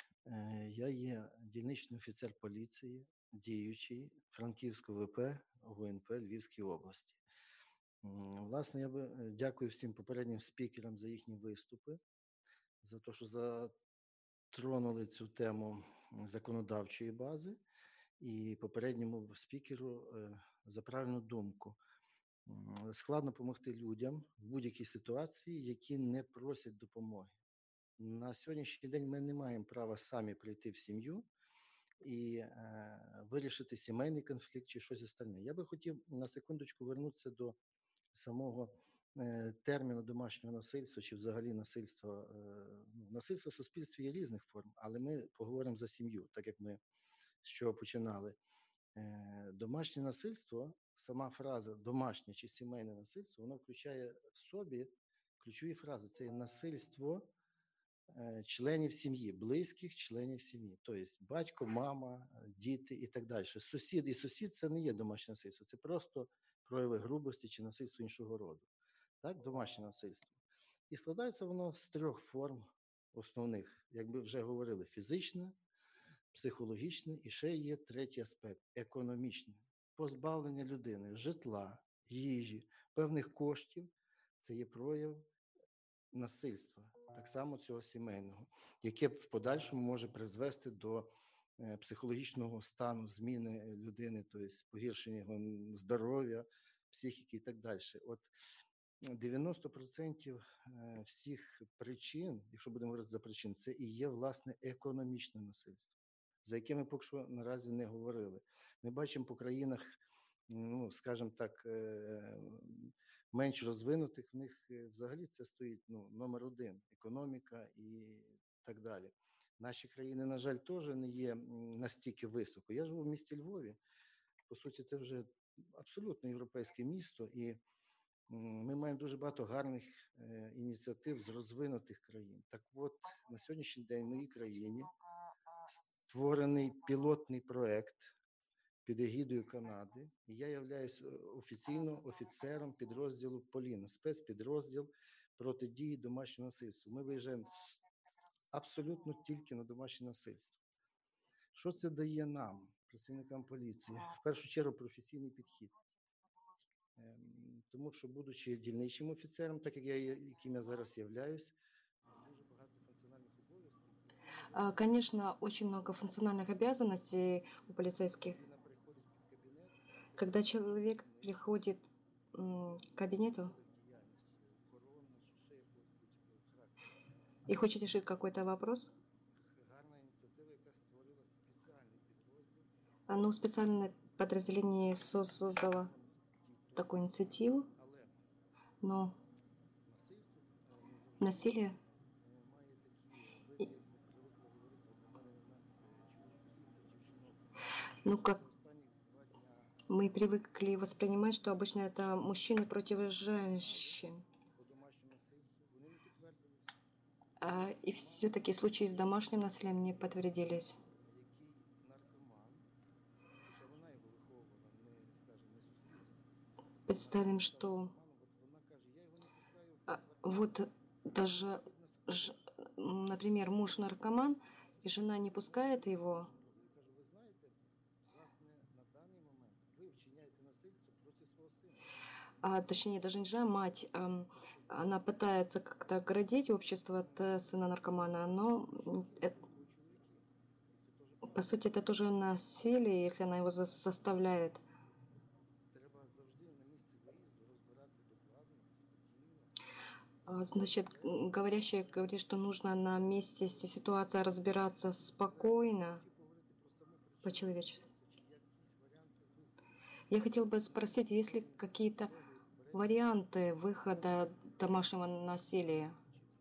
Я є дільничний офіцер поліції, діючий Франківського ВП ГУНП Львівській області. Власне, я би дякую всім попереднім спікерам за їхні виступи, за те, що затронули цю тему законодавчої бази, і попередньому спікеру за правильну думку. Складно допомогти людям в будь-якій ситуації, які не просять допомоги. На сьогоднішній день ми не маємо права самі прийти в сім'ю і е, вирішити сімейний конфлікт чи щось остальне. Я би хотів на секундочку вернутися до самого е, терміну домашнього насильства чи взагалі насильства. Е, ну, насильство в суспільстві є різних форм, але ми поговоримо за сім'ю, так як ми з чого починали. Е, домашнє насильство, сама фраза «домашнє» чи «сімейне насильство», воно включає в собі ключові фрази. Це є насильство е, членів сім'ї, близьких членів сім'ї. Тобто батько, мама, діти і так далі. Сусід і сусід – це не є домашнє насильство, це просто прояви грубості чи насильство іншого роду. Так, домашнє насильство. І складається воно з трьох форм основних, як ми вже говорили, фізичне, психологічне і ще є третій аспект – економічне. Позбавлення людини житла, їжі, певних коштів – це є прояв насильства, так само цього сімейного, яке в подальшому може призвести до психологічного стану, зміни людини, тобто погіршення його здоров'я, психіки і так далі. От дев'яносто відсотків всіх причин, якщо будемо говорити за причин, це і є, власне, економічне насильство, за яке ми поки що наразі не говорили. Ми бачимо по країнах, ну, скажімо так, менш розвинутих, в них взагалі це стоїть, ну, номер один – економіка і так далі. Наші країни, на жаль, теж не є настільки високо. Я живу в місті Львові, по суті, це вже абсолютно європейське місто, і ми маємо дуже багато гарних ініціатив з розвинутих країн. Так от, на сьогоднішній день в моїй країні створений пілотний проект під егідою Канади, і я являюсь офіційно офіцером підрозділу Поліна, спецпідрозділ протидії домашнього насильства. Ми виїжджаємо абсолютно тільки на домашнє насильство. Що це дає нам, працівникам поліції? В першу чергу професійний підхід. Тому що, будучи дільничним офіцером, так як я, яким я зараз являюсь, дуже багато функціональних обов'язків. Конечно, очень много функциональных обязанностей у полицейских. Когда человек приходит к кабинету и хочет решить какой-то вопрос, ну, специальное подразделение создало такую инициативу, но насилие ну, как мы привыкли воспринимать, что обычно это мужчины против женщин. А, и все-таки случаи с домашним насилием не подтвердились. представим, что а, вот даже, ж- м, например, муж наркоман, и жена не пускает его, а точнее даже не жена, мать, ам, она пытается как-то оградить общество от э, сына наркомана, но м, э- по сути это тоже насилие, если она его за- заставляет. А, Значит, м, говорящая говорит, что нужно на месте с- ситуации разбираться спокойно, по-человечески. Я хотела бы спросить, есть ли какие-то варианты выхода домашнего насилия?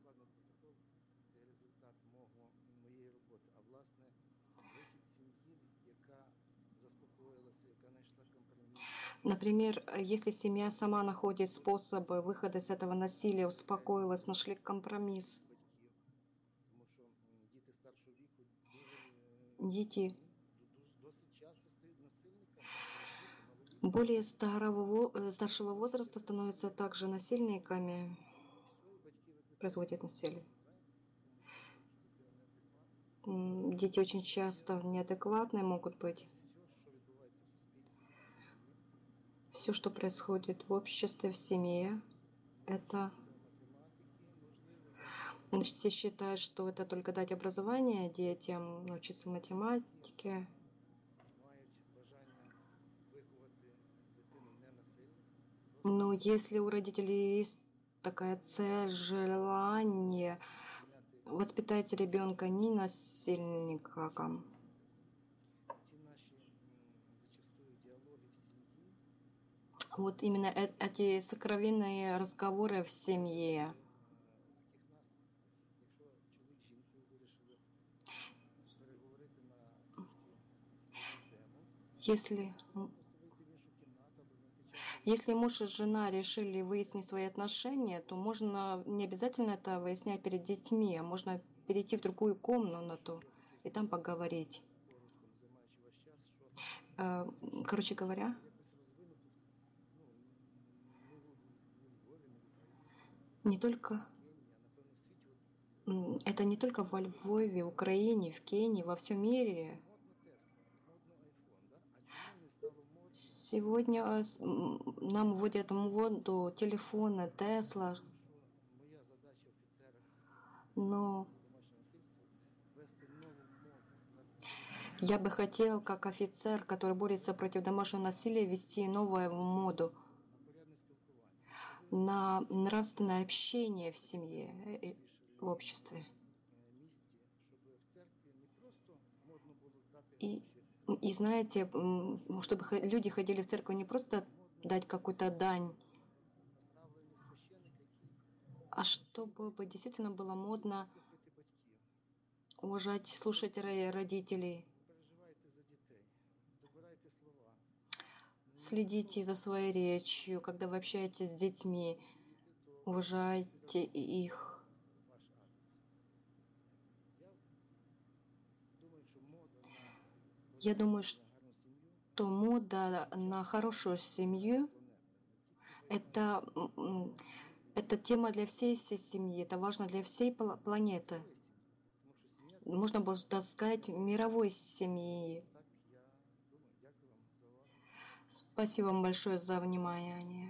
Например, э, если семья сама находит способы выхода из этого насилия, успокоилась, нашли компромисс. Дети более старого, во- э, старшего возраста становятся также насильниками, производят насилие. М, Дети очень часто неадекватные могут быть. Все, что происходит в обществе, в семье, это... Значит, все считают, что это только дать образование детям, научиться математике. Но если у родителей есть такая цель, желание воспитать ребенка не насильником, вот именно э- эти сокровенные разговоры в семье, если, м, если муж и жена решили выяснить свои отношения, то можно не обязательно это выяснять перед детьми, а можно перейти в другую комнату и там поговорить. Э, Короче говоря, не только м, это не только во Львове, Украине, в Кении, во всем мире. Сегодня э, с- м, нам вводят в моду телефоны, Тесла, но я бы хотел, как офицер, который борется против домашнего насилия, ввести новую моду на нравственное общение в семье, э, и в обществе. И, и знаете, м, чтобы х- люди ходили в церковь не просто дать какую-то дань, а чтобы бы действительно было модно уважать, слушать ро- родителей, следите за своей речью, когда вы общаетесь с детьми, уважайте и- их. Я думаю, что мода на хорошую семью — это, м, это тема для всей се- семьи, это важно для всей пла- планеты. Можно было даже сказать мировой семьи. Спасибо вам большое за внимание.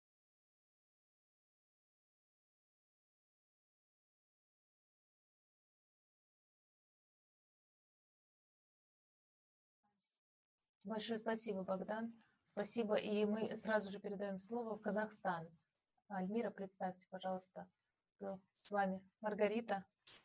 Большое спасибо, Богдан. Спасибо. И мы сразу же передаем слово в Казахстан. Альмира, представьте, пожалуйста, кто с вами. Маргарита.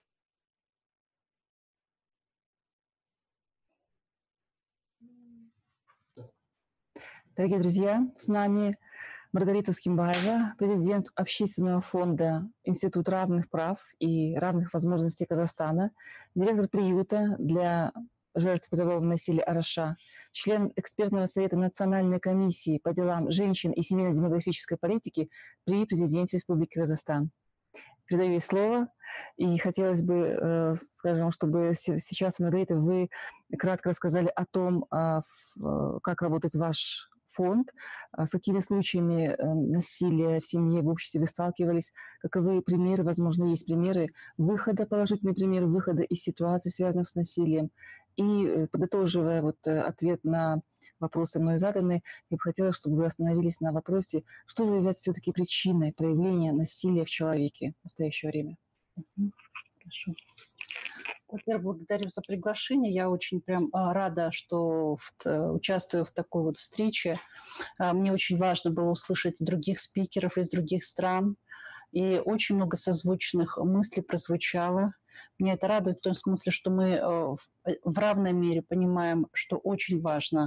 Дорогие друзья, с нами Маргарита Ускимбаева, президент общественного фонда «Институт равных прав и равных возможностей Казахстана», директор приюта для жертв полового насилия «Араша», член экспертного совета Национальной комиссии по делам женщин и семейно-демографической политики при президенте Республики Казахстан. Передаю ей слово, и хотелось бы, э, скажем, чтобы се- сейчас, Маргарита, вы кратко рассказали о том, а, ф- э, как работает ваш фонд, с какими случаями насилия в семье, в обществе вы сталкивались, каковы примеры, возможно, есть примеры выхода, положительные примеры выхода из ситуации, связанных с насилием. И подытоживая вот ответ на вопросы мной заданы, я бы хотела, чтобы вы остановились на вопросе, что же является все-таки причиной проявления насилия в человеке в настоящее время. Хорошо. Во-первых, благодарю за приглашение. Я очень прям рада, что участвую в такой вот встрече. Мне очень важно было услышать других спикеров из других стран. И очень много созвучных мыслей прозвучало. Меня это радует в том смысле, что мы в равной мере понимаем, что очень важно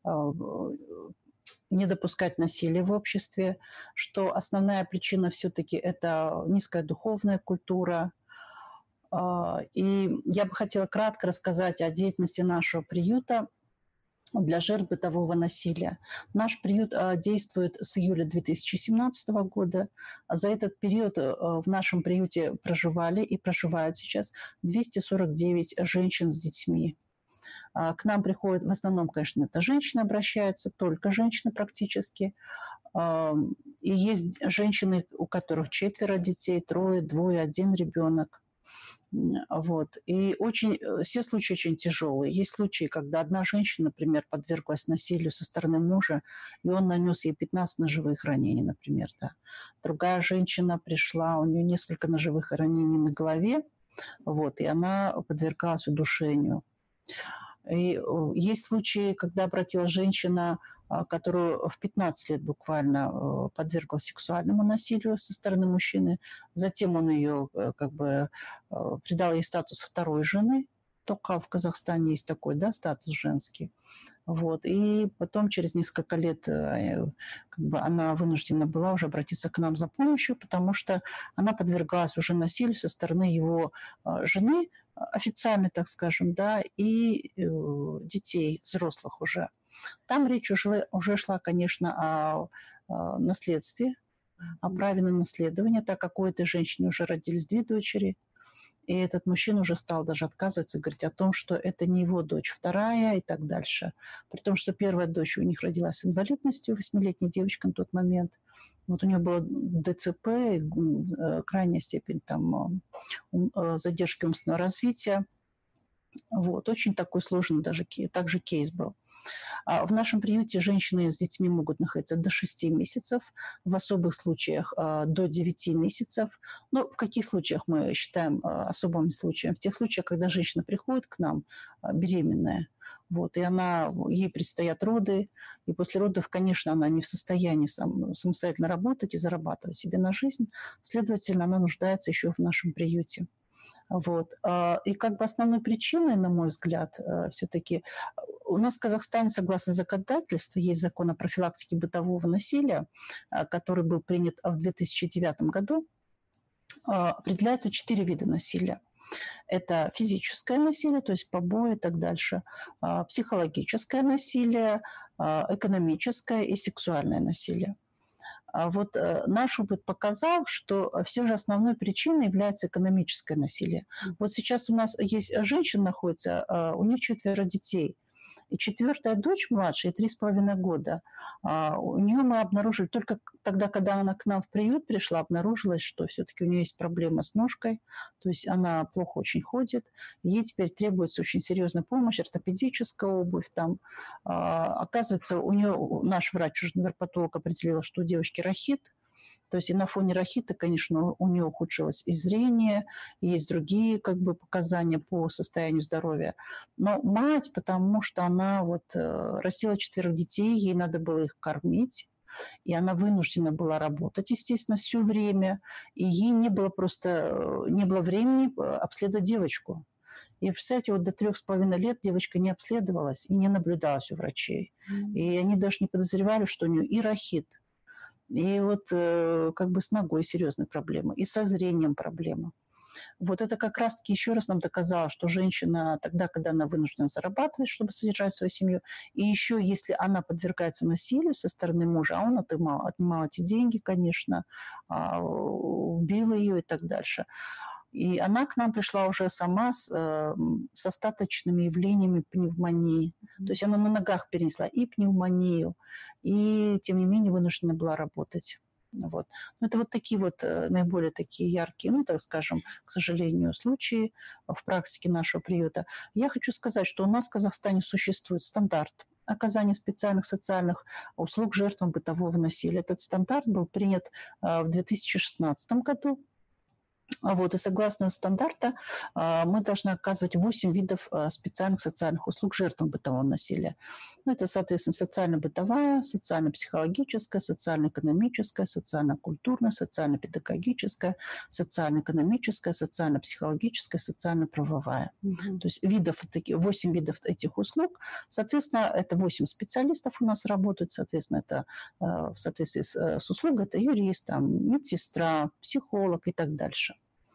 не допускать насилия в обществе, что основная причина все-таки это низкая духовная культура. И я бы хотела кратко рассказать о деятельности нашего приюта для жертв бытового насилия. Наш приют действует с июля две тысячи семнадцатого года. За этот период в нашем приюте проживали и проживают сейчас двести сорок девять женщин с детьми. К нам приходят, в основном, конечно, это женщины обращаются, только женщины практически. И есть женщины, у которых четверо детей, трое, двое, один ребенок. Вот. И очень, все случаи очень тяжелые. Есть случаи, когда одна женщина, например, подверглась насилию со стороны мужа, и он нанес ей пятнадцать ножевых ранений, например. Да. Другая женщина пришла, у нее несколько ножевых ранений на голове, вот, и она подвергалась удушению. И есть случаи, когда обратилась женщина, которую в пятнадцать лет буквально подверглась сексуальному насилию со стороны мужчины. Затем он ее как бы придал ей статус второй жены. Только в Казахстане есть такой, да, статус женский. Вот. И потом через несколько лет как бы, она вынуждена была уже обратиться к нам за помощью, потому что она подвергалась уже насилию со стороны его жены, официально, так скажем, да, и детей, взрослых уже. Там речь уже, уже шла, конечно, о, о наследстве, о праве на наследование, так как у этой женщины уже родились две дочери. И этот мужчина уже стал даже отказываться, говорить о том, что это не его дочь, вторая и так дальше. При том, что первая дочь у них родилась с инвалидностью, восьмилетняя девочка на тот момент. Вот у нее было ДЦП, крайняя степень там, задержки умственного развития. Вот. Очень такой сложный даже также кейс был. В нашем приюте женщины с детьми могут находиться до шести месяцев, в особых случаях до девяти месяцев. Но в каких случаях мы считаем особыми случаями? В тех случаях, когда женщина приходит к нам беременная, вот, и она, ей предстоят роды, и после родов, конечно, она не в состоянии сам, самостоятельно работать и зарабатывать себе на жизнь, следовательно, она нуждается еще в нашем приюте. Вот. И как бы основной причиной, на мой взгляд, все-таки у нас в Казахстане, согласно законодательству, есть закон о профилактике бытового насилия, который был принят в две тысячи девятом году. Определяются четыре вида насилия. Это физическое насилие, то есть побои и так дальше, психологическое насилие, экономическое и сексуальное насилие. Вот наш опыт показал, что все же основной причиной является экономическое насилие. Вот сейчас у нас есть женщина находится, у нее четверо детей. И четвертая дочь младшая, три с половиной года, у нее мы обнаружили, только тогда, когда она к нам в приют пришла, обнаружилось, что все-таки у нее есть проблема с ножкой, то есть она плохо очень ходит, ей теперь требуется очень серьезная помощь, ортопедическая обувь там. Оказывается, у нее наш врач, уже невропатолог, определил, что у девочки рахит. То есть и на фоне рахита, конечно, у нее ухудшилось и зрение, и есть другие как бы, показания по состоянию здоровья. Но мать, потому что она вот растила четверых детей, ей надо было их кормить, и она вынуждена была работать, естественно, все время, и ей не было просто не было времени обследовать девочку. И, представьте, вот до трех с половиной лет девочка не обследовалась и не наблюдалась у врачей. Mm-hmm. И они даже не подозревали, что у нее и рахит, и вот э, как бы с ногой серьезные проблемы, и со зрением проблемы. Вот это как раз-таки еще раз нам доказало, что женщина тогда, когда она вынуждена зарабатывать, чтобы содержать свою семью, и еще если она подвергается насилию со стороны мужа, а он отнимал, отнимал эти деньги, конечно, убил ее и так дальше. И она к нам пришла уже сама с, э, с остаточными явлениями пневмонии. Mm-hmm. То есть она на ногах перенесла и пневмонию, и тем не менее вынуждена была работать. Вот. Но это вот такие вот наиболее такие яркие, ну, так скажем, к сожалению, случаи в практике нашего приюта. Я хочу сказать, что у нас в Казахстане существует стандарт оказания специальных социальных услуг жертвам бытового насилия. Этот стандарт был принят в две тысячи шестнадцатом году. Вот, и согласно стандарту мы должны оказывать восемь видов специальных социальных услуг жертвам бытового насилия. Ну, это, соответственно, социально-бытовая, социально-психологическая, социально-экономическая, социально-культурная, социально-педагогическая, социально-экономическая, социально-психологическая, социально-правовая. Mm-hmm. То есть видов, восемь видов этих услуг. Соответственно, это восемь специалистов у нас работают. Соответственно, это в соответствии с, с услугой это юрист, там, медсестра, психолог и так дальше.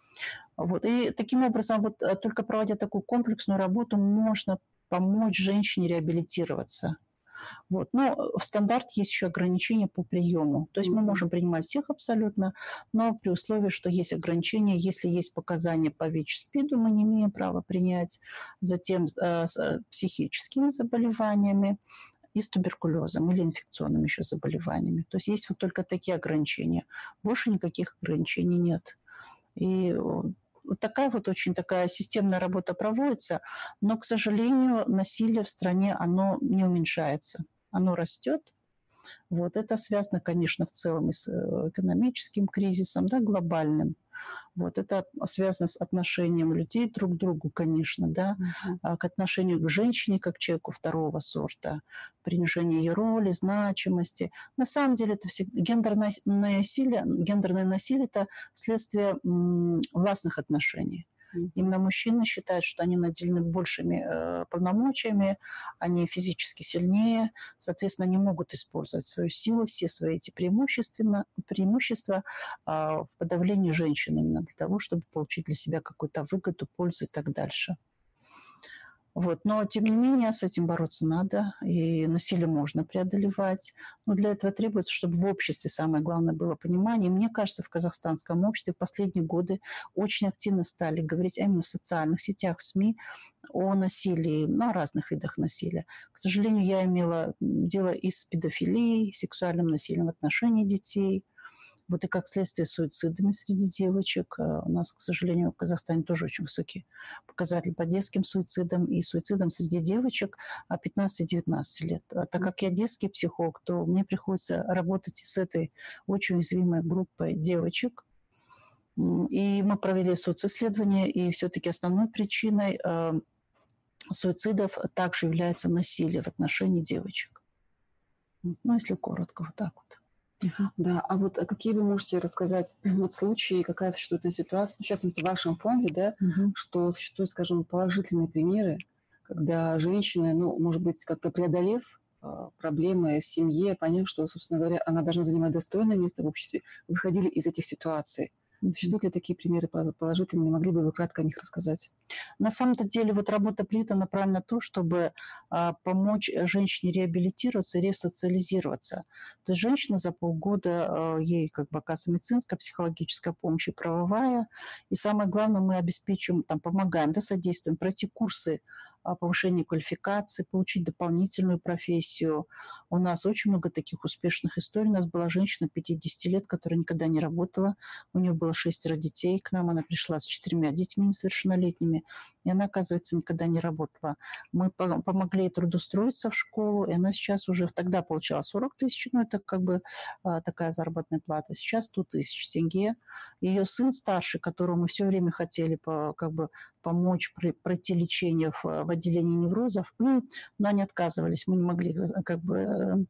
Вот. И таким образом, вот, только проводя такую комплексную работу, можно помочь женщине реабилитироваться. Вот. Но в стандарте есть еще ограничения по приему. То есть mm-hmm. мы можем принимать всех абсолютно, но при условии, что есть ограничения. Если есть показания по ВИЧ-СПИДу, мы не имеем права принять. Затем э, с психическими заболеваниями и с туберкулезом или инфекционными еще заболеваниями. То есть есть вот только такие ограничения. Больше никаких ограничений нет. И вот такая вот очень такая системная работа проводится, но, к сожалению, насилие в стране, оно не уменьшается, оно растет. Вот. Это связано, конечно, в целом и с экономическим кризисом, да, глобальным. Вот. Это связано с отношением людей друг к другу, конечно, да, uh-huh. к отношению к женщине как к человеку второго сорта, принижение ее роли, значимости. На самом деле это все гендерное насилие, гендерное насилие – это следствие м, властных отношений. Именно мужчины считают, что они наделены большими э, полномочиями, они физически сильнее, соответственно, не могут использовать свою силу, все свои эти преимущества, преимущества э, в подавлении женщин именно для того, чтобы получить для себя какую-то выгоду, пользу и так дальше. Вот. Но, тем не менее, с этим бороться надо, и насилие можно преодолевать. Но для этого требуется, чтобы в обществе, самое главное, было понимание. И мне кажется, в казахстанском обществе в последние годы очень активно стали говорить, а именно в социальных сетях, в СМИ, о насилии, ну, о разных видах насилия. К сожалению, я имела дело и с педофилией, сексуальным насилием в отношении детей. Вот и как следствие суицидами среди девочек. У нас, к сожалению, в Казахстане тоже очень высокий показатель по детским суицидам и суицидам среди девочек пятнадцати-девятнадцати лет. А так как я детский психолог, то мне приходится работать с этой очень уязвимой группой девочек. И мы провели социсследование, и все-таки основной причиной суицидов также является насилие в отношении девочек. Ну, если коротко, вот так вот. Uh-huh. Да, а вот какие вы можете рассказать вот случаи, какая существует ситуация, в частности, в вашем фонде, да, uh-huh. что существуют, скажем, положительные примеры, когда женщина, ну, может быть, как-то преодолев э, проблемы в семье, поняв, что, собственно говоря, она должна занимать достойное место в обществе, выходили из этих ситуаций. Существуют ли такие примеры положительные? Могли бы вы кратко о них рассказать? На самом-то деле вот работа приюта направлена на то, чтобы а, помочь женщине реабилитироваться и ресоциализироваться. То есть женщина за полгода, а, ей как бы оказывается медицинская, психологическая помощь и правовая. И самое главное, мы обеспечиваем, там, помогаем, да, содействуем пройти курсы повышение квалификации, получить дополнительную профессию. У нас очень много таких успешных историй. У нас была женщина пятидесяти лет, которая никогда не работала. У нее было шестеро детей. К нам она пришла с четырьмя детьми несовершеннолетними. И она, оказывается, никогда не работала. Мы помогли ей трудоустроиться в школу. И она сейчас уже тогда получала сорок тысяч. Ну, это как бы такая заработная плата. Сейчас сто тысяч тенге. Ее сын старший, которому мы все время хотели по, как бы помочь пройти лечение в, в отделении неврозов, ну, но они отказывались, мы не могли их как бы,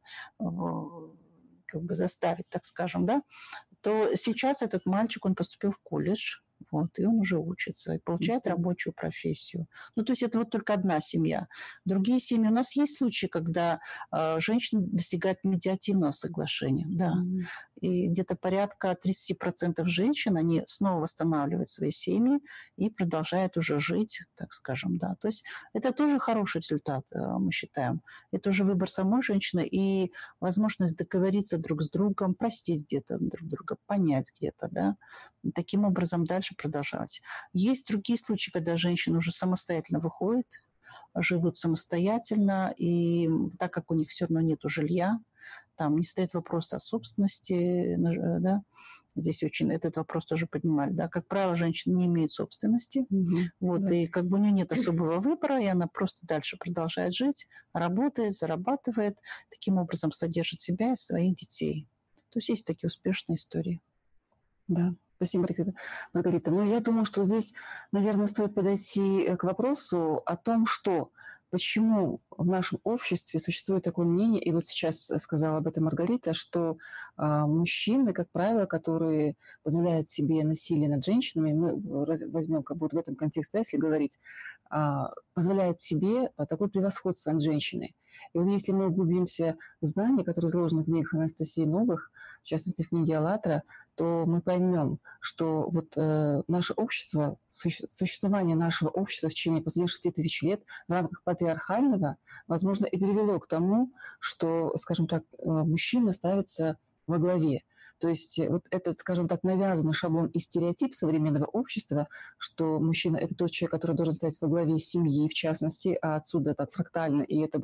как бы заставить, так скажем, да, то сейчас этот мальчик, он поступил в колледж, вот, и он уже учится, и получает mm-hmm. рабочую профессию. Ну, то есть это вот только одна семья. Другие семьи, у нас есть случаи, когда э, женщина достигает медиативного соглашения, да. Mm-hmm. И где-то порядка тридцать процентов женщин, они снова восстанавливают свои семьи и продолжают уже жить, так скажем, да. То есть это тоже хороший результат, мы считаем. Это уже выбор самой женщины и возможность договориться друг с другом, простить где-то друг друга, понять где-то, да. Таким образом дальше продолжать. Есть другие случаи, когда женщина уже самостоятельно выходит, живут самостоятельно, и так как у них все равно нет жилья, там не стоит вопрос о собственности, да, здесь очень этот вопрос тоже поднимали, да, как правило, женщины не имеют собственности, mm-hmm. вот, да. И как бы у нее нет особого выбора, и она просто дальше продолжает жить, работает, зарабатывает, таким образом содержит себя и своих детей. То есть есть такие успешные истории. Да. Спасибо, Маргарита. Маргарита. Ну, я думаю, что здесь, наверное, стоит подойти к вопросу о том, что почему в нашем обществе существует такое мнение, и вот сейчас сказала об этом Маргарита, что а, мужчины, как правило, которые позволяют себе насилие над женщинами, мы возьмем как будто в этом контексте, да, если говорить, а, позволяют себе такое превосходство над женщиной. И вот если мы углубимся в знания, которые изложены в книгах Анастасии Новых, в частности в книге «АЛЛАТРА», то мы поймем, что вот э, наше общество, суще, существование нашего общества в течение последних шести тысяч лет в рамках патриархального, возможно, и привело к тому, что, скажем так, э, мужчина ставится во главе. То есть вот этот, скажем так, навязанный шаблон и стереотип современного общества, что мужчина – это тот человек, который должен стоять во главе семьи, в частности, а отсюда так фрактально, и это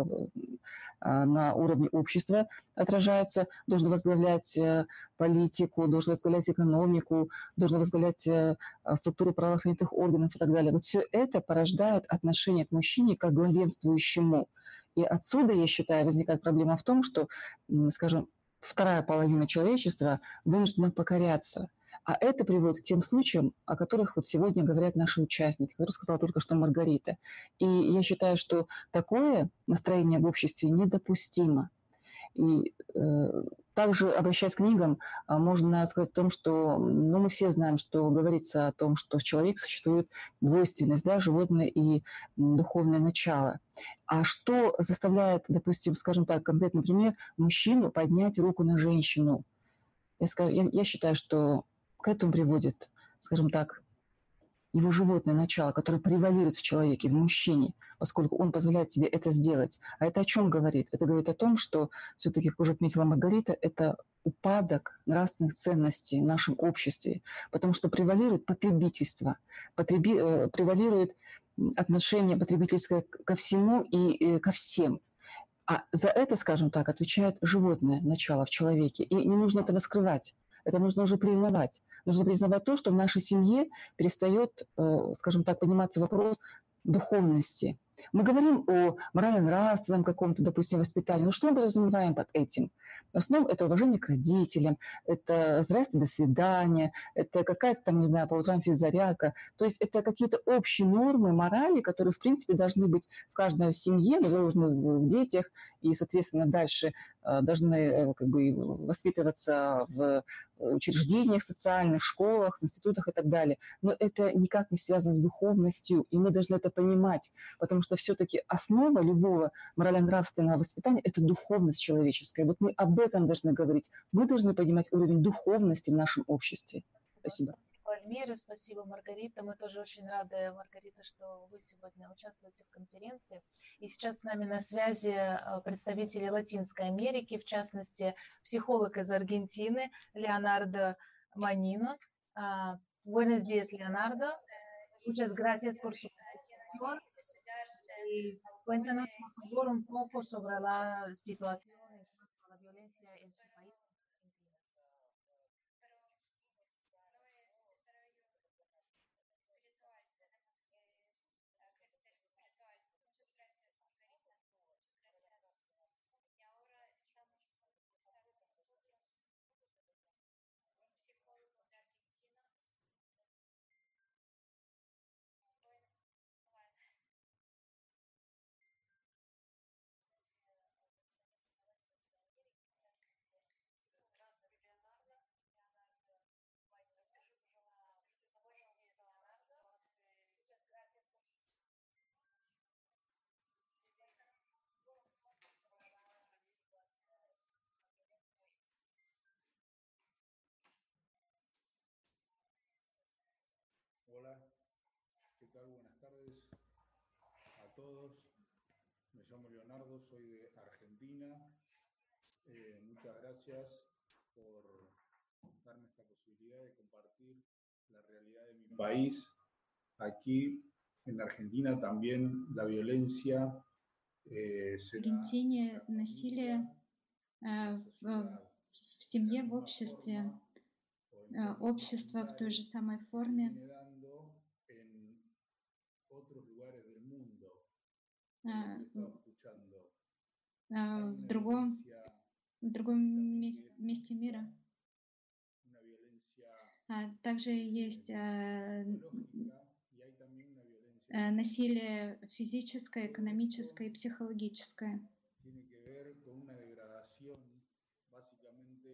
на уровне общества отражается, должен возглавлять политику, должен возглавлять экономику, должен возглавлять структуру правоохранительных органов и так далее. Вот все это порождает отношение к мужчине как главенствующему. И отсюда, я считаю, возникает проблема в том, что, скажем, вторая половина человечества вынуждена покоряться. А это приводит к тем случаям, о которых вот сегодня говорят наши участники, которые сказала только что Маргарита. И я считаю, что такое настроение в обществе недопустимо. И э, также, обращаясь к книгам, можно сказать о том, что ну, мы все знаем, что говорится о том, что в человеке существует двойственность, да, животное и духовное начало. А что заставляет, допустим, скажем так, конкретный пример, мужчину поднять руку на женщину? Я, скажу, я, я считаю, что к этому приводит, скажем так, его животное начало, которое превалирует в человеке, в мужчине, поскольку он позволяет себе это сделать. А это о чем говорит? Это говорит о том, что все-таки, как уже отметила Маргарита, это упадок нравственных ценностей в нашем обществе, потому что превалирует потребительство, потреби, э, превалирует отношение потребительское ко всему и э, ко всем. А за это, скажем так, отвечает животное начало в человеке. И не нужно этого скрывать. Это нужно уже признавать. Нужно признавать то, что в нашей семье перестает, скажем так, подниматься вопрос духовности. Мы говорим о морально-нравственном каком-то, допустим, воспитании. Но что мы подразумеваем под этим? В основном это уважение к родителям, это «здрасте, до свидания», это какая-то там, не знаю, по утрам физзарядка. То есть это какие-то общие нормы морали, которые, в принципе, должны быть в каждой семье, но заложены в детях, и, соответственно, дальше должны как бы воспитываться в учреждениях социальных, школах, в институтах и так далее. Но это никак не связано с духовностью, и мы должны это понимать, потому что все-таки основа любого морально-нравственного воспитания – это духовность человеческая. Вот мы об этом должны говорить. Мы должны поднимать уровень духовности в нашем обществе. Спасибо. Альмира, спасибо, Маргарита. Мы тоже очень рады, Маргарита, что вы сегодня участвуете в конференции. И сейчас с нами на связи представители Латинской Америки, в частности, психолог из Аргентины Леонардо Манино. Uh, buenos días, Leonardo. Muchas gracias por su presentación. Y cuéntanos, por favor, un poco sobre la situación de la violencia en su país. todos. Me llamo Leonardo, soy de Argentina. Eh, muchas gracias por darme esta posibilidad de compartir la realidad de mi país. Aquí en Argentina también la violencia eh, se В da Аргентине насилие э, в, в семье, в обществе, э, общество в той же самой форме viene dando en otros lugares del mundo. э, He estado escuchando. э, в другом, в другом мес- месте мира. Una violencia А также есть э, psicológica y hay también una violencia э, насилие физическое, экономическое и психологическое. tiene que ver con una degradación básicamente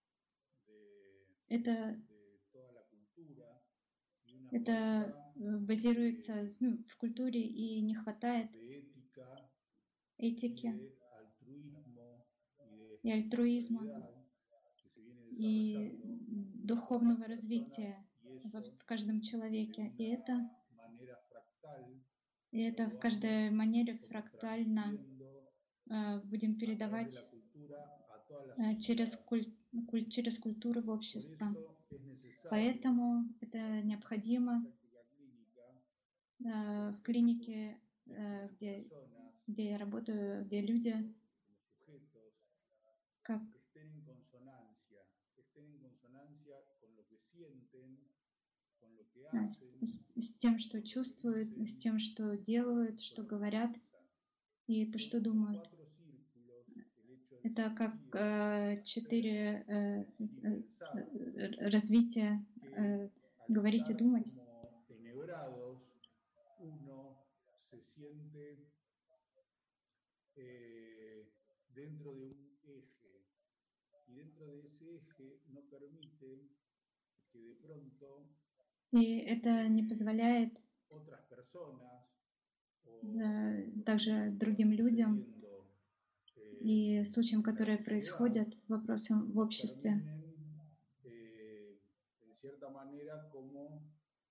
de, Это, de toda la cultura y una это falta э, базируется ну, в культуре и не хватает de ética y этики de altruismo y de и альтруизма espiritualidad que se viene и desarrollando духовного en las развития personas y в, eso в каждом de человеке. И это, una manera fractal и это lo в каждой vamos манере como фрактально transmitiendo э, будем a través de передавать la cultura a toda la э, через, sociedad. куль, куль- через культуру в Por общество. eso es necesario Поэтому это необходимо en la práctica clínica э, ser в клинике, de э, que где, las personas где я работаю, где люди como sujetos как estén en consonancia, estén en consonancia con lo que sienten, con lo que э, с, hacen, с- с тем, что con lo que чувствуют, с dicen, тем, что делают, con что lo que говорят piensan. и то, Son что como думают. cuatro círculos el hecho de Это как sentir, э, hacer, четыре э, decir y э, pensar э, развития э, que al говорить и estar думать. como enhebrados, uno se siente eh, dentro de un eje y dentro de ese eje no permite que de pronto И это не eh, позволяет otras personas o э, lo que также está другим людям sucediendo eh, и случаям, en la которые sociedad происходят, вопросам в nos обществе, terminen eh, en cierta manera como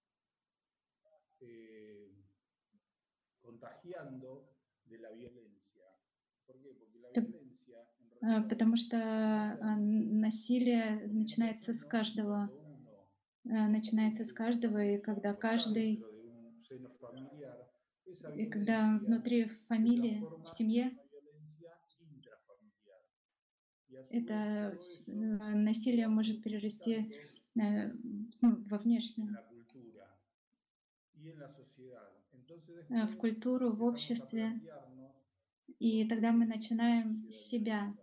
eh, contagiando de la violencia. ¿Por qué? Porque la Э, violencia en э, realidad потому что comienza э, en uno, насилие comienza en начинается с uno y каждого, cuando uno э, начинается с crece una каждого, и familia когда o está каждый, dentro de un seno familiar, esa и когда violencia внутри se фамилии, в transforma en семье, una violencia intrafamiliar. Y a su vez это todo eso э, lo насилие vamos может перерасти depositando э, ну, во en внешнее, la cultura y en la sociedad. Entonces э, в después культуру, в empezamos a обществе, plantearnos и por тогда qué мы tenemos una начинаем с sociedad себя. violenta.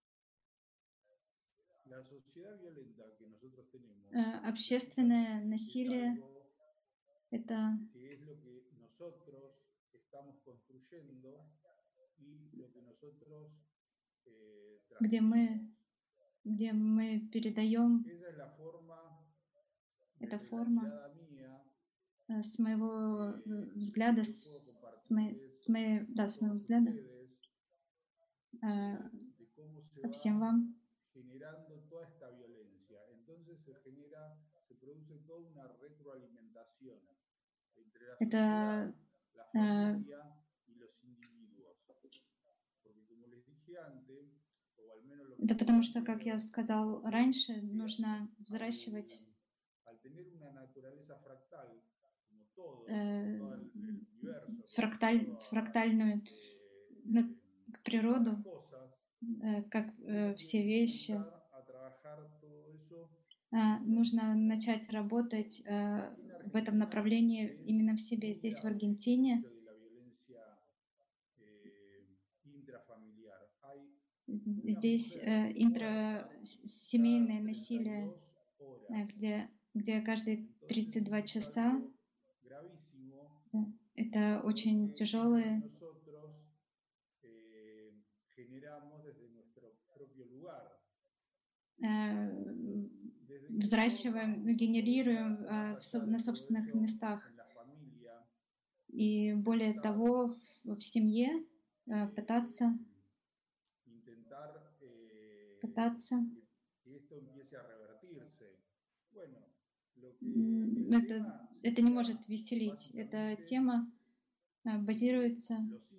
La sociedad violenta que nosotros tenemos Э, Общественное precisamente es насилие algo — это que es lo que nosotros estamos construyendo y lo que nosotros eh, где мы, transmitimos. где мы передаем, Esa es la forma, эта desde la форма mirada mía, э, с моего э, que взгляда, yo с, puedo с, моей, с, compartirles моей, да, a с моего todos взгляда ustedes э, eh, de cómo se ко всем va вам. generando toda esta violencia. Entonces se genera, se produce toda una retroalimentación entre la sociedad, Это la э, familia y los individuos. Porque como les dije antes, o al menos lo que это yo потому что, как я planteo, сказал es раньше, que нужно взращивать al, al tener una naturaleza fractal, como todo, э, todo el, el universo, como фракталь, todas фрактальную eh, на- eh, природу, las cosas, э, как uno э, все tiene que вещи. comenzar a trabajar todo eso А, en uno Нужно mismo. начать работать э, Aquí en в этом Argentina направлении es именно в себе. muy Здесь, в grave el Аргентине, hecho de la violencia eh, intrafamiliar. Hay з- una здесь mujer э, muerta интрасемейное cada насилие, treinta y dos э, horas. где, где каждые Entonces тридцать два eso es часа, algo gravísimo да, это очень porque es lo que тяжелые. nosotros eh, generamos desde nuestro propio lugar. э, Desde qué Взращиваем, forma ну, генерируем podría, э, más в со- allá на de todo собственных eso, местах. en la familia, И более intentar, того, в, в семье э, пытаться, eh, intentar eh, пытаться. que, que esto empiece a revertirse. Bueno, lo que М, el Это, tema это не sería может веселить. Это básicamente тема базируется,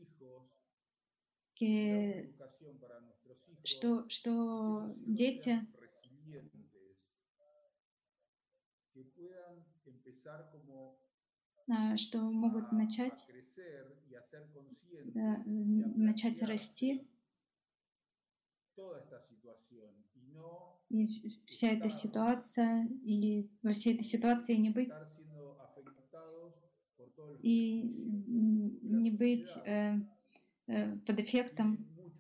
que, что, что дети что могут начать, да, начать расти, и вся эта ситуация, и во всей этой ситуации не быть, и не быть э, э, под эффектом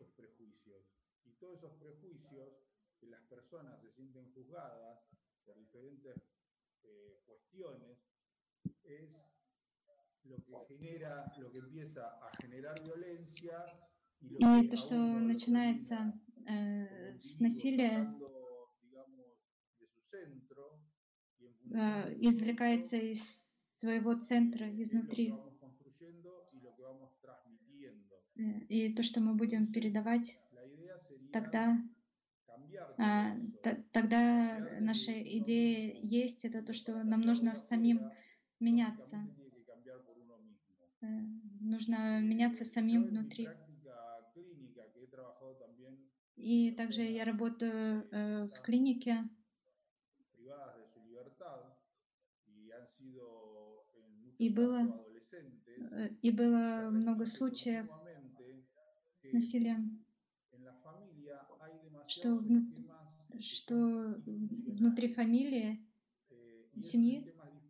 и то, что начинается э, с насилия, э, извлекается из своего центра, изнутри. И то, что мы будем передавать, тогда, э, т- тогда наша идея есть, это то, что нам нужно самим меняться. Э, нужно меняться самим внутри. И также я работаю э, в клинике, и было, э, и было много случаев с насилием, что, вну, что внутри фамилии, семьи,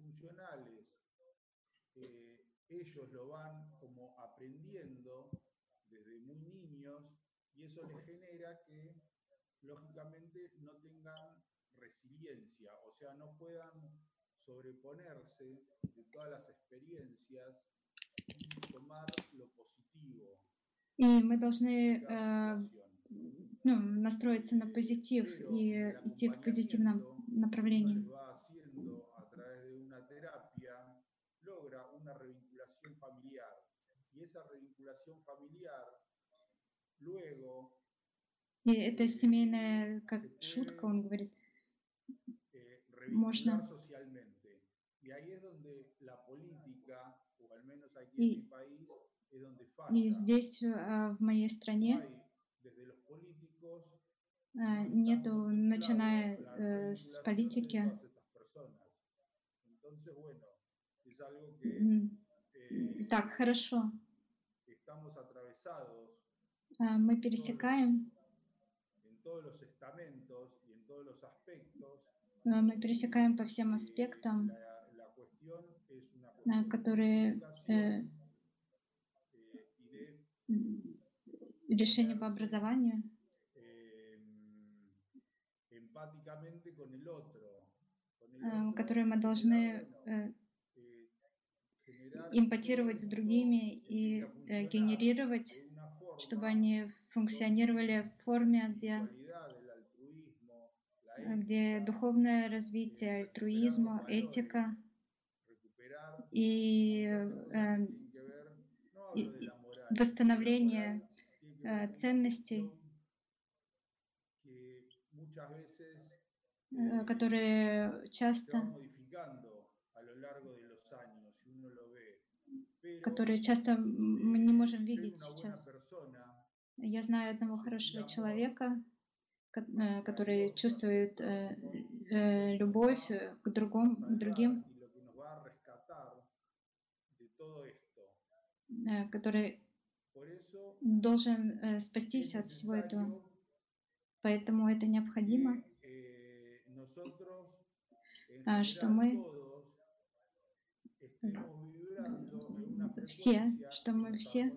ellos lo van como aprendiendo desde muy niños y eso les genera que lógicamente no tengan resiliencia, o sea, no puedan sobreponerse de todas las experiencias y tomar lo positivo. И мы должны э, ну, настроиться на позитив и идти в позитивном направлении. Logra una revinculación familiar y esa revinculación familiar luego и это семейная как шутка, он говорит, eh, можно socialmente y ahí es donde la política o al menos aquí и, en mi país es donde и falla. здесь в моей стране Desde los políticos нету, начиная э, с политики. Entonces, bueno, es algo que eh, так, хорошо. Estamos atravesados Мы пересекаем, en todos los estamentos y en todos los aspectos. Мы пересекаем по всем аспектам, La, la cuestión es una cuestión которые э, решение по образованию, eh, empáticamente con el otro, con el otro которые мы должны э, эмпатировать с другими и э, генерировать, чтобы они функционировали в форме, где, где духовное развитие, альтруизм, этика и, э, и восстановление э, ценностей, э, которые часто которые часто мы не можем видеть сейчас. Я знаю одного хорошего человека, который чувствует любовь к, другому, к другим, который должен спастись от всего этого. Поэтому это необходимо, что мы все, что мы все,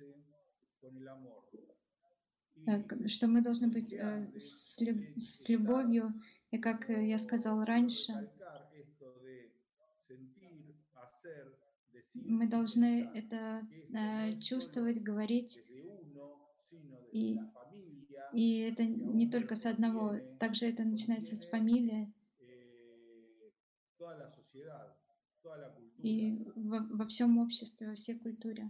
что мы должны быть с, люб, с любовью, и как я сказал раньше, мы должны это чувствовать, говорить, и, и это не только с одного, также это начинается с фамилии, и во, во всем обществе, во всей культуре.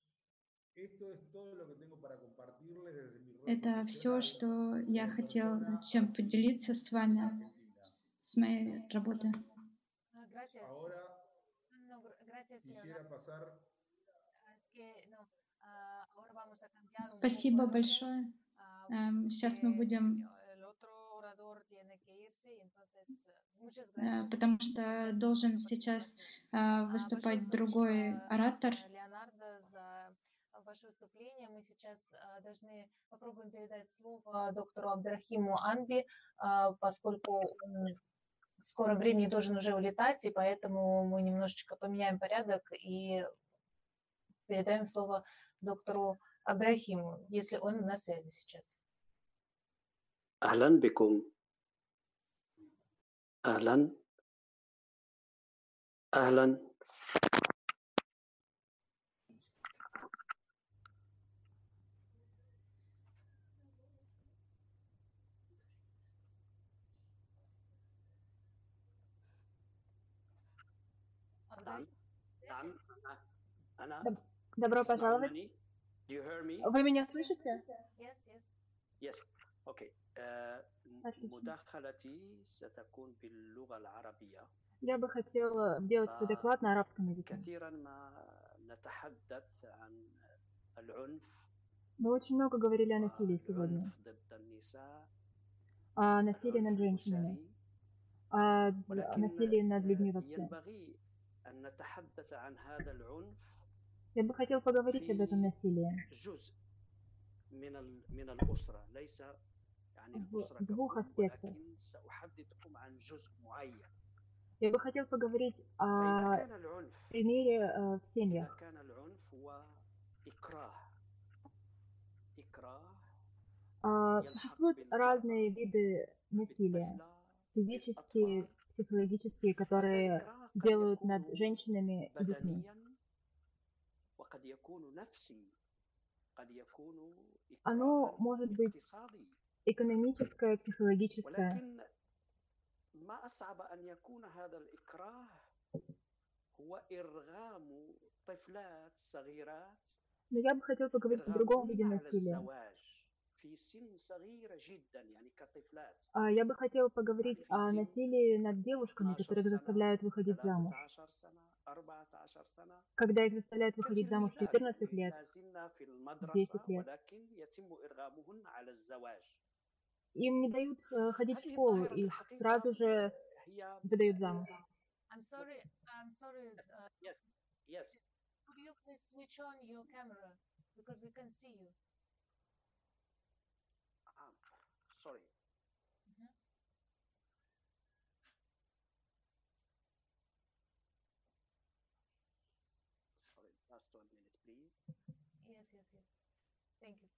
Это все, что я хотел, чем поделиться с вами, с моей работой. Спасибо большое. Эм, Сейчас мы будем, э, потому что должен сейчас э, выступать другой оратор. Леонардо, за ваше выступление. Мы сейчас а, должны попробуем передать слово доктору Абдрахиму Анби, а, поскольку он в скором времени должен уже улетать, и поэтому мы немножечко поменяем порядок и передаем слово доктору Абдрахиму, если он на связи сейчас. أهلا بكم أهلا أهلا نعم نعم أنا Доб- Добро пожаловать. تسمعونني Do you hear me? Вы меня слышите? Yes, yes. Yes okay آه، Отлично. مداخلتي ستكون باللغة العربية Я бы хотела делать свой доклад на арабском языке. كثيرا ما نتحدث عن العنف Мы очень много говорили о насилии сегодня. العنف ضد النساء О насилии над العنف женщинами, الأسري о д- ولكن насилии над людьми آه، вообще. ينبغي أن نتحدث عن هذا العنف Я бы хотела поговорить об этом في насилии جزء من ال- من الأسرة ليس يعني в الأسرة двух ككل аспектах. ولكن سأحدثكم عن جزء معين Я бы хотела поговорить فإذا о كان العنف примере э, в إذا семьях. كان العنف هو إكراه إكراه А, يلحق Существуют بالمرأة разные виды насилия, بالطفلة физические, بالأطفال психологические, هذا которые الإكراه قد делают над يكون женщинами и детьми. بدنيا وقد يكون نفسي قد يكون Оно إكراها может быть اقتصادي экономическое, психологическое. ولكن ما أصعب أن يكون هذا الإكراه هو إرغام طفلات صغيرات Но я бы хотела поговорить о другом виде إرغامهن على насилия. الزواج في سن صغيرة جدا يعني كطفلات А, Я бы хотела поговорить يعني في о سن насилии над девушками, اثناشر которых سنة заставляют выходить замуж. ثلاثة عشر سنة أربعة عشر سنة Когда их заставляют выходить замуж в كتلميذات четырнадцать يعني лет, لا زلنا في в المدرسة десять лет. ولكن يتم إرغامهن على الزواج Им не дают э, ходить в هذه школу, الظاهرة في их الحقيقة сразу же هي выдают замуж. I'm sorry, I'm sorry. Uh, yes yes could you please switch on your camera because we can see you. آه. sorry Mhm. sorry last one minute please Yes, yes, yes. Thank you.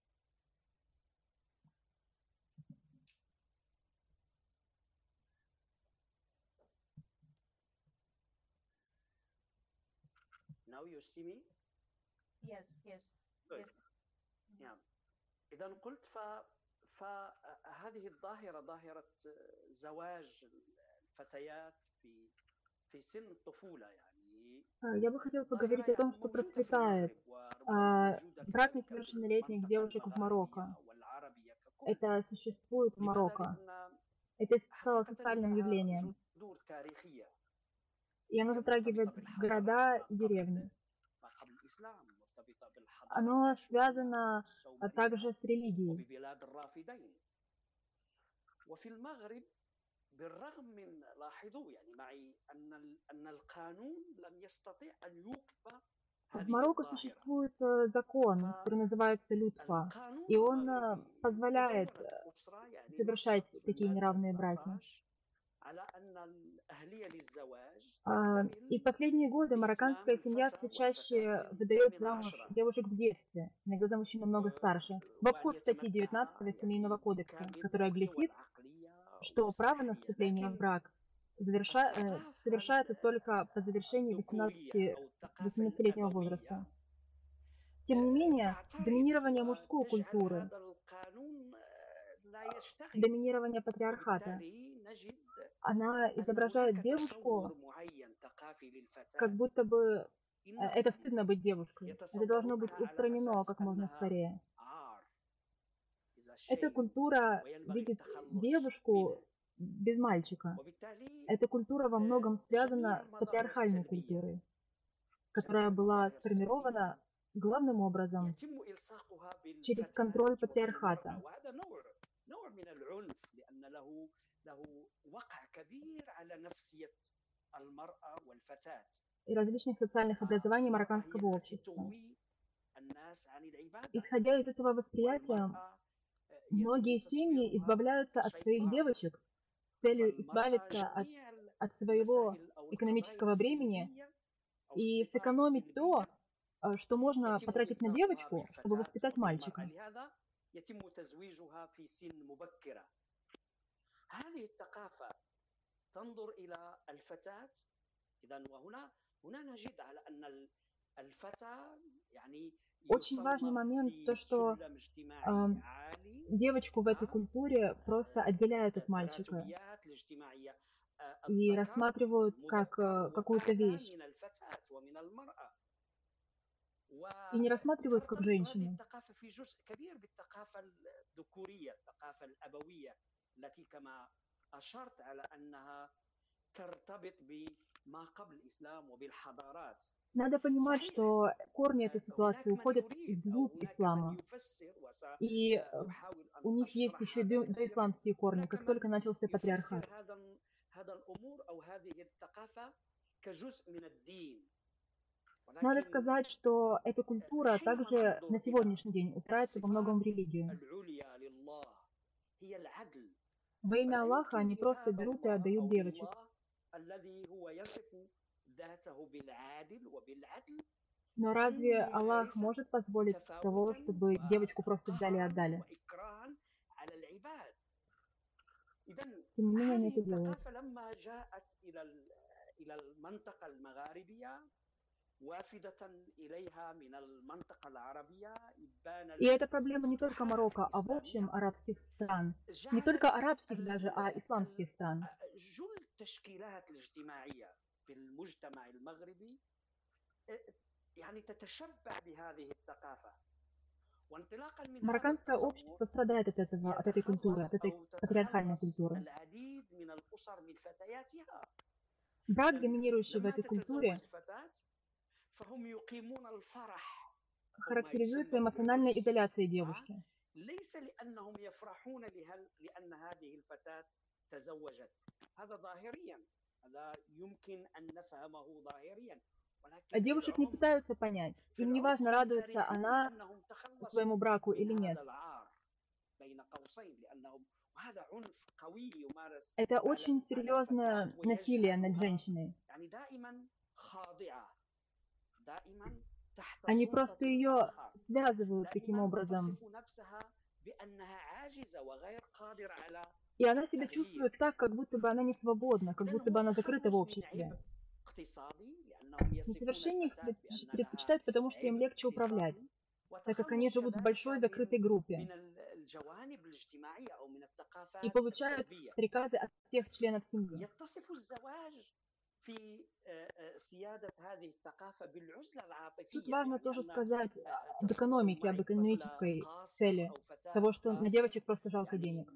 now you see me Yes, yes, good yes. نعم إذا قلت ف فهذه الظاهرة ظاهرة زواج الفتيات في في سن الطفولة يعني А, Я бы хотела ظاهرة поговорить о том, يعني что موجودة في процветает المغرب وربما а, موجودة брак كذلك في несовершеннолетних المنطقة девушек в Марокко. المغاربية والعربية ككل Это существует в لماذا؟ Марокко. لأن Это стало حقيقة социальным لها явлением. جذور تاريخية И оно هي затрагивает مرتبطة города بالحضارة и ما деревни. قبل ما قبل الإسلام مرتبطة بالحضارة Оно الآشورية связано а, والسومرية также с религией. وببلاد الرافدين وفي المغرب بالرغم من لاحظوا يعني معي أن ال- أن القانون لم يستطيع أن يوقف В هذه Марокко الظاهرة существует э, закон, который называется лютфа, فالقانون и он э, المغربي позволяет مدونة э, الأسرة يعني совершать نصت такие بالمادة неравные браки. تسعة عشر على أن الأهلية للزواج А, И تكتمل в последние годы بإتمام марокканская семья الفتى все والفتاة чаще سن выдает الثامنة замуж عشرة девушек в детстве, иногда за мужчин намного старше, в وأن обход статьи يتمتع девятнадцатого Семейного يعني кодекса, بكامل которая القوى гласит, العقلية что право на والصحية вступление в لكن брак заверша- э, الثقافة совершается только по завершении الذكورية أو الثقافة восемнадцатилетнего الأبوية возраста. Тем не менее, تعترف доминирование мужской وتجعل культуры, هذا القانون لا يشتغل доминирование патриархата, وبالتالي نجد она أن изображает هناك девушку, تصور معين ثقافي как للفتاة будто бы э, это إنهم стыдно быть девушкой. Это должно быть يتصورونها على устранено как أساس можно أنها скорее. عار إذا Эта شيء культура وينبغي видит التخلص منه девушку без мальчика. وبالتالي Эта культура во آه، многом جميع связана с المظاهر патриархальной السلبية культурой, которая جميع была المظاهر السلبية сформирована главным образом يتم إلصاقها через контроль بالفتاة وبالمرأة патриархата. وهذا نوع نوع من العنف لأن له له وقع كبير على نفسية المرأة والفتاة. И различных социальных образований المرأة هي марокканского التي общества. تغوي الناس عن العبادة Исходя из этого восприятия, والمرأة يتم многие семьи تصويرها избавляются от своих كشيطان девочек с целью فالمرأة избавиться от, جميع от своего المسائل أو القضايا экономического бремени السلبية أو и الصفات сэкономить то, السلبية а, что можно يتم потратить на إلصاقها девочку, чтобы بالفتاة воспитать وبالمرأة мальчика. لهذا يتم تزويجها في سن مبكرة. هذه الثقافة تنظر إلى الفتاة إذا وهنا هنا نجد على أن الفتاة يعني Очень важный يصنف момент то, في что سلم а, اجتماعي عالي девочку в этой культуре просто отделяют от мальчика التراتبيات الاجتماعية и الذكر рассматривают как а, مذكر какую-то وأعلى вещь من الفتاة ومن المرأة. и не рассматривают как وترتبط هذه женщину. الثقافة في جزء كبير بالثقافة الذكورية الثقافة الأبوية التي كما أشرت على أنها ترتبط بما قبل الإسلام وبالحضارات. Надо понимать, صحيح что корни этой ситуации هناك من уходят يريد أو вглубь هناك من ислама, يفسر и э, وسأحاول أن у них есть أشرح еще هذا до- الكلام. доисламские корни, هناك как только من начался патриархат. يفسر هذا هذا الأمور أو هذه الثقافة كجزء من الدين. Надо ولكن сказать, что эта культура حينما также ننظر на إلى сегодняшний день упирается во многом в الصفات религию. العليا لله هي العدل Во имя فلا Аллаха يمكن они просто لهذا берут и الله отдают أو девочек. لله الذي هو يصف ذاته بالعادل وبالعدل Но أن разве Аллах يمارس может позволить того, تفاوتا чтобы девочку просто взяли и وقهرا отдали? وإكراها على العباد. إذا Тем не менее, они هذه это делают. الثقافة لما جاءت إلى إلى المنطقة المغاربية وافدة إليها من المنطقة العربية إبان И это проблема не только الفتوحات Марокко, а в общем الإسلامية арабских стран. Не только جعلت арабских даже, а исламских стран. جل التشكيلات الاجتماعية في المجتمع المغربي يعني تتشبع بهذه الثقافة. وانطلاقا من هذا Марокканское التصور общество страдает от этого, от этой культуры, от يتخلص этой أو патриархальной تتخلص культуры. العديد من الأسر من فتياتها. Брак, إذا доминирующий в لما этой تتزوج культуре, الفتاة فهم يقيمون الفرح أو ما характеризуется يسمى эмоциональной بالعرس изоляцией девушки. ليس لأنهم يفرحون لهل لأن هذه الفتاة تزوجت هذا ظاهريا هذا يمكن أن نفهمه ظاهريا А девушек не пытаются понять. Им не важно, радуется она своему браку или нет. Это очень серьезное насилие над женщиной. Они просто ее связывают таким образом. И она себя чувствует так, как будто бы она не свободна, как будто бы она закрыта в обществе. Несовершенные их предпочитают, потому что им легче управлять, так как они живут в большой закрытой группе и получают приказы от всех членов семьи. Тут важно тоже сказать об экономике, об экономической цели того, что на девочек просто жалко денег.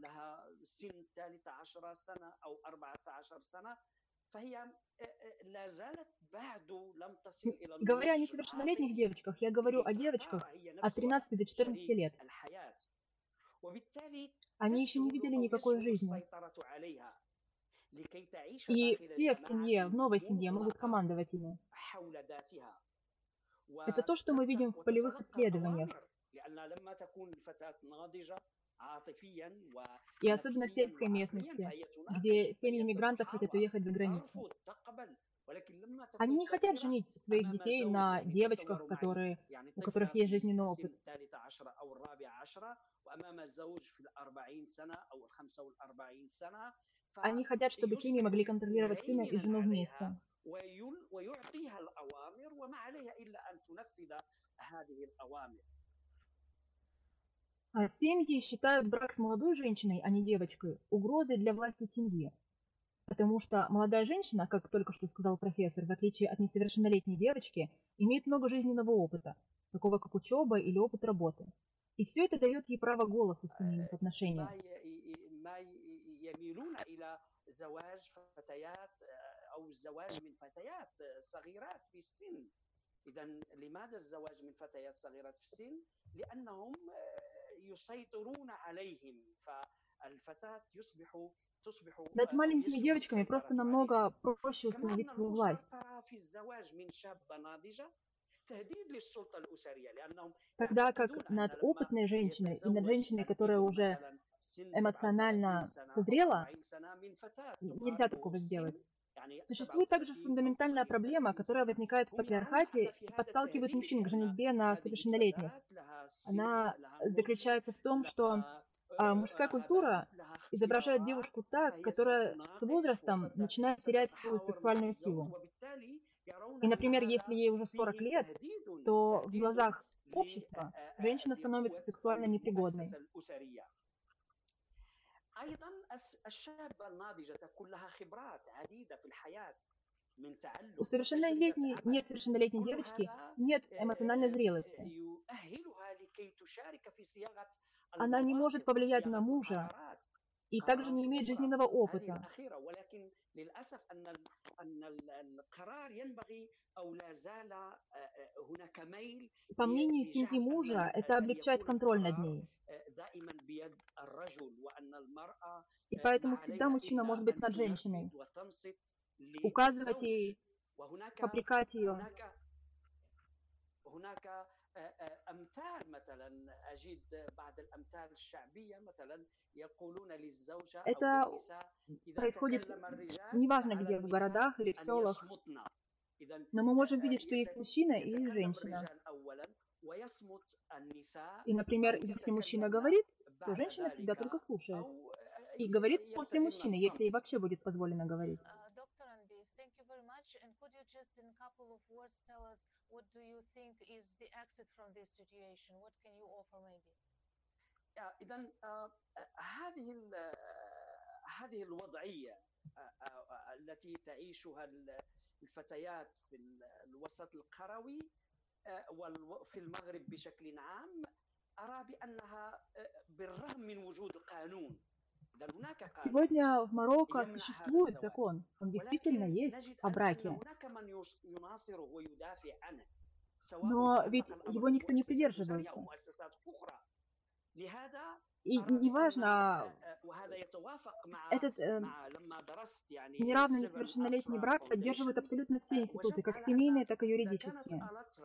Говоря о несовершеннолетних девочках, я говорю о девочках от тринадцати до четырнадцати лет. Они еще не видели никакой жизни. И все в семье, в новой семье могут командовать ими. Это то, что мы видим в полевых исследованиях. И особенно в сельской местности, где семьи мигрантов хотят уехать за границу. Они не хотят женить своих детей на девочках, которые, у которых есть жизненный опыт. Они хотят, чтобы семьи могли контролировать сына и жену вместе. А семьи считают брак с молодой женщиной, а не девочкой, угрозой для власти семьи. Потому что молодая женщина, как только что сказал профессор, в отличие от несовершеннолетней девочки, имеет много жизненного опыта, такого как учеба или опыт работы. И все это дает ей право голоса в семейных отношениях. إذا لماذا الزواج من فتيات صغيرات في السن؟ لأنهم يسيطرون عليهم، فالفتاة يصبح تصبح Над أو маленькими يسهل девочками просто السيطرة عليها. намного проще كما установить أن свою الأسر власть. ترى في الزواج من شابة ناضجة تهديد للسلطة الأسرية، لأنهم Тогда يعتقدون как أن над لما опытной женщиной и над يتزوج женщиной, которая الابن уже مثلا سن سبعة وثلاثين эмоционально سنة أو созрела, أربعين سنة من فتاة нельзя تقاربه такого сделать. السن، يعني Существует также سبعة وثلاثين أو фундаментальная تقريب проблема, ثلاثين которая سنة، возникает в هم يرون патриархате أن и في هذا подталкивает التهديد мужчин к لأن женитьбе на هذه совершеннолетних. الفتاة لها سن، Она لها نضج، заключается в том, что لها а, мужская رغبات، культура لها изображает اختيارات، девушку так, فهي которая с ستناقش возрастом начинает терять свою وستتحاور مع сексуальную الزوج، силу. وبالتالي يرون И, أن например, если هذا ей уже сорок فيه лет, تهديد то в تهديد глазах общества женщина становится لقوة أو сексуально непригодной. المؤسسة الأسرية. أيضا الشابة الناضجة تكون لها خبرات عديدة في الحياة من У تعلم وتجربة совершеннолетней, عمل، несовершеннолетней كل девочки هذا нет эмоциональной зрелости. يؤهلها لكي تشارك في صياغة Она не может المواقف повлиять на وصياغة мужа القرارات، и также قرارات не имеет الأسرة жизненного هذه опыта. الأخيرة. ولكن للأسف أن ال أن ال القرار ينبغي أو لا زال هناك ميل По мнению семьи لجعل мужа, أن это أن облегчает يكون контроль над القرار ней. دائما بيد الرجل، وأن المرأة И ما поэтому всегда عليها мужчина может إلا быть أن над женщиной, تنفذ وتنصت указывать للزوج. ей, وهناك попрекать ее. هناك هناك أمثال، مثلا أجد بعض الأمثال الشعبية مثلا يقولون للزوجة أو Это للنساء إذا происходит تكلم الرجال неважно فعلى где, в النساء городах или в أن селах, يصمتن. إذا но мы можем видеть, что есть мужчина и есть يتكلم женщина. الرجال أولا ويصمت النساء، И, например, أو если мужчина يتكلمن говорит, то بعد женщина всегда ذلك только слушает. أو И говорит после يلتزمن мужчины, если ей الصمت. вообще будет позволено говорить. Doctor Anbis, thank you very much. And could you just in a couple of words tell us what do you think is the exit from this situation? What can you offer maybe? إذا هذه هذه الوضعية التي تعيشها الفتيات في الوسط القروي وفي المغرب بشكل عام، أرى بأنها بالرغم من وجود قانون، Сегодня в Марокко существует закон, он действительно есть о браке, но ведь его никто не придерживается. И неважно, этот э, неравный несовершеннолетний брак поддерживают абсолютно все институты, как семейные, так и юридические.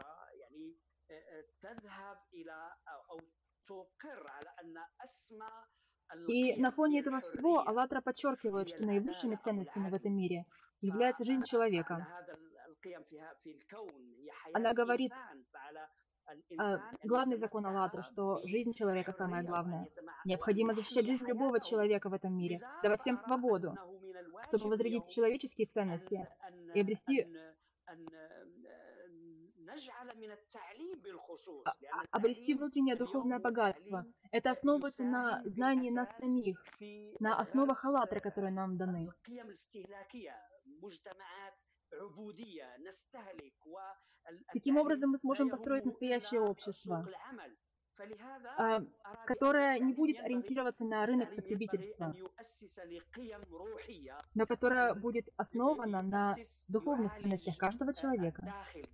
И на фоне этого всего АЛЛАТРА подчеркивает, что наивысшими ценностями в этом мире является жизнь человека. Она говорит, э, главный закон АЛЛАТРА, что жизнь человека самое главное. Необходимо защищать жизнь любого человека в этом мире, давать всем свободу, чтобы возродить человеческие ценности и обрести обрести внутреннее духовное богатство. Это основывается на знании нас самих, на основах АЛЛАТРА, которые нам даны. Таким образом, мы сможем построить настоящее общество, которое не будет ориентироваться на рынок потребительства, но которое будет основано на духовных ценностях каждого человека.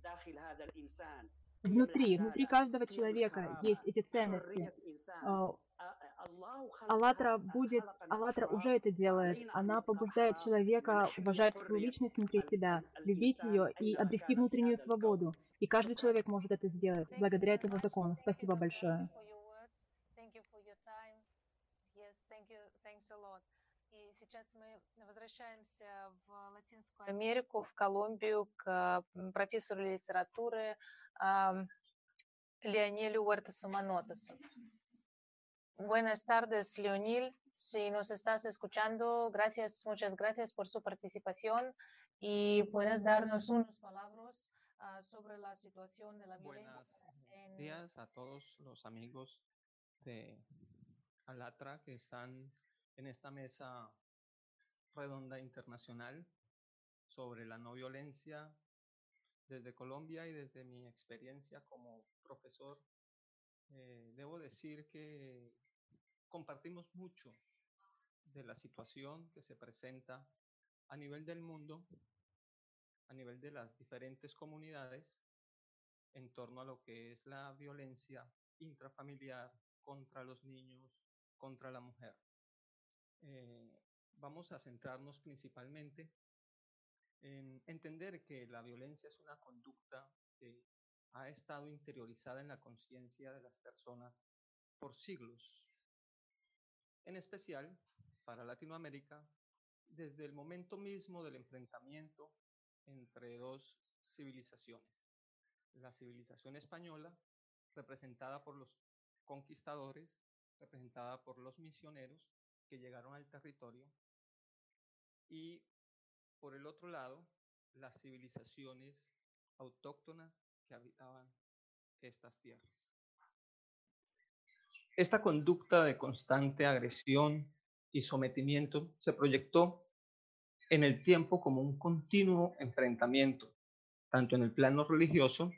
Внутри, внутри каждого человека есть эти ценности. АЛЛАТРА будет, АЛЛАТРА уже это делает. Она побуждает человека уважать свою личность внутри себя, любить ее и обрести внутреннюю свободу. И каждый человек может это сделать благодаря этому закону. Спасибо большое. И сейчас мы возвращаемся в Латинскую Америку, в Колумбию, к профессору литературы Леонелю Huertas Manotosу. Buenas tardes, Leonil. Si nos estás escuchando, gracias, muchas gracias por su participación y puedes darnos unos palabras uh, sobre la situación de la violencia. Buenos en... días a todos los amigos de ALLATRA que están en esta mesa redonda internacional sobre la no violencia desde Colombia y desde mi experiencia como profesor. Eh, debo decir que compartimos mucho de la situación que se presenta a nivel del mundo, a nivel de las diferentes comunidades, en torno a lo que es la violencia intrafamiliar contra los niños, contra la mujer. Eh, vamos a centrarnos principalmente en entender que la violencia es una conducta que ha estado interiorizada en la conciencia de las personas por siglos, en especial para Latinoamérica, desde el momento mismo del enfrentamiento entre dos civilizaciones. La civilización española, representada por los conquistadores, representada por los misioneros que llegaron al territorio, y por el otro lado, las civilizaciones autóctonas que habitaban estas tierras. Esta conducta de constante agresión y sometimiento se proyectó en el tiempo como un continuo enfrentamiento, tanto en el plano religioso,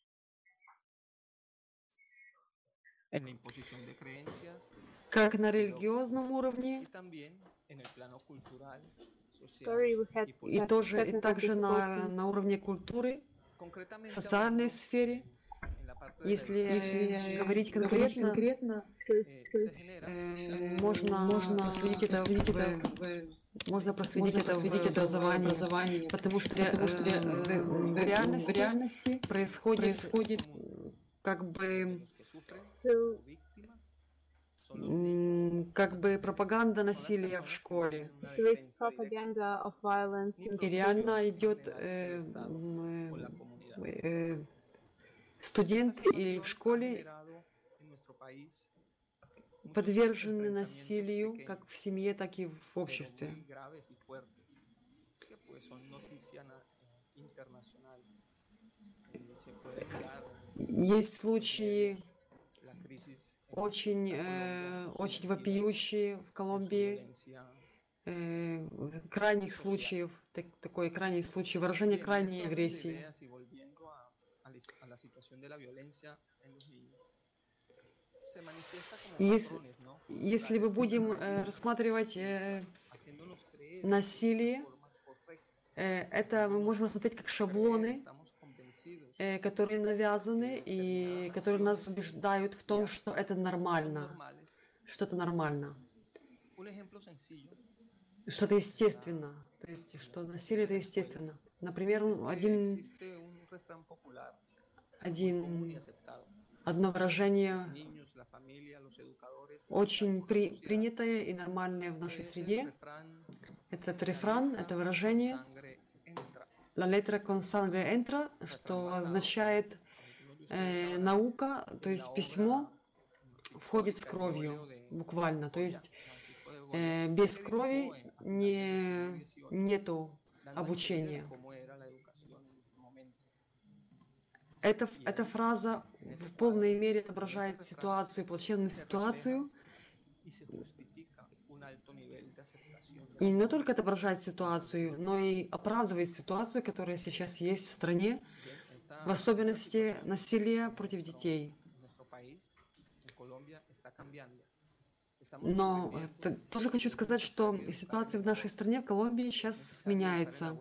en la imposición de creencias, как на религиозном уровне, y también en el plano cultural, Sorry, we had и тоже и также на, на уровне культуры, в социальной сфере. Если, Если говорить конкретно, конкретно с, с, э, можно, можно проследить это, в, в, можно проследить это в образовании, образовании, потому что, потому что э, в, в, реальности, в реальности происходит, происходит как бы so, как бы пропаганда насилия в школе. И реально идет э, э, студенты и в школе подвержены насилию как в семье, так и в обществе. Есть случаи очень, э, очень вопиющие в Колумбии, э, крайних случаев, так, такой крайний случай выражения крайней агрессии. Если, если мы будем э, рассматривать э, насилие, э, это мы можем рассмотреть как шаблоны, э, которые навязаны и которые нас убеждают в том, что это нормально, что это нормально, что это естественно, то есть что насилие это естественно. Например, один, один одно выражение очень при, принятое и нормальное в нашей среде. Этот рефран, это выражение «La letra con sangre entra», что означает э, наука, то есть письмо входит с кровью, буквально. То есть э, без крови не, нету обучения. Эта, эта фраза в полной мере отображает ситуацию, плачевную ситуацию. И не только отображает ситуацию, но и оправдывает ситуацию, которая сейчас есть в стране, в особенности насилие против детей. Но тоже хочу сказать, что ситуация в нашей стране, в Колумбии, сейчас меняется.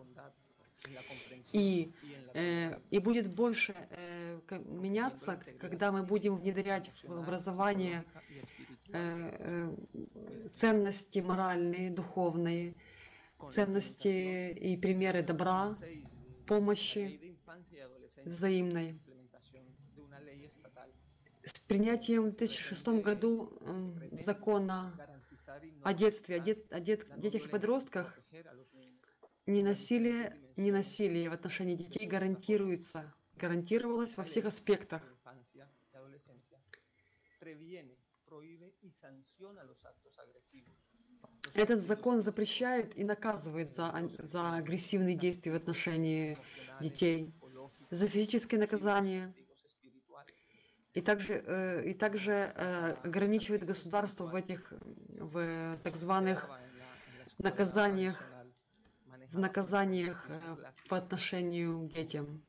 И, э, и будет больше э, меняться, когда мы будем внедрять в образование э, э, ценности моральные, духовные, ценности и примеры добра, помощи взаимной. С принятием в две тысячи шестом году э, закона о детстве, о, дет, о дет, детях и подростках, не насилие, не насилие в отношении детей гарантируется, гарантировалось во всех аспектах. Этот закон запрещает и наказывает за, за агрессивные действия в отношении детей, за физические наказания. И также, э, и также э, ограничивает государство в этих в так званых наказаниях, в наказаниях э, по отношению к детям.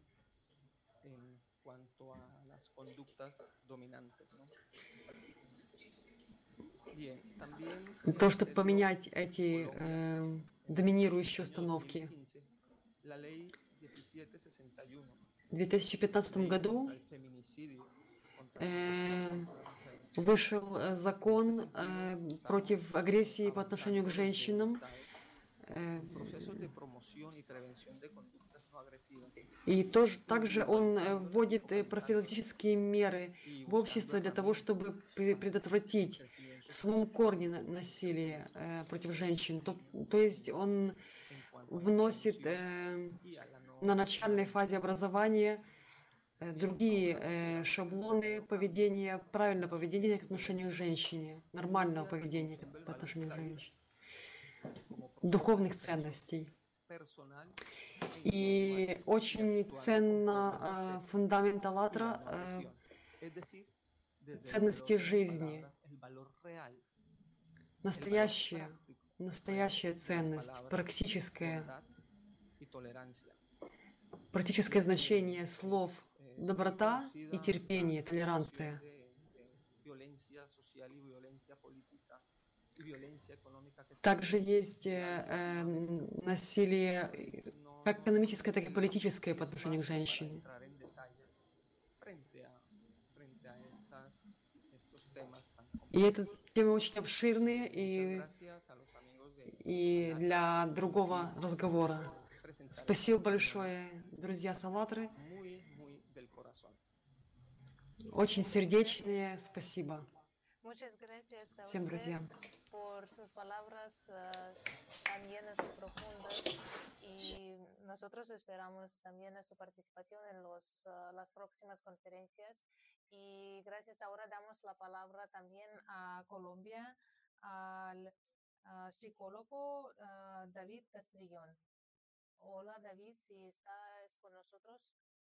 То, чтобы поменять эти э, доминирующие установки. В две тысячи пятнадцатом году э, вышел э, закон э, против агрессии по отношению к женщинам. Э, и тоже, также он э, вводит э, профилактические меры в общество для того, чтобы пре- предотвратить в самом корне на- насилие э, против женщин. То, то есть он вносит э, на начальной фазе образования э, другие э, шаблоны поведения, правильного поведения к отношению к женщине, нормального поведения к- по отношению к женщине, духовных ценностей. И очень ценно э, фундамент «АЛЛАТРА» э, ценности жизни, настоящая, настоящая ценность, практическая, практическое значение слов доброта и терпение, толеранция. Также есть э, э, насилие как экономическое, так и политическое по отношению к женщине. И эти темы очень обширные и, и для другого разговора. Спасибо большое, друзья с «АЛЛАТРы». Очень сердечные спасибо всем друзьям. Por sus palabras uh, tan llenas y profundas, y nosotros esperamos también su participación en los, uh, las próximas conferencias. Y gracias, ahora damos la palabra también a Colombia, al uh, psicólogo uh, David Castrillón. Hola David, si estás con nosotros.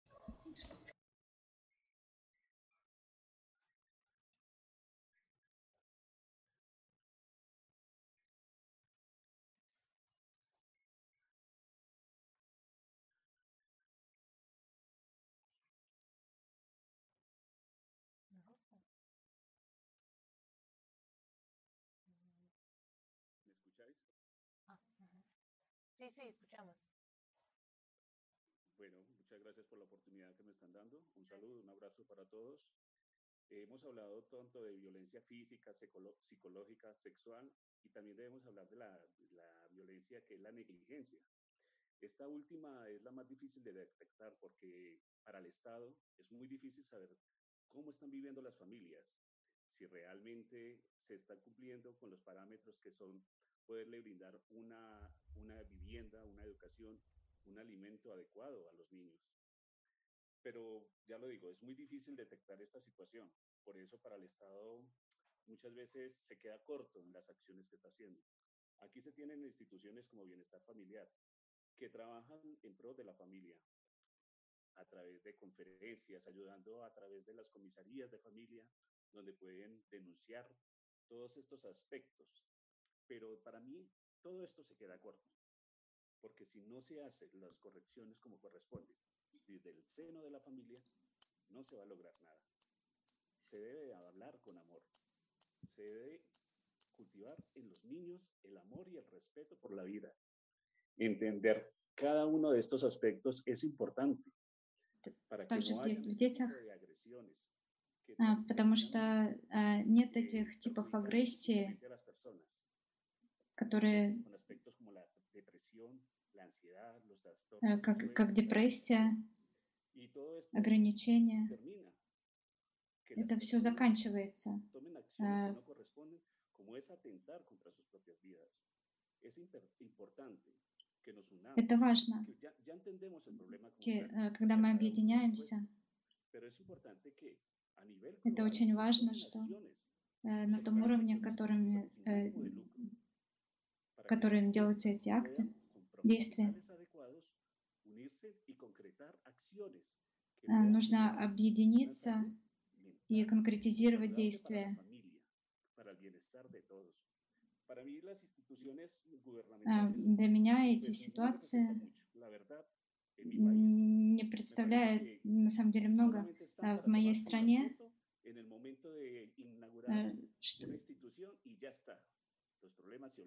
¿Me escucháis? Ah, uh-huh. Sí, sí, escuchamos. Bueno, muchas gracias por la oportunidad que me están dando. Un saludo, un abrazo para todos. Eh, hemos hablado tanto de violencia física, psicológica, sexual, y también debemos hablar de la, la violencia que es la negligencia. Esta última es la más difícil de detectar porque para el Estado es muy difícil saber cómo están viviendo las familias, si realmente se están cumpliendo con los parámetros que son poderle brindar una, una vivienda, una educación, un alimento adecuado a los niños. Pero ya lo digo, es muy difícil detectar esta situación. Por eso para el Estado muchas veces se queda corto en las acciones que está haciendo. Aquí se tienen instituciones como Bienestar Familiar, que trabajan en pro de la familia a través de conferencias, ayudando a través de las comisarías de familia, donde pueden denunciar todos estos aspectos. Pero para mí todo esto se queda corto, porque si no se hacen las correcciones como corresponde desde el seno de la familia, no se va a lograr nada. Se debe hablar con amor, se debe cultivar en los niños el amor y el respeto por la vida. Entender cada uno de estos aspectos es importante para que no haya este tipo de agresiones, А, потому что а, нет этих типов агрессии, которые, а, как, как депрессия, ограничения. Это все заканчивается. А, это важно, когда мы объединяемся. Это очень важно, что э, на том уровне, которым, э, которым делаются эти акты, действия, э, нужно объединиться и конкретизировать действия. Э, для меня эти ситуации не представляют на самом деле много э, в моей стране. Что...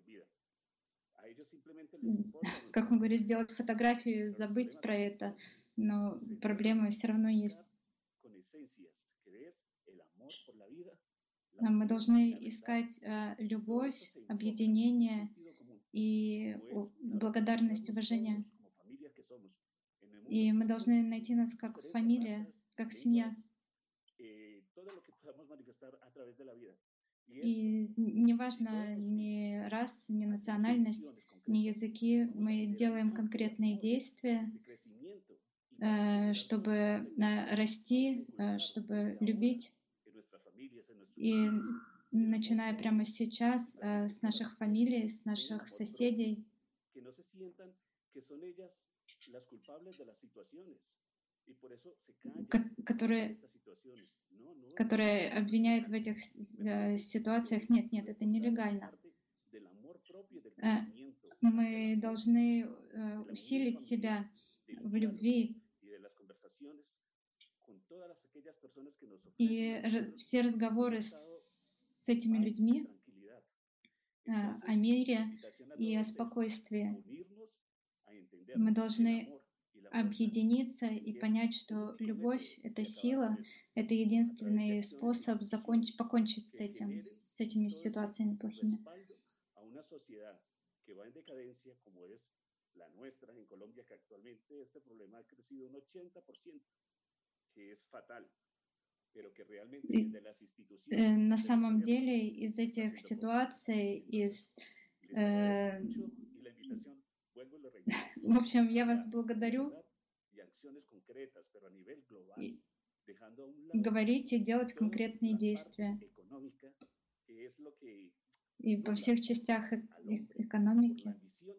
Как он говорит, сделать фотографию, забыть про это. но проблема все равно есть. Мы должны искать э, любовь, объединение и благодарность, уважение. И мы должны найти нас как фамилия, как семья. И неважно ни раса, ни национальность, ни языки, мы делаем конкретные действия, чтобы расти, чтобы любить. И начиная прямо сейчас с наших фамилий, с наших соседей, которые, которые обвиняют в этих ситуациях. Нет, нет, это нелегально. Мы должны усилить себя в любви. И все разговоры с этими людьми о мире и о спокойствии. Мы должны объединиться и понять, что любовь — это сила, это единственный способ закончить, покончить с этим, с этими ситуациями плохими. И, на самом деле из этих ситуаций, из э, в общем, я вас благодарю. И говорить и делать конкретные действия. И по всех частях э- экономики.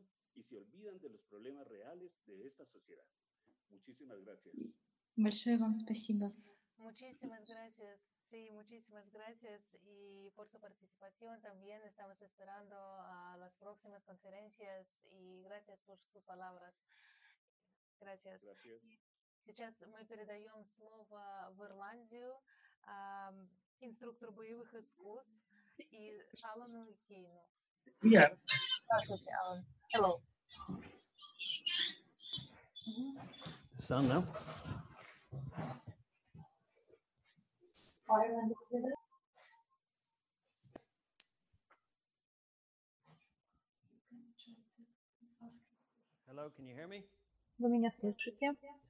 Большое вам спасибо. Muchísimas gracias, sí, muchísimas gracias y por su participación también estamos esperando a las próximas conferencias y gracias por sus palabras. Gracias. gracias. Сейчас мы передаем слово в Ирландию а, инструктору боевых искусств и Алану Кейну. Yeah. Здравствуйте, Алан. Hello. It's on now. Hello, can you hear me? Вы меня слышите?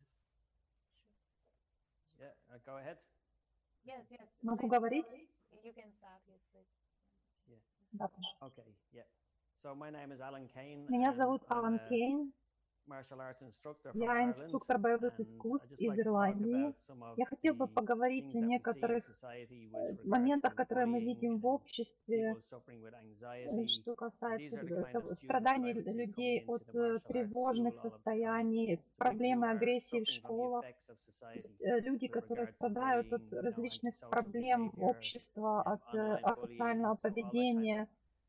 Yeah, uh, go ahead. Yes, yes. Могу Please, говорить? You can start, yes, please. Yeah. Да, пожалуйста. Okay, yeah. So my name is Alan Kane. Меня and зовут I'm Алан a Кейн. martial arts instructor from Я Ireland, инструктор боевых and искусств I'd just из like to talk Ирландии. about some of Я хотел бы the поговорить things о that we see in некоторых society э, with regards моментах, to которые мы bullying видим в and обществе, people suffering with э, anxiety. что And касается these are the э, kind of того- students that страданий I would see coming людей into от the э, martial arts тревожных school all of the time. состояний, So people проблемы who are агрессии в suffering from the школах. effects of То society есть э, люди, with которые regards to страдают от bullying, you know, различных antisocial проблем behavior, общества, um, от э, online асоциального bullying, so all that kind of поведения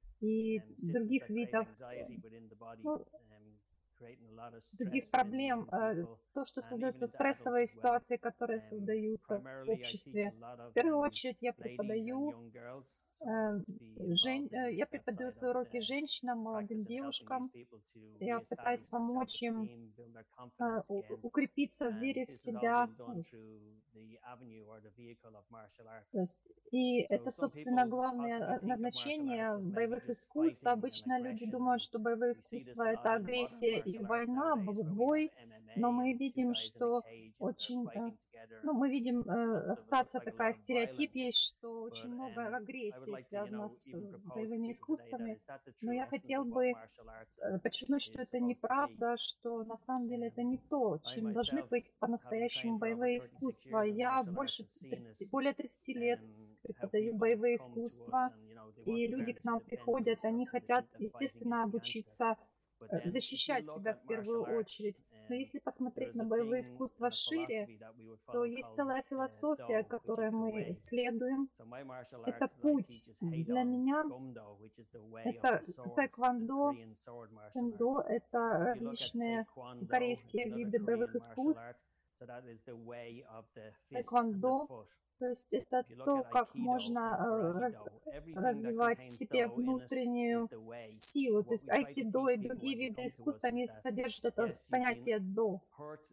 и um, systems других that create видов, э, anxiety within the body, ну, um, creating a lot of других stress within проблем, young э, people то, что and even создается into adults стрессовые as well. ситуации, которые Um, создаются в primarily, I teach обществе. a lot В of первую um, очередь я ladies and преподаю, young girls, so э, to be жен- involved э, in я that преподаю side свои of уроки the женщинам, молодым practice and helping these девушкам. people to Я пытаюсь reestablish their помочь им self-esteem, build their э, confidence у- again. укрепиться в And вере в this is all себя. being done through the avenue or the vehicle of martial То arts. есть, и So это, some собственно, people главное possibly э, think of martial назначение arts as maybe боевых just искусств. fighting and Обычно люди aggression. думают, что боевые We see this искусства — a это lot in modern агрессия и martial arts война, nowadays, б- where we have бой, M M A но мы and two видим, guys in a что cage and they're очень, э, fighting together, ну, and мы it's видим, э, lots of, it looks ассоциация like a lot такая, of стереотип violence. есть, что But очень много um, I would агрессии like to, you связано know, с even э, propose to боевыми people today that искусствами. is that the Но true я essence хотел of what бы martial arts э, подчеркнуть, что is это supposed to be. неправда, что на самом деле это не то, I чем должны myself, быть having по-настоящему trained for over боевые thirty-six искусства. years in Я martial arts, больше have seen тридцати, us более тридцати лет um, how преподаю people боевые come to us искусства, and, you know, they want и to люди learn к to нам defend приходят, они themselves and they хотят, think that fighting естественно, is the answer. обучиться But э, then if you защищать look себя at в первую martial arts, очередь. Но um, если there посмотреть is на a боевые thing искусства and a шире, philosophy that we would то follow есть called целая uh, философия, Do, which которой is the мы way. следуем. So my martial Это art that I путь. teach is Для Heidong меня Gumdo, which is the way of это the sword. It's a тэквондо, Korean sword martial art. кендо, это If you look at различные Taekwondo, it's корейские another виды боевых Korean martial искусств. art. So that is the way of the fist and the Тэквондо foot. То есть это то, как можно э, раз- развивать в себе внутреннюю силу. То есть айкидо и другие виды искусства, они содержат это понятие до.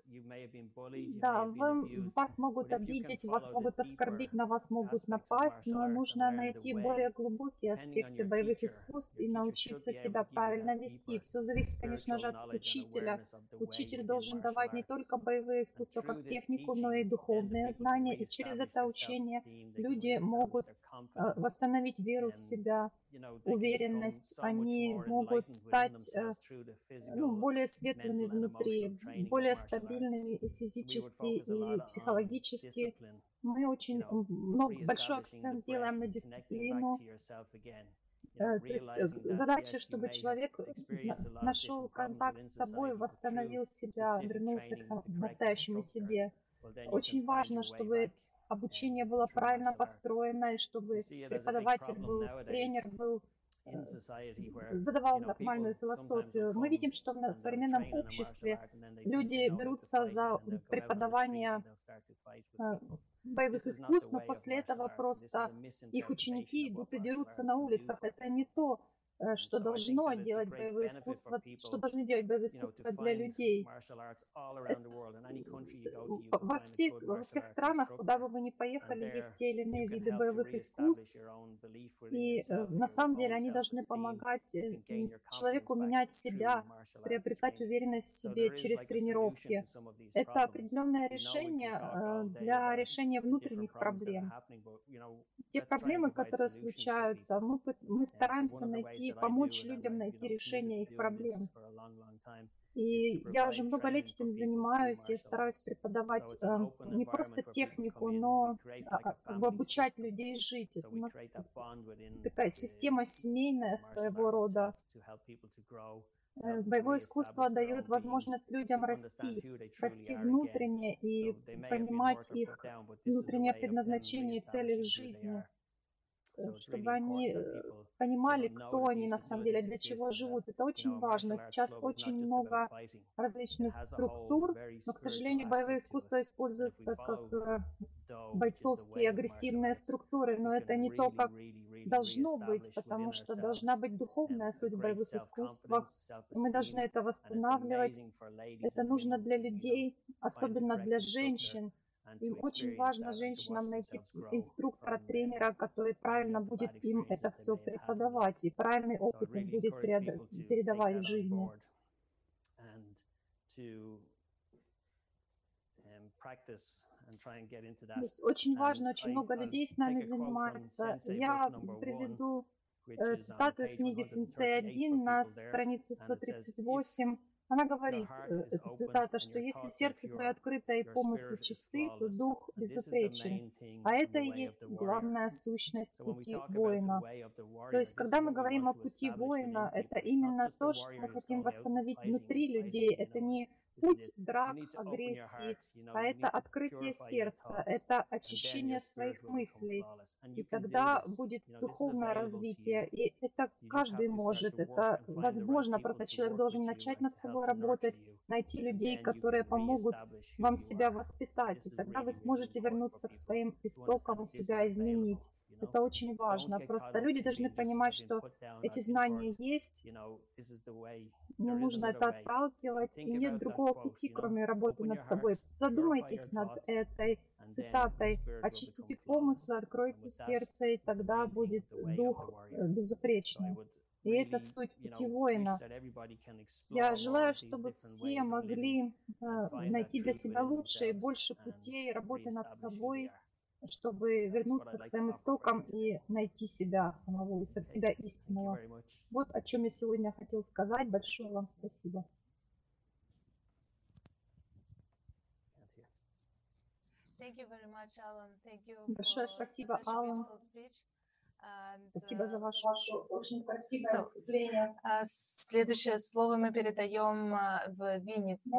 Да, вы, вас могут обидеть, вас могут оскорбить, на вас могут напасть, но нужно найти более глубокие аспекты боевых искусств и научиться себя правильно вести. Все зависит, конечно же, от учителя. Учитель должен давать не только боевые искусства как технику, но и духовные знания, и через это учение люди могут э, восстановить веру в себя, уверенность, они могут стать э, ну, более светлыми внутри, более стабильными и физически, и психологически. Мы очень много, большой акцент делаем на дисциплину. Э, То есть э, задача, чтобы человек на- нашел контакт с собой, восстановил себя, вернулся к сам- настоящему себе. Очень важно, чтобы обучение было правильно построено, и чтобы преподаватель был, тренер был, э, задавал нормальную философию. Мы видим, что в на- современном обществе люди берутся за преподавание э, боевых искусств, но после этого просто их ученики идут и дерутся на улицах. Это не то, э, что должно делать боевое искусство, что должны делать боевые искусства для людей. Это с- в- во всех, во всех странах, куда бы вы ни поехали, есть те или иные виды боевых искусств. И э, на самом деле они должны помогать э, м, человеку менять себя, приобретать уверенность в себе через тренировки. Это определенное решение э, для решения внутренних проблем. Те проблемы, которые случаются, мы, пыт- мы стараемся найти, помочь людям найти решение их проблем. И я уже много лет этим занимаюсь, я стараюсь преподавать э, не просто технику, но а, а, как бы обучать людей жить. Это у нас такая система семейная своего рода. Э, Боевое искусство дает возможность людям расти, расти внутренне и понимать их внутреннее предназначение и цели в жизни, э, чтобы они э, понимали, кто они на самом деле, для чего живут. Это очень важно. Сейчас очень много различных структур, но, к сожалению, боевое искусство используется как э, бойцовские агрессивные структуры, но это не то, как должно быть, потому что должна быть духовная суть в боевых искусствах, и мы должны это восстанавливать. Это нужно для людей, особенно для женщин. Им очень важно женщинам найти инструктора, тренера, который правильно будет им это все преподавать, и правильный опыт им будет переда- передавать в жизни. То есть очень важно, очень много людей с нами занимается. Я приведу э, цитату из книги Сенсей один на странице сто тридцать восемь. Она говорит, э, эта цитата, что если сердце твое открыто и помыслы чисты, то дух безупречен. А это и есть главная сущность пути воина. То есть, когда мы говорим о пути воина, это именно то, что мы хотим восстановить внутри людей. Это не путь драк, агрессии, а это открытие сердца, это очищение своих мыслей. И тогда будет духовное развитие. И это каждый может, это возможно, просто человек должен начать над собой работать, найти людей, которые помогут вам себя воспитать. И тогда вы сможете вернуться к своим истокам и себя изменить. Это очень важно. Просто люди должны понимать, что эти знания есть, не нужно это отталкивать, и нет другого пути, кроме работы над собой. Задумайтесь над этой цитатой, очистите помыслы, откройте сердце, и тогда будет дух э, безупречный. И это суть пути воина. Я желаю, чтобы все могли э, найти для себя лучше и больше путей работы над собой, чтобы вернуться к своим истокам и найти себя самого, себя истинного. Вот о чем я сегодня хотел сказать. Большое вам спасибо. Большое спасибо, Алан. Спасибо за ваше очень красивое выступление. So, следующее слово мы передаем в Винницу.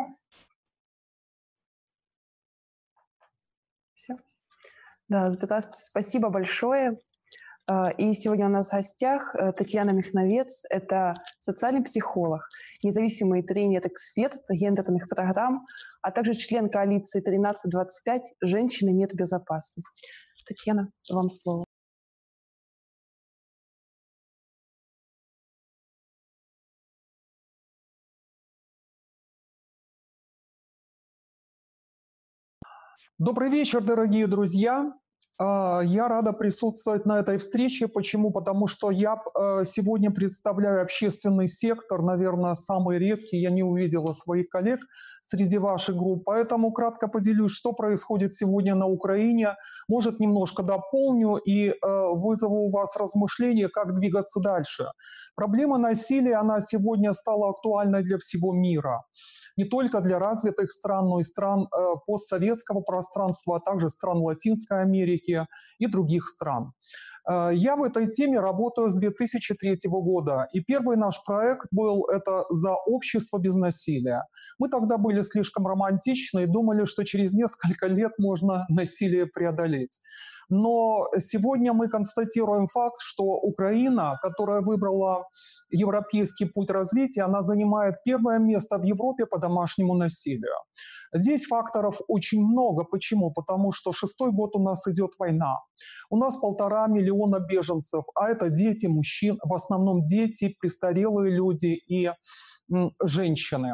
Все. Да, здравствуйте, спасибо большое. И сегодня у нас в гостях Татьяна Михновец. Это социальный психолог, независимый тренер-эксперт гендерных программ, а также член коалиции тринадцать двадцать пять «Женщины. Мир. Безопасность». Татьяна, вам слово. Добрый вечер, дорогие друзья. Я рада присутствовать на этой встрече. Почему? Потому что я сегодня представляю общественный сектор, наверное, самый редкий. Я не увидела своих коллег среди ваших групп. Поэтому кратко поделюсь, что происходит сегодня на Украине. Может, немножко дополню и вызову у вас размышления, как двигаться дальше. Проблема насилия, она сегодня стала актуальной для всего мира. Не только для развитых стран, но и стран э, постсоветского пространства, а также стран Латинской Америки и других стран. Э, я в этой теме работаю с две тысячи третьего года, и первый наш проект был это «За общество без насилия». Мы тогда были слишком романтичны и думали, что через несколько лет можно насилие преодолеть. Но сегодня мы констатируем факт, что Украина, которая выбрала европейский путь развития, она занимает первое место в Европе по домашнему насилию. Здесь факторов очень много. Почему? Потому что шестой год у нас идет война. У нас полтора миллиона беженцев, а это дети, мужчин, в основном дети, престарелые люди и м, женщины.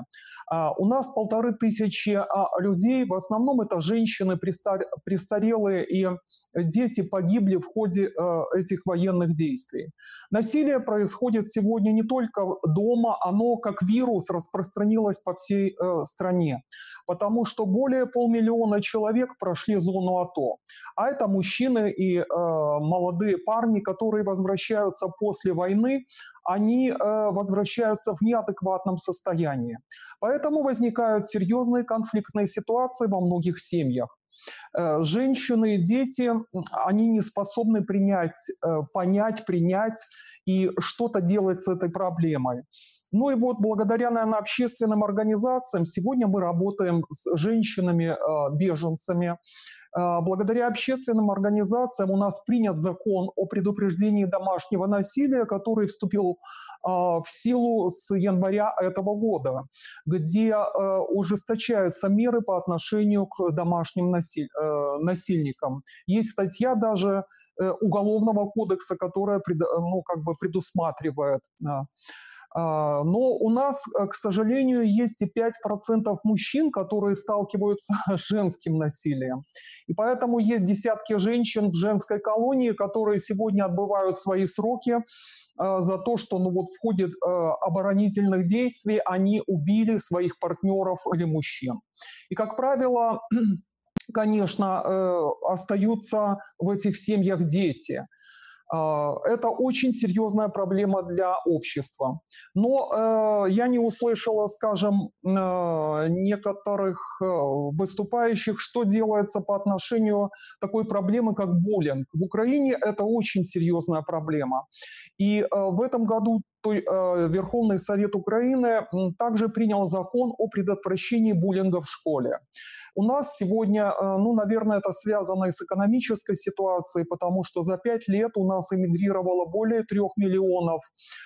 У нас полторы тысячи людей, в основном это женщины, престарелые и дети погибли в ходе этих военных действий. Насилие происходит сегодня не только дома, оно как вирус распространилось по всей стране, потому что более полмиллиона человек прошли зону АТО. А это мужчины и молодые парни, которые возвращаются после войны, они э, возвращаются в неадекватном состоянии. Поэтому возникают серьезные конфликтные ситуации во многих семьях. Э, женщины и дети, они не способны принять, э, понять, принять и что-то делать с этой проблемой. Ну и вот благодаря, наверное, общественным организациям сегодня мы работаем с женщинами-беженцами. Благодаря общественным организациям у нас принят закон о предупреждении домашнего насилия, который вступил в силу с января этого года, где ужесточаются меры по отношению к домашним насиль... насильникам. Есть статья даже Уголовного кодекса, которая ну, как бы предусматривает. Но у нас, к сожалению, есть и пять процентов мужчин, которые сталкиваются с женским насилием. И поэтому есть десятки женщин в женской колонии, которые сегодня отбывают свои сроки за то, что ну, вот в ходе оборонительных действий они убили своих партнеров или мужчин. И, как правило, конечно, остаются в этих семьях дети. Это очень серьезная проблема для общества. Но э, я не услышала, скажем, э, некоторых э, выступающих, что делается по отношению такой проблемы, как буллинг. В Украине это очень серьезная проблема. И э, в этом году той, э, Верховный Совет Украины э, также принял закон о предотвращении буллинга в школе. У нас сегодня, ну, наверное, это связано и с экономической ситуацией, потому что за пять лет у нас эмигрировало более трех миллионов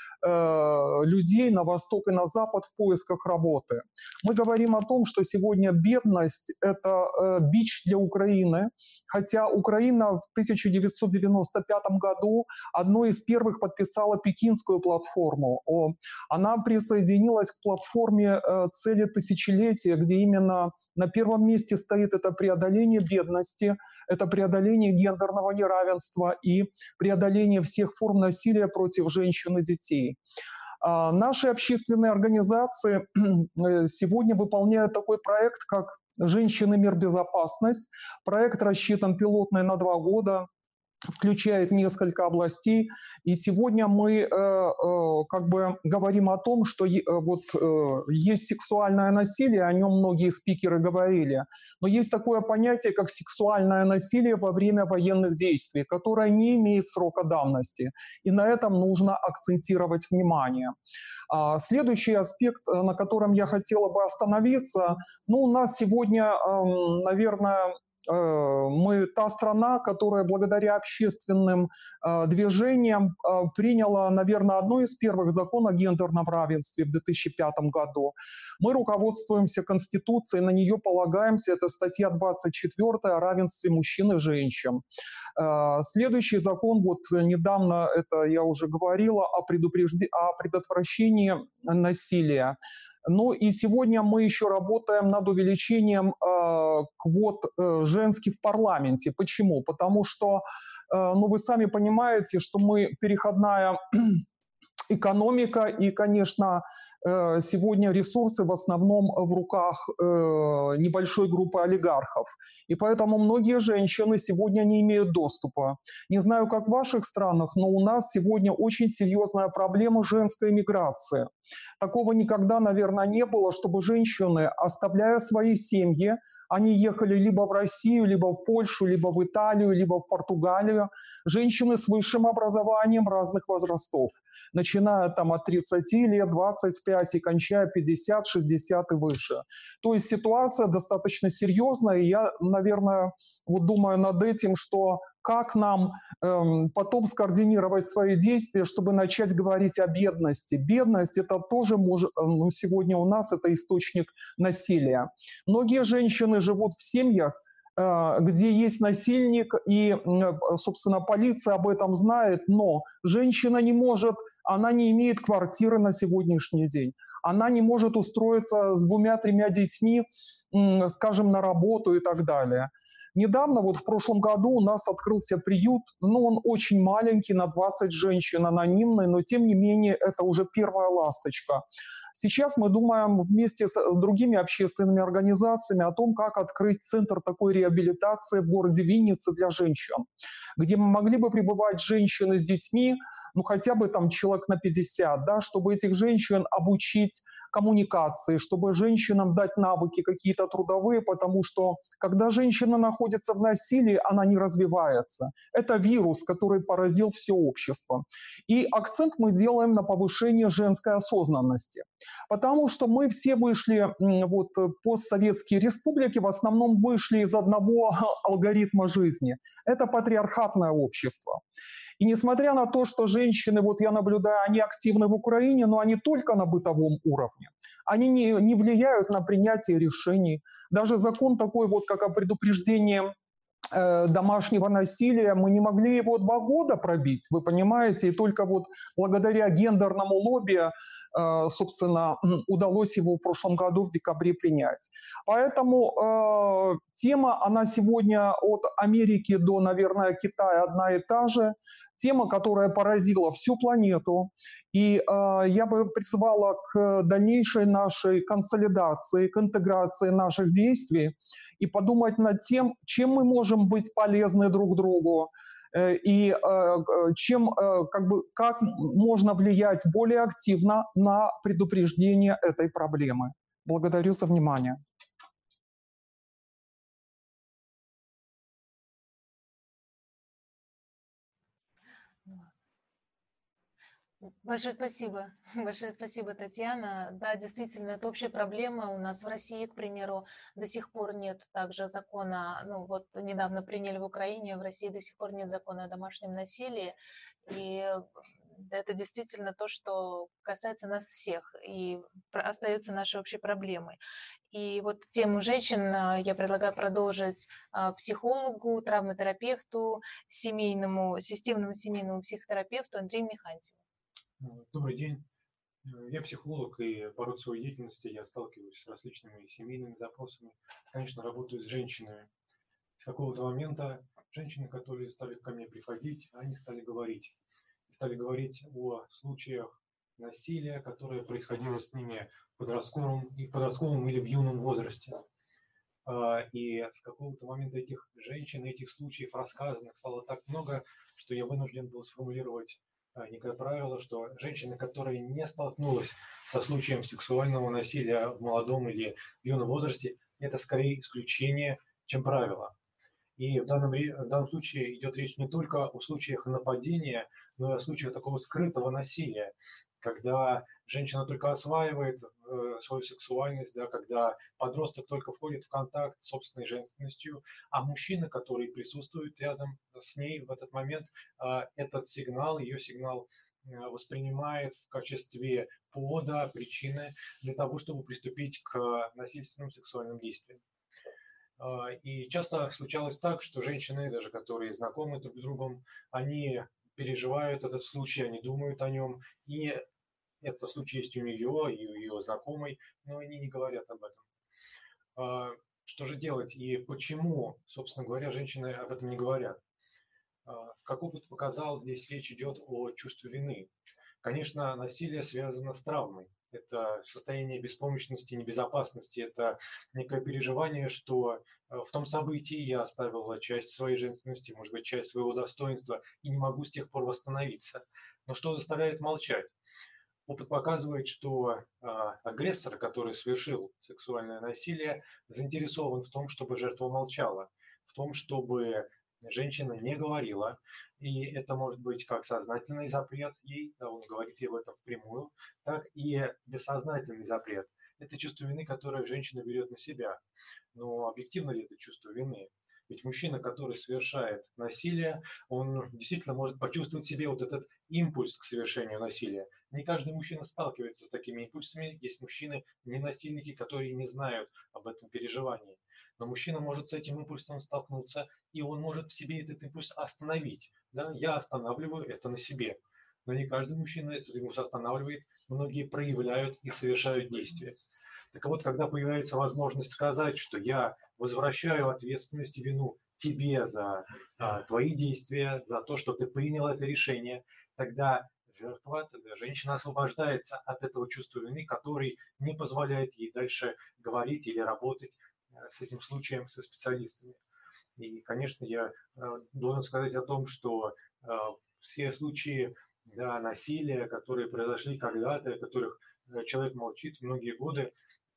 э, людей на восток и на запад в поисках работы. Мы говорим о том, что сегодня бедность – это э, бич для Украины, хотя Украина в тысяча девятьсот девяносто пятом году одной из первых подписала Пекинскую платформу. Она присоединилась к платформе э, цели тысячелетия, где именно на первом месте стоит это преодоление бедности, это преодоление гендерного неравенства и преодоление всех форм насилия против женщин и детей. Наши общественные организации сегодня выполняют такой проект, как «Женщины. Мир. Безопасность». Проект рассчитан пилотный на два года, включает несколько областей. И сегодня мы э, э, как бы говорим о том, что э, вот, э, есть сексуальное насилие, о нем многие спикеры говорили. Но есть такое понятие, как сексуальное насилие во время военных действий, которое не имеет срока давности. И на этом нужно акцентировать внимание. А следующий аспект, на котором я хотела бы остановиться, ну, у нас сегодня, э, наверное, мы та страна, которая благодаря общественным движениям приняла, наверное, одно из первых законов о гендерном равенстве в две тысячи пятом году. Мы руководствуемся Конституцией, на нее полагаемся. Это статья двадцать четвёртая о равенстве мужчин и женщин. Следующий закон, вот недавно, это я уже говорила, о, предупрежд... о предотвращении насилия. Ну и сегодня мы еще работаем над увеличением э, квот э, женских в парламенте. Почему? Потому что, э, ну вы сами понимаете, что мы переходная экономика, и, конечно, э, сегодня ресурсы в основном в руках э, небольшой группы олигархов. И поэтому многие женщины сегодня не имеют доступа. Не знаю, как в ваших странах, но у нас сегодня очень серьезная проблема женской миграции. Такого никогда, наверное, не было, чтобы женщины, оставляя свои семьи, они ехали либо в Россию, либо в Польшу, либо в Италию, либо в Португалию. Женщины с высшим образованием разных возрастов, начиная там от тридцати лет, двадцати пяти и кончая пятьдесят, шестьдесят и выше. То есть ситуация достаточно серьезная, и я, наверное, вот думаю над этим, что как нам эм, потом скоординировать свои действия, чтобы начать говорить о бедности. Бедность – это тоже может, ну, сегодня у нас это источник насилия. Многие женщины живут в семьях, э, где есть насильник, и, э, собственно, полиция об этом знает, но женщина не может, она не имеет квартиры на сегодняшний день. Она не может устроиться с двумя-тремя детьми, э, скажем, на работу и так далее. Недавно, вот в прошлом году, у нас открылся приют, ну, он очень маленький, на двадцать женщин, анонимный, но тем не менее это уже первая ласточка. Сейчас мы думаем вместе с другими общественными организациями о том, как открыть центр такой реабилитации в городе Винница для женщин, где мы могли бы пребывать женщины с детьми, ну хотя бы там человек на пятьдесят, да, чтобы этих женщин обучить коммуникации, чтобы женщинам дать навыки какие-то трудовые, потому что когда женщина находится в насилии, она не развивается. Это вирус, который поразил все общество. И акцент мы делаем на повышение женской осознанности, потому что мы все вышли, вот постсоветские республики в основном вышли из одного алгоритма жизни. Это патриархатное общество. И несмотря на то, что женщины, вот я наблюдаю, они активны в Украине, но они только на бытовом уровне. Они не, не влияют на принятие решений. Даже закон такой, вот как о предупреждении э, домашнего насилия, мы не могли его два года пробить, вы понимаете, и только вот благодаря гендерному лобби, э, собственно, удалось его в прошлом году в декабре принять. Поэтому э, тема, она сегодня от Америки до, наверное, Китая одна и та же. Тема, которая поразила всю планету. И э, я бы призвала к дальнейшей нашей консолидации, к интеграции наших действий и подумать над тем, чем мы можем быть полезны друг другу, э, и э, чем, э, как бы, как можно влиять более активно на предупреждение этой проблемы. Благодарю за внимание. Большое спасибо. Большое спасибо, Татьяна. Да, действительно, это общая проблема. У нас в России, к примеру, до сих пор нет также закона, ну вот недавно приняли в Украине, в России до сих пор нет закона о домашнем насилии. И это действительно то, что касается нас всех и остается нашей общей проблемой. И вот тему женщин я предлагаю продолжить психологу, травматерапевту, семейному, системному семейному психотерапевту Андрею Михантьеву. Добрый день. Я психолог, и по роду своей деятельности я сталкиваюсь с различными семейными запросами. Конечно, работаю с женщинами. С какого-то момента женщины, которые стали ко мне приходить, они стали говорить. Стали говорить о случаях насилия, которое происходило с ними в подростковом, и в подростковом или в юном возрасте. И с какого-то момента этих женщин, этих случаев рассказанных стало так много, что я вынужден был сформулировать некое правило, что женщина, которая не столкнулась со случаем сексуального насилия в молодом или в юном возрасте, это скорее исключение, чем правило. И в данном, в данном случае идет речь не только о случаях нападения, но и о случаях такого скрытого насилия, когда женщина только осваивает э, свою сексуальность, да, когда подросток только входит в контакт с собственной женственностью, а мужчина, который присутствует рядом с ней в этот момент, э, этот сигнал, ее сигнал э, воспринимает в качестве повода, причины для того, чтобы приступить к насильственным сексуальным действиям. И часто случалось так, что женщины, даже которые знакомы друг с другом, они переживают этот случай, они думают о нем, и этот случай есть у нее и у ее знакомой, но они не говорят об этом. Что же делать и почему, собственно говоря, женщины об этом не говорят? Как опыт показал, здесь речь идет о чувстве вины. Конечно, насилие связано с травмой. Это состояние беспомощности, небезопасности, это некое переживание, что в том событии я оставила часть своей женственности, может быть, часть своего достоинства, и не могу с тех пор восстановиться. Но что заставляет молчать? Опыт показывает, что э, агрессор, который совершил сексуальное насилие, заинтересован в том, чтобы жертва молчала, в том, чтобы женщина не говорила, и это может быть как сознательный запрет ей, да, он говорит ей в этом впрямую, так и бессознательный запрет. Это чувство вины, которое женщина берет на себя. Но объективно ли это чувство вины? Ведь мужчина, который совершает насилие, он действительно может почувствовать в себе вот этот импульс к совершению насилия. Не каждый мужчина сталкивается с такими импульсами. Есть мужчины, ненасильники, которые не знают об этом переживании. Но мужчина может с этим импульсом столкнуться, и он может в себе этот импульс остановить. Да? Я останавливаю это на себе. Но не каждый мужчина этот импульс останавливает. Многие проявляют и совершают действия. Так вот, когда появляется возможность сказать, что я возвращаю ответственность и вину тебе за а, твои действия, за то, что ты принял это решение, тогда жертва, тогда женщина освобождается от этого чувства вины, который не позволяет ей дальше говорить или работать с этим случаем со специалистами. И, конечно, я э, должен сказать о том, что э, все случаи, да, насилия, которые произошли когда-то, о которых человек молчит многие годы,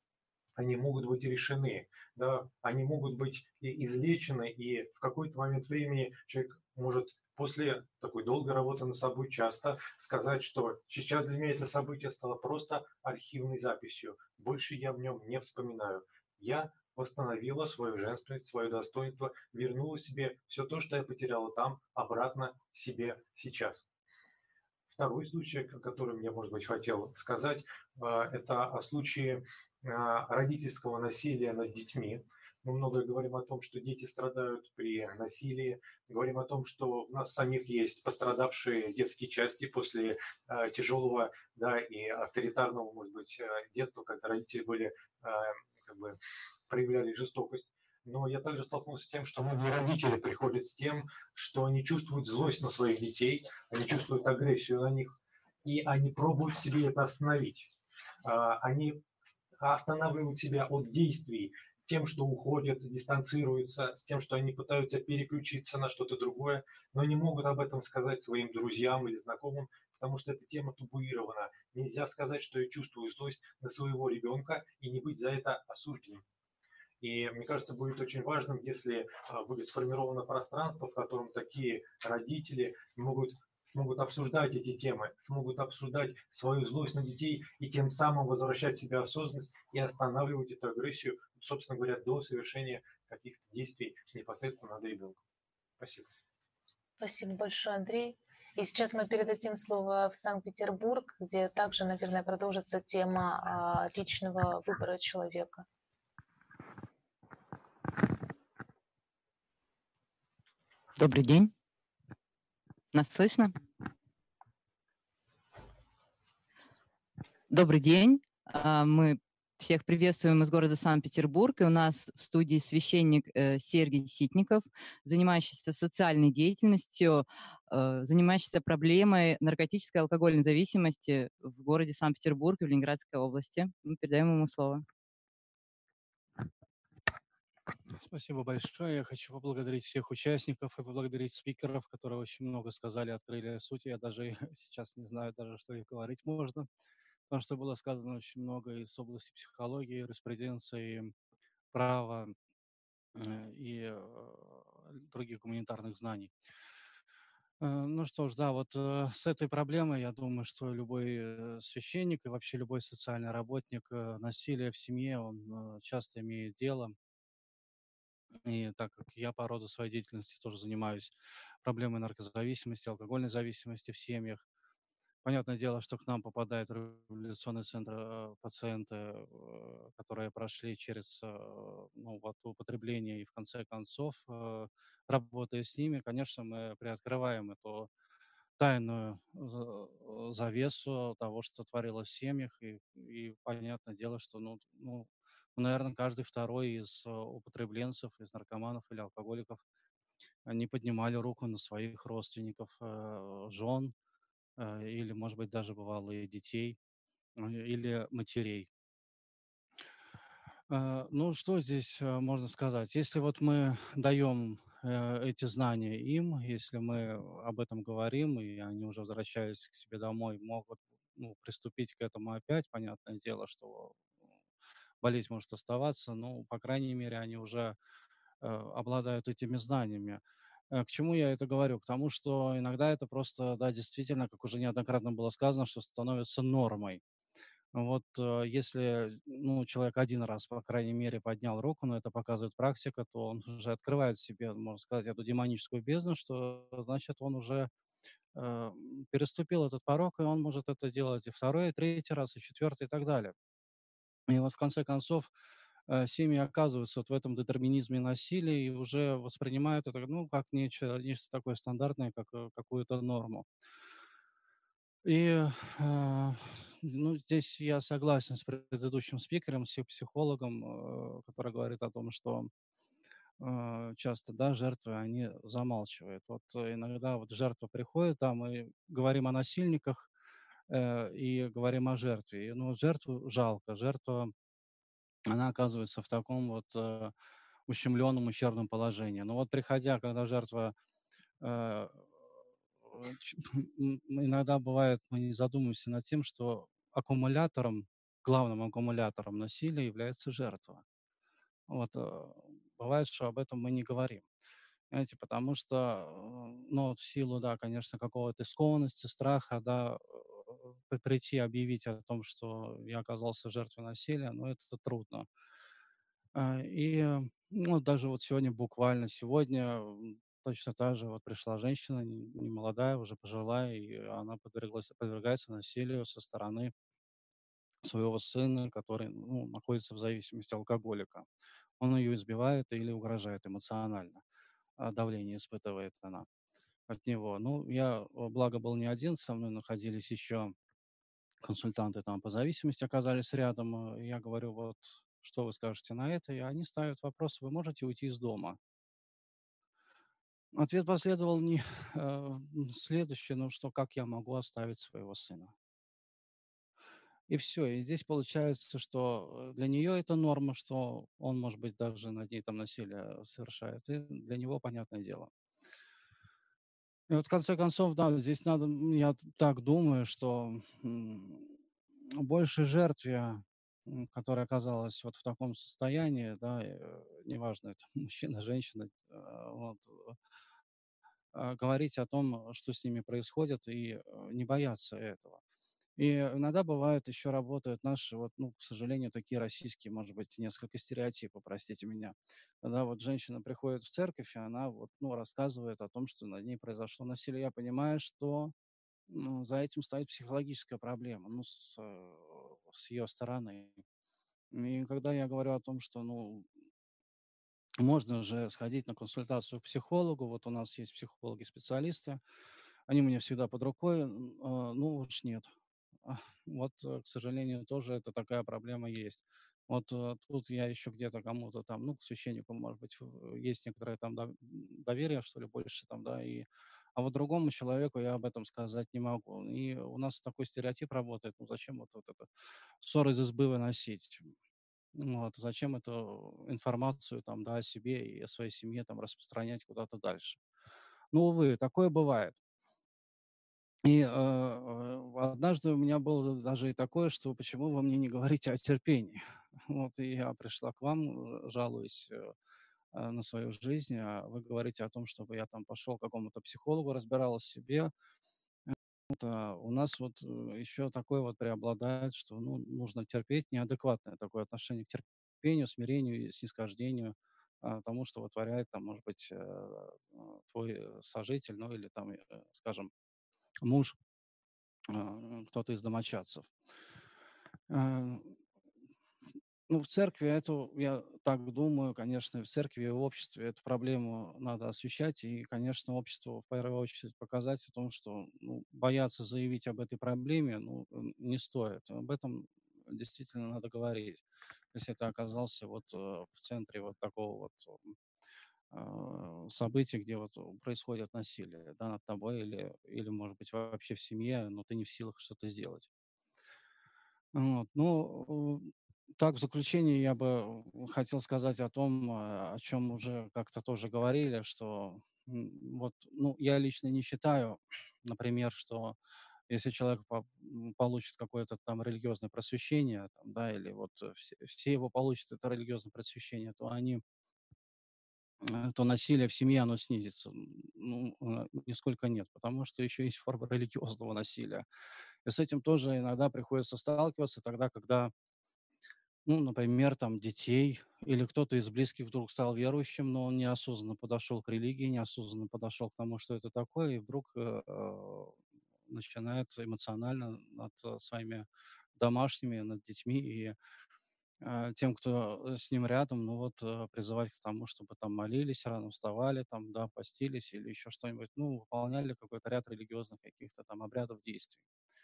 они могут быть решены, да, они могут быть и излечены, и в какой-то момент времени человек может после такой долгой работы над собой часто сказать, что сейчас для меня это событие стало просто архивной записью, больше я в нем не вспоминаю. Я восстановила свою женственность, свое достоинство, вернула себе все то, что я потеряла там, обратно себе сейчас. Второй случай, о котором я, может быть, хотел сказать, это о случае родительского насилия над детьми. Мы много говорим о том, что дети страдают при насилии, говорим о том, что у нас самих есть пострадавшие детские части после э, тяжелого, да, и авторитарного, может быть, детства, когда родители были, э, как бы, проявляли жестокость. Но я также столкнулся с тем, что многие родители приходят с тем, что они чувствуют злость на своих детей, они чувствуют агрессию на них, и они пробуют в себе это остановить. Э, они останавливают себя от действий тем, что уходят, дистанцируются, с тем, что они пытаются переключиться на что-то другое, но не могут об этом сказать своим друзьям или знакомым, потому что эта тема табуирована. Нельзя сказать, что я чувствую злость на своего ребенка и не быть за это осужденным. И мне кажется, будет очень важным, если будет сформировано пространство, в котором такие родители могут смогут обсуждать эти темы, смогут обсуждать свою злость на детей и тем самым возвращать себе осознанность и останавливать эту агрессию, собственно говоря, до совершения каких-то действий непосредственно над ребенком. Спасибо. Спасибо большое, Андрей. И сейчас мы передадим слово в Санкт-Петербург, где также, наверное, продолжится тема личного выбора человека. Добрый день. Нас слышно? Добрый день. Мы всех приветствуем из города Санкт-Петербург. И у нас в студии священник Сергей Ситников, занимающийся социальной деятельностью, занимающийся проблемой наркотической и алкогольной зависимости в городе Санкт-Петербург и в Ленинградской области. Мы передаем ему слово. Спасибо большое. Я хочу поблагодарить всех участников и поблагодарить спикеров, которые очень много сказали, открыли суть. Я даже сейчас не знаю даже, что и говорить можно, потому что было сказано очень много из области психологии, юриспруденции, права и других гуманитарных знаний. Э, Ну что ж, да, вот э, с этой проблемой, я думаю, что любой э, священник и вообще любой социальный работник э, насилия в семье, он э, часто имеет дело. И так как я по роду своей деятельности тоже занимаюсь проблемой наркозависимости, алкогольной зависимости в семьях, понятное дело, что к нам попадают в реабилитационный центр э, пациенты, э, которые прошли через э, ну, вот, употребление, и в конце концов, э, работая с ними, конечно, мы приоткрываем эту тайную за- завесу того, что творилось в семьях, и, и понятное дело, что, ну, ну, наверное, каждый второй из э, употребленцев, из наркоманов или алкоголиков, они поднимали руку на своих родственников, э, жен, э, или, может быть, даже бывало и детей, э, или матерей. Э, Ну, что здесь э, можно сказать? Если вот мы даем э, эти знания им, если мы об этом говорим, и они уже возвращаясь к себе домой, могут ну, приступить к этому опять, понятное дело, что болезнь может оставаться, но, по крайней мере, они уже э, обладают этими знаниями. Э, К чему я это говорю? К тому, что иногда это просто, да, действительно, как уже неоднократно было сказано, что становится нормой. Вот э, если ну, человек один раз, по крайней мере, поднял руку, но это показывает практика, то он уже открывает себе, можно сказать, эту демоническую бездну, что значит он уже э, переступил этот порог, и он может это делать и второй, и третий раз, и четвертый, и так далее. И вот в конце концов э, семьи оказываются вот в этом детерминизме насилия и уже воспринимают это, ну, как нечто, нечто такое стандартное, как э, какую-то норму. И, э, ну, здесь я согласен с предыдущим спикером, с психологом, э, который говорит о том, что э, часто, да, жертвы, они замалчивают. Вот э, иногда вот жертва приходит, да, мы говорим о насильниках э, и говорим о жертве. И, ну, жертву жалко, жертва, она оказывается в таком вот э, ущемленном, ущербном положении. Но вот приходя, когда жертва э, э, ч- м, иногда бывает, мы не задумываемся над тем, что аккумулятором, главным аккумулятором насилия является жертва. Вот, э, бывает, что об этом мы не говорим. Знаете, потому что, э, ну, вот в силу, да, конечно, какого-то скованности, страха, да, э, при- прийти объявить о том, что я оказался жертвой насилия, ну, это трудно. А, И, э, ну, даже вот сегодня, буквально сегодня, м, точно так же вот пришла женщина, не не молодая, уже пожилая, и она подверглась, подвергается насилию со стороны своего сына, который, ну, находится в зависимости алкоголика. Он ее избивает или угрожает эмоционально. А, Давление испытывает она от него. Ну, я, о, благо, был не один, со мной находились еще консультанты там по зависимости оказались рядом. э, Я говорю, вот, что вы скажете на это? И они ставят вопрос, вы можете уйти из дома? Ответ последовал не э, м, следующий, ну что, как я могу оставить своего сына? И все. И здесь получается, что э, для нее это норма, что он, может быть, даже над ней там насилие совершает. И для него понятное дело. И вот в конце концов, да, здесь надо, м, я т- так думаю, что м, больше жертве, м, которая оказалась вот в таком состоянии, да, э, неважно, это мужчина, женщина, э, вот, э, говорить о том, что с ними происходит, и э, не бояться этого. И иногда бывает еще работают наши, вот, ну, к сожалению, такие российские, может быть, несколько стереотипы, простите меня. Когда вот женщина приходит в церковь, и она вот, ну, рассказывает о том, что над ней произошло насилие. Я понимаю, что ну, за этим стоит психологическая проблема, ну, с, э, с ее стороны. И когда я говорю о том, что, ну, можно же сходить на консультацию к психологу, вот у нас есть психологи-специалисты, они у меня всегда под рукой, н- а, ну уж нет. А, Вот, э, к сожалению, тоже это такая проблема есть. Вот э, тут я еще где-то кому-то там, ну, к священнику, может быть, в- есть некоторое там дов- доверие, что ли, больше там, да, и а вот другому человеку я об этом сказать не могу. И у нас такой стереотип работает, ну, зачем вот, вот это ссоры из избы выносить? Ну вот, зачем эту информацию там, да, о себе и о своей семье там распространять куда-то дальше? Ну, увы, такое бывает. И э, э, однажды у меня было даже и такое, что почему вы мне не говорите о терпении? Вот и я пришла к вам, э, жалуюсь, э, э, на свою жизнь, а вы говорите о том, чтобы я там пошел к какому-то психологу, разбирался в себе. Это у нас вот э, еще такое вот преобладает, что ну, нужно терпеть неадекватное такое отношение к терпению, смирению и снисхождению а, тому, что вытворяет там, может быть, э, э, твой э, сожитель, ну или там, э, скажем, муж, а, кто-то из домочадцев. Э, Ну, в церкви эту, я так думаю, конечно, в церкви и в обществе эту проблему надо освещать, и, конечно, обществу в первую очередь показать о том, что ну, бояться заявить об этой проблеме ну, н- не стоит. Об этом действительно надо говорить. Если ты оказался вот э, в центре вот такого вот э, события, где вот происходит насилие, да, над тобой или, или, может быть, вообще в семье, но ты не в силах что-то сделать. Вот. Ну, э, так, в заключение я бы э, хотел сказать о том, э, о чем уже как-то тоже говорили, что м, вот, ну, я лично не считаю, например, что если человек по- м, получит какое-то там религиозное просвещение, там, да, или вот э, все, все его получат это религиозное просвещение, то они, э, то насилие в семье, оно снизится. М, Ну, э, нисколько нет, потому что еще есть форма религиозного насилия. И с этим тоже иногда приходится сталкиваться тогда, когда ну, например, там детей или кто-то из близких вдруг стал верующим, но он неосознанно подошел к религии, неосознанно подошел к тому, что это такое, и вдруг э, э, начинает эмоционально над э, своими домашними, над детьми и э, тем, кто э, с ним рядом, ну вот э, призывать к тому, чтобы там молились, рано вставали, там, да, постились или еще что-нибудь, ну, выполняли какой-то ряд религиозных каких-то там обрядов, действий.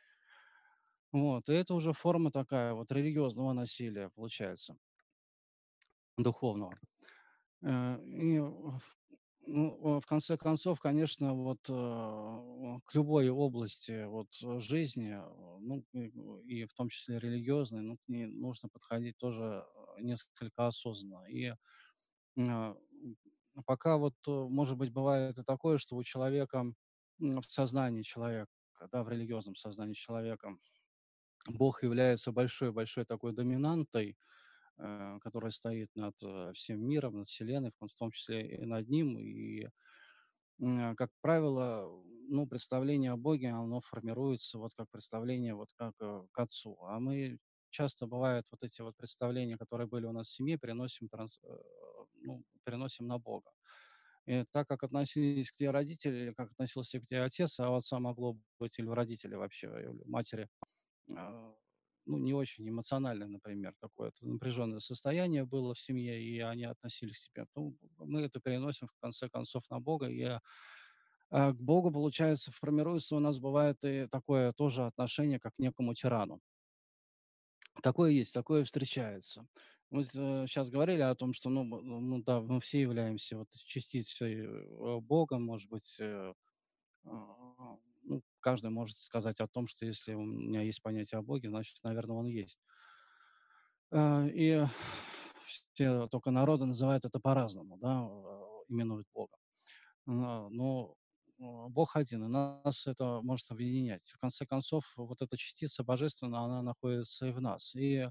Вот, и это уже форма такая вот религиозного насилия получается, духовного. Э, и в ну, э, в конце концов, конечно, вот, э, к любой области вот э, жизни, э, ну, и и в том числе религиозной, ну, к ней нужно подходить тоже, э, несколько осознанно. И, а, м, пока вот, э, может быть, бывает и такое, что у человека, м, в сознании человека, да, в религиозном сознании человека Бог является большой-большой такой доминантой, э, которая стоит над э, всем миром, над Вселенной, в том числе и над ним. И, м, как правило, ну, представление о Боге, оно формируется вот как представление вот как э, к Отцу. А мы часто бывает вот эти вот представления, которые были у нас в семье, переносим, транс- э, ну, переносим на Бога. И так как относились к тебе родители, или как относился к тебе отец, а у отца могло быть или у родителей вообще, или у матери, а, ну, не очень эмоциональное, например, какое-то напряженное состояние было в семье, и они относились к тебе, то мы это переносим, в конце концов, на Бога. И а, а, к Богу, получается, формируется у нас бывает и такое тоже отношение, как к некому тирану. Такое есть, такое встречается. Мы сейчас говорили о том, что, ну, м, ну да, мы все являемся вот частицей э, Бога, может быть, э, а, ну, каждый может сказать о том, что если у меня есть понятие о Боге, значит, наверное, он есть. А, И все только народы называют это по-разному, да, э, именуют Бога. Но но, э, Бог один, и нас это может объединять. В конце концов, вот эта частица божественная, она находится и в нас. И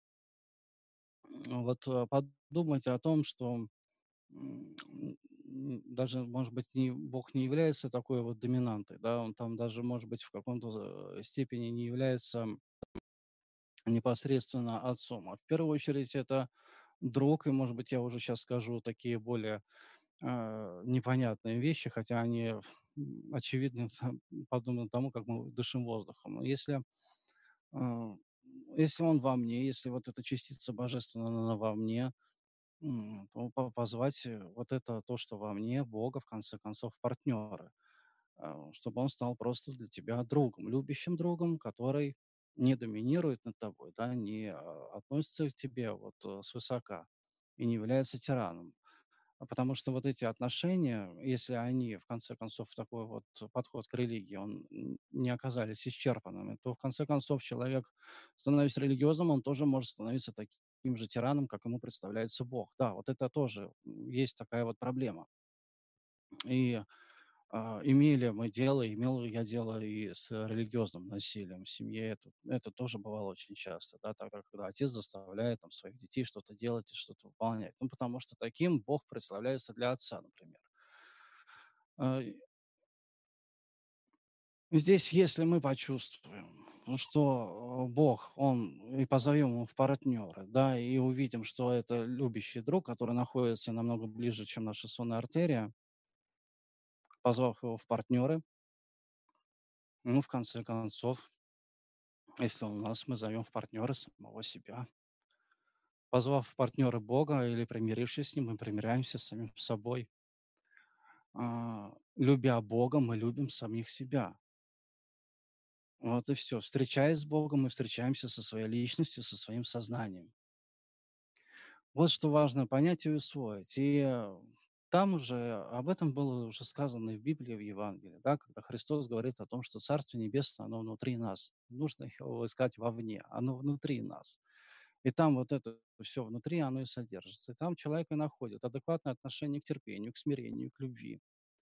м, вот э, подумайте о том, что м, м, даже, может быть, не, Бог не является такой вот доминантой, да, он там даже, может быть, в каком-то э, степени не является непосредственно отцом, а в первую очередь это друг, и, может быть, я уже сейчас скажу такие более э, непонятные вещи, хотя они м, очевидны сам- подобно тому, как мы дышим воздухом. Но Если, э, если он во мне, если вот эта частица божественная, она во мне, м, то по- позвать э, вот это то, что во мне, Бога, в конце концов, в партнеры, а, чтобы он стал просто для тебя другом, любящим другом, который не доминирует над тобой, да, не а, относится к тебе вот э, свысока и не является тираном. А Потому что вот эти отношения, если они, в конце концов, такой вот подход к религии, он н- не оказались исчерпанными, то, в конце концов, человек, становясь религиозным, он тоже может становиться таким же тираном, как ему представляется Бог. Да, вот это тоже м, есть такая вот проблема. И А, Имели мы дело, имел я дело и с религиозным насилием в семье. Это, это тоже бывало очень часто, да, тогда, когда отец заставляет там, своих детей что-то делать и что-то выполнять. Ну, потому что таким Бог представляется для отца, например. А, Здесь, если мы почувствуем, ну, что э, Бог, Он, и позовем Его в партнеры, да, и увидим, что это любящий друг, который находится намного ближе, чем наша сонная артерия, позвав его в партнеры, ну, в конце концов, если он у нас, мы зовем в партнеры самого себя. Позвав в партнеры Бога или примирившись с Ним, мы примиряемся с самим собой. А, Любя Бога, мы любим самих себя. Вот и все. Встречаясь с Богом, мы встречаемся со своей личностью, со своим сознанием. Вот что важно понять и усвоить. И э, там уже об этом было уже сказано и в Библии, и в Евангелии, да, когда Христос говорит о том, что Царство Небесное, оно внутри нас. Не нужно его искать вовне, оно внутри нас. И там вот это все внутри, оно и содержится. И там человек и находит адекватное отношение к терпению, к смирению, к любви.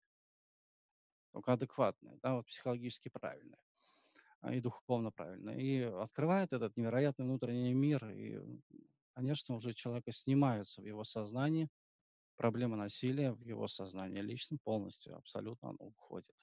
Только адекватное, да, вот психологически правильное а, и духовно правильное. И открывает этот невероятный внутренний мир. И, конечно, уже человека снимается в его сознании проблема насилия, в его сознании личном полностью, абсолютно оно уходит.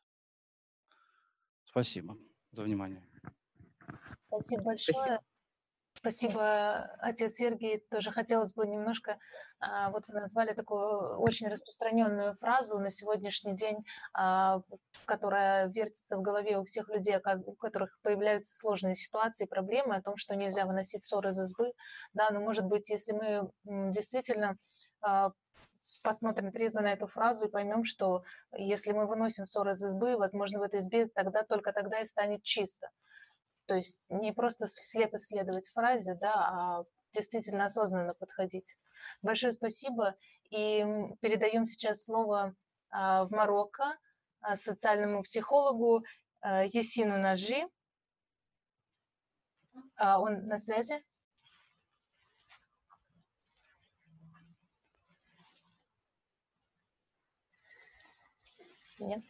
Спасибо за внимание. Спасибо большое. Спасибо, отец Сергий. Тоже хотелось бы немножко, а, вот вы назвали такую очень распространенную фразу на сегодняшний день, а, которая вертится в голове у всех людей, оказ- у которых появляются сложные ситуации, проблемы, о том, что нельзя выносить ссоры из избы. Да, но, может быть, если мы м, действительно а, посмотрим трезво на эту фразу и поймем, что если мы выносим ссоры из избы, возможно, в этой избе тогда только тогда и станет чисто. То есть не просто слепо следовать фразе, да, а действительно осознанно подходить. Большое спасибо. И передаем сейчас слово а, в Марокко а, социальному психологу а, Ясину Нажи. А, он на связи? Нет.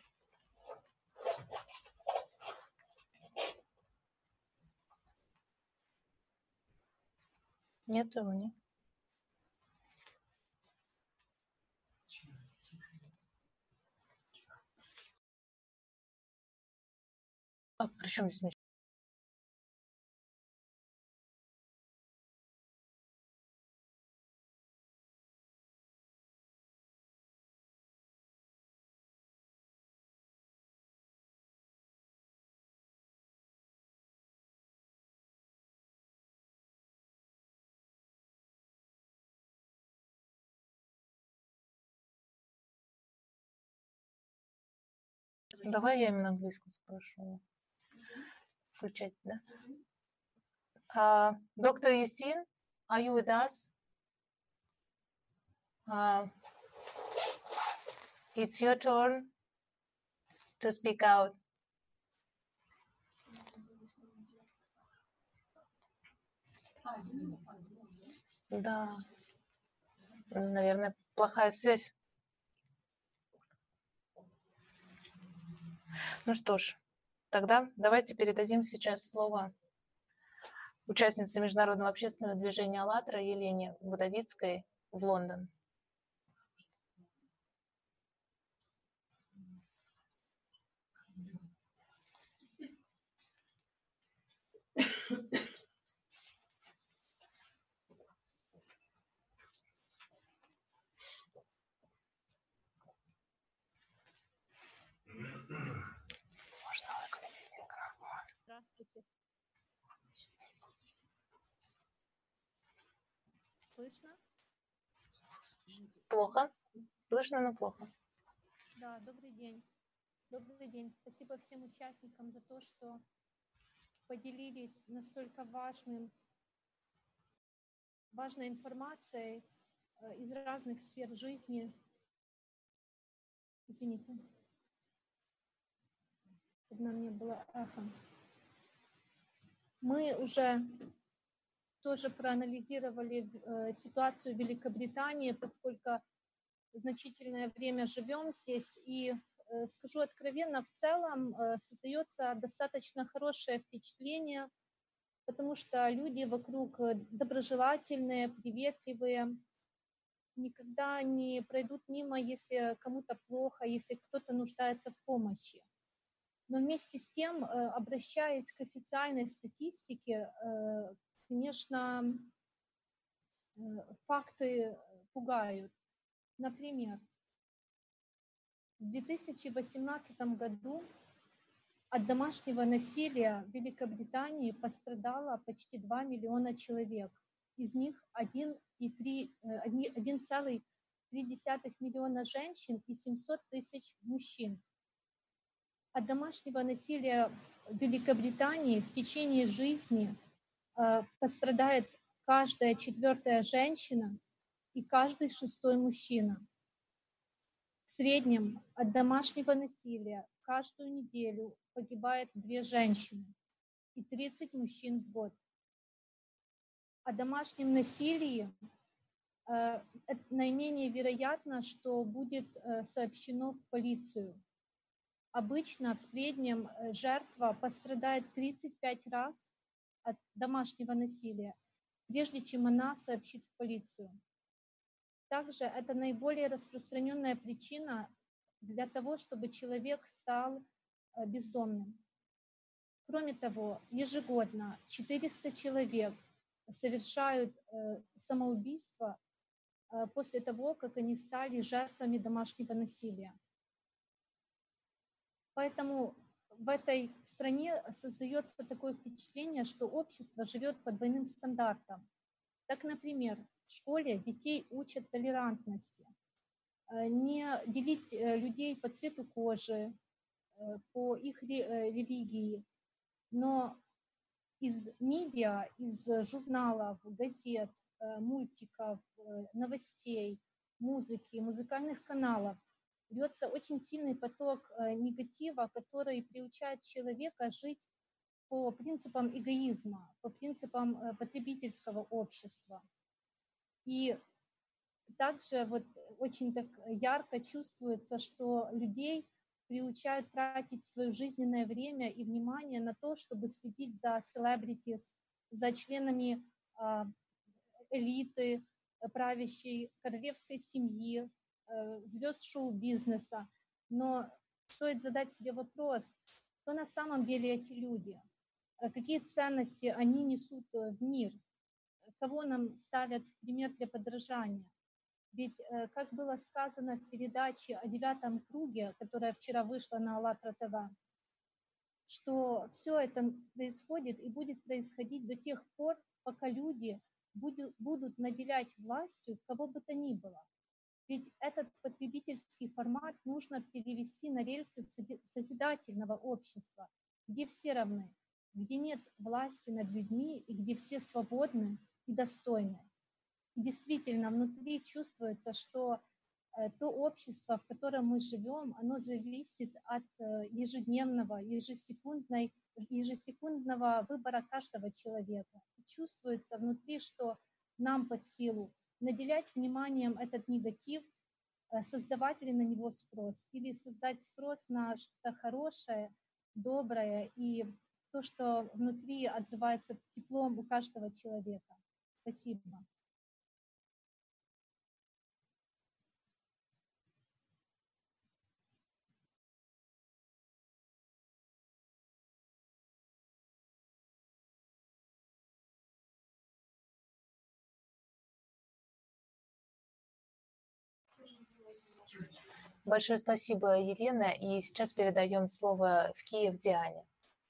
Нет его, нет. А при чем здесь ничего? Давай я именно английском спрошу. Включать, да? Uh, Doctor Yasin, are you with us? Uh, it's your turn to speak out. Да, наверное, плохая связь. Ну что ж, тогда давайте передадим сейчас слово участнице международного общественного движения «АЛЛАТРА» Елене Будовицкой в Лондон. Здравствуйте. Слышно? Плохо? Слышно, но плохо. Да, добрый день. Добрый день. Спасибо всем участникам за то, что поделились настолько важным, важной информацией э, из разных сфер жизни. Извините. Чтобы нам не было эхо. Мы уже тоже проанализировали э, ситуацию в Великобритании, поскольку значительное время живем здесь, и скажу откровенно, в целом создается достаточно хорошее впечатление, потому что люди вокруг доброжелательные, приветливые, никогда не пройдут мимо, если кому-то плохо, если кто-то нуждается в помощи. Но вместе с тем, обращаясь к официальной статистике, конечно, факты пугают. Например, в две тысячи восемнадцатом году от домашнего насилия в Великобритании пострадало почти два миллиона человек. Из них один целых три десятых миллиона женщин и семьсот тысяч мужчин. От домашнего насилия в Великобритании в течение жизни э, пострадает каждая четвертая женщина и каждый шестой мужчина. В среднем от домашнего насилия каждую неделю погибает две женщины и тридцать мужчин в год. О домашнем насилии э, наименее вероятно, что будет э, сообщено в полицию. Обычно в среднем жертва пострадает тридцать пять раз от домашнего насилия, прежде чем она сообщит в полицию. Также это наиболее распространенная причина для того, чтобы человек стал бездомным. Кроме того, ежегодно четыреста человек совершают самоубийство после того, как они стали жертвами домашнего насилия. Поэтому в этой стране создается такое впечатление, что общество живет по двойным стандартам. Так, например, в школе детей учат толерантности, не делить людей по цвету кожи, по их религии, но из медиа, из журналов, газет, мультиков, новостей, музыки, музыкальных каналов льется очень сильный поток негатива, который приучает человека жить по принципам эгоизма, по принципам потребительского общества. И также вот очень так ярко чувствуется, что людей приучают тратить свое жизненное время и внимание на то, чтобы следить за celebrities, за членами э, элиты, правящей королевской семьи, э, звезд шоу-бизнеса. Но стоит задать себе вопрос, кто на самом деле эти люди, какие ценности они несут в мир, кого нам ставят в пример для подражания. Ведь, как было сказано в передаче о девятом круге, которая вчера вышла на АЛЛАТРА ТВ, что все это происходит и будет происходить до тех пор, пока люди будут наделять властью кого бы то ни было. Ведь этот потребительский формат нужно перевести на рельсы созидательного общества, где все равны, где нет власти над людьми и где все свободны и достойны. И действительно, внутри чувствуется, что э, то общество, в котором мы живем, оно зависит от э, ежедневного, ежесекундной, ежесекундного выбора каждого человека. И чувствуется внутри, что нам под силу наделять вниманием этот негатив, э, создавать ли на него спрос, или создать спрос на что-то хорошее, доброе и то, что внутри отзывается теплом у каждого человека. Спасибо. Большое спасибо, Елена. И сейчас передаем слово в Киев Диане.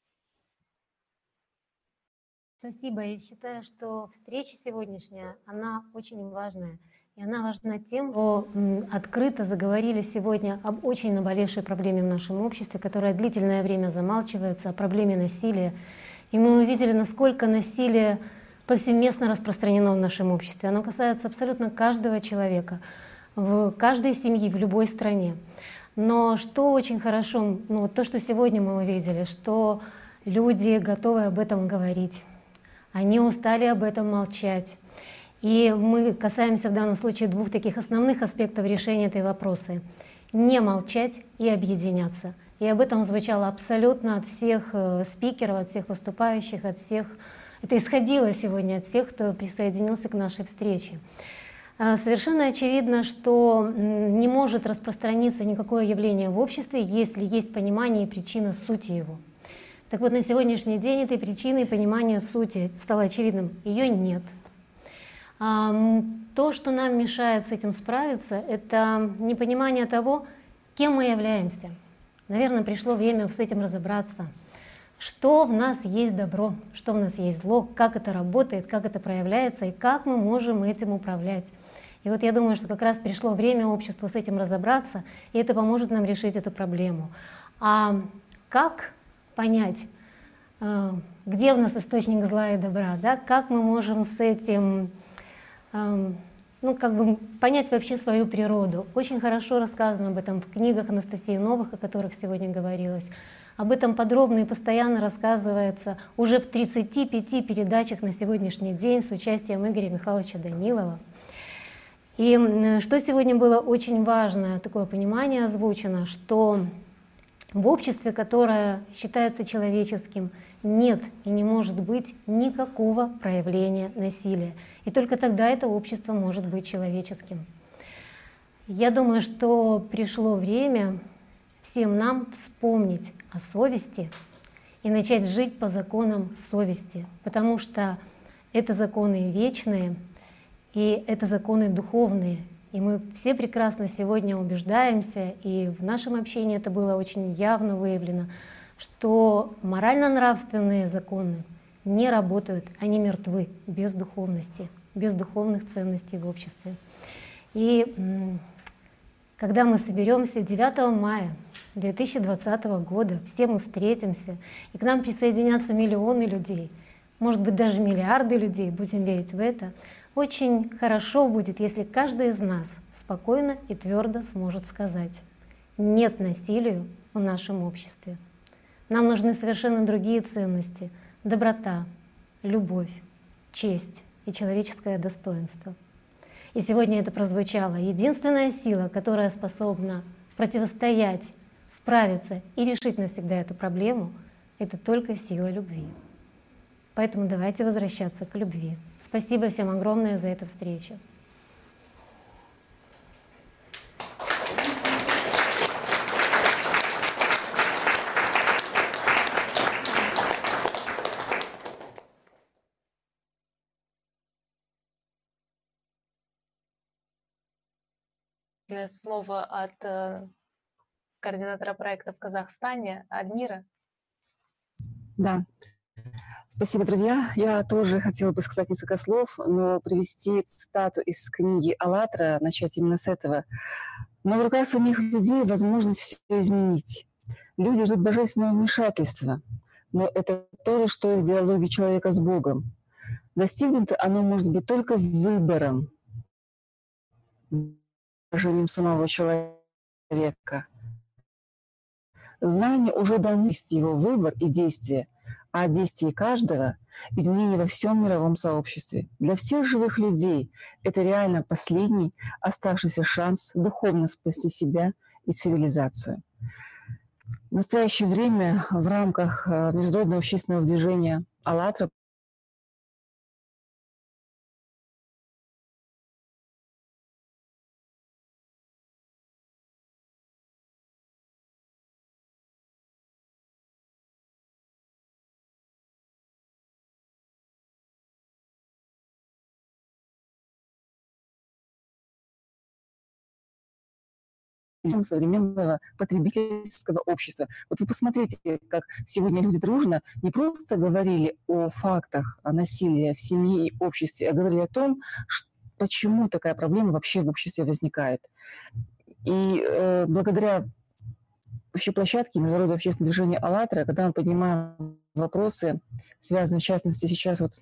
Спасибо. Я считаю, что встреча сегодняшняя, она очень важная. И она важна тем, что открыто заговорили сегодня об очень наболевшей проблеме в нашем обществе, которая длительное время замалчивается, о проблеме насилия. И мы увидели, насколько насилие повсеместно распространено в нашем обществе. Оно касается абсолютно каждого человека, в каждой семье, в любой стране. Но что очень хорошо, ну вот то, что сегодня мы увидели, что люди готовы об этом говорить. Они устали об этом молчать. И мы касаемся в данном случае двух таких основных аспектов решения этой вопросы. не молчать и объединяться. И об этом звучало абсолютно от всех спикеров, от всех выступающих, от всех. Это исходило сегодня от всех, кто присоединился к нашей встрече. Совершенно очевидно, что не может распространиться никакое явление в обществе, если есть понимание и причина сути его. Так вот, на сегодняшний день этой причины и понимания сути стало очевидным. Ее нет. То, что нам мешает с этим справиться, это непонимание того, кем мы являемся. Наверное, пришло время с этим разобраться. Что в нас есть добро, что в нас есть зло, как это работает, как это проявляется и как мы можем этим управлять. И вот я думаю, что как раз пришло время обществу с этим разобраться, и это поможет нам решить эту проблему. А как понять, где у нас источник зла и добра, да? Как мы можем с этим, ну, как бы понять вообще свою природу? Очень хорошо рассказано об этом в книгах Анастасии Новых, о которых сегодня говорилось. Об этом подробно и постоянно рассказывается уже в тридцати пяти передачах на сегодняшний день с участием Игоря Михайловича Данилова. И что сегодня было очень важно, такое понимание озвучено, что в обществе, которое считается человеческим, нет и не может быть никакого проявления насилия. И только тогда это общество может быть человеческим. Я думаю, что пришло время всем нам вспомнить о совести и начать жить по законам совести, потому что это законы вечные, и это законы духовные. И мы все прекрасно сегодня убеждаемся, и в нашем общении это было очень явно выявлено, что морально-нравственные законы не работают, они мертвы без духовности, без духовных ценностей в обществе. И когда мы соберемся девятого мая две тысячи двадцатого года, все мы встретимся, и к нам присоединятся миллионы людей, может быть, даже миллиарды людей, будем верить в это, очень хорошо будет, если каждый из нас спокойно и твердо сможет сказать: нет насилию в нашем обществе. Нам нужны совершенно другие ценности: доброта, любовь, честь и человеческое достоинство. И сегодня это прозвучало. Единственная сила, которая способна противостоять, справиться и решить навсегда эту проблему, это только сила любви. Поэтому давайте возвращаться к любви. Спасибо всем огромное за эту встречу. Слово от координатора проекта в Казахстане Альмира. Да. Спасибо, друзья. Я тоже хотела бы сказать несколько слов, но привести цитату из книги «АЛЛАТРА», начать именно с этого. Но в руках самих людей возможность все изменить. Люди ждут божественного вмешательства, но это то же, что и в диалоге человека с Богом. Достигнуто оно может быть только выбором, выражением самого человека. Знание уже дано, его выбор и действие, а от действий каждого – изменение во всем мировом сообществе. Для всех живых людей это реально последний оставшийся шанс духовно спасти себя и цивилизацию. В настоящее время в рамках международного общественного движения «АЛЛАТРА» современного потребительского общества. Вот вы посмотрите, как сегодня люди дружно не просто говорили о фактах о насилии в семье и обществе, а говорили о том, что, почему такая проблема вообще в обществе возникает. И э, благодаря вообще площадке Международного общественного движения «АЛЛАТРА», когда мы поднимаем вопросы, связанные в частности сейчас вот с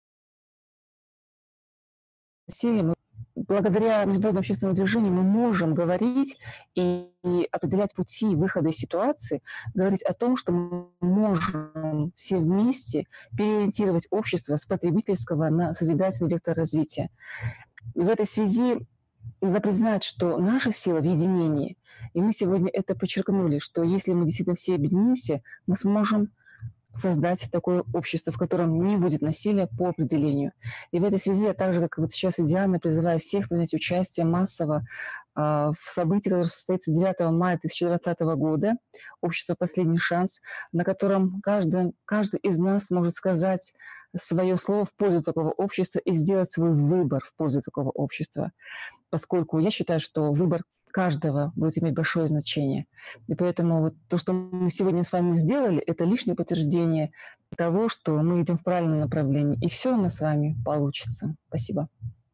насилием, благодаря международному общественному движению мы можем говорить и, и определять пути выхода из ситуации, говорить о том, что мы можем все вместе переориентировать общество с потребительского на созидательный вектор развития. И в этой связи надо признать, что наша сила в единении, И мы сегодня это подчеркнули, что если мы действительно все объединимся, мы сможем создать такое общество, в котором не будет насилия по определению. И в этой связи я также, как вот сейчас и Диана, призываю всех принять участие массово э, в событии, которое состоится девятого мая две тысячи двадцатого года, общество «Последний шанс», на котором каждый, каждый из нас может сказать свое слово в пользу такого общества и сделать свой выбор в пользу такого общества, поскольку я считаю, что выбор каждого будет иметь большое значение. И поэтому вот то, что мы сегодня с вами сделали, это лишнее подтверждение того, что мы идем в правильном направлении. И все у нас с вами получится. Спасибо.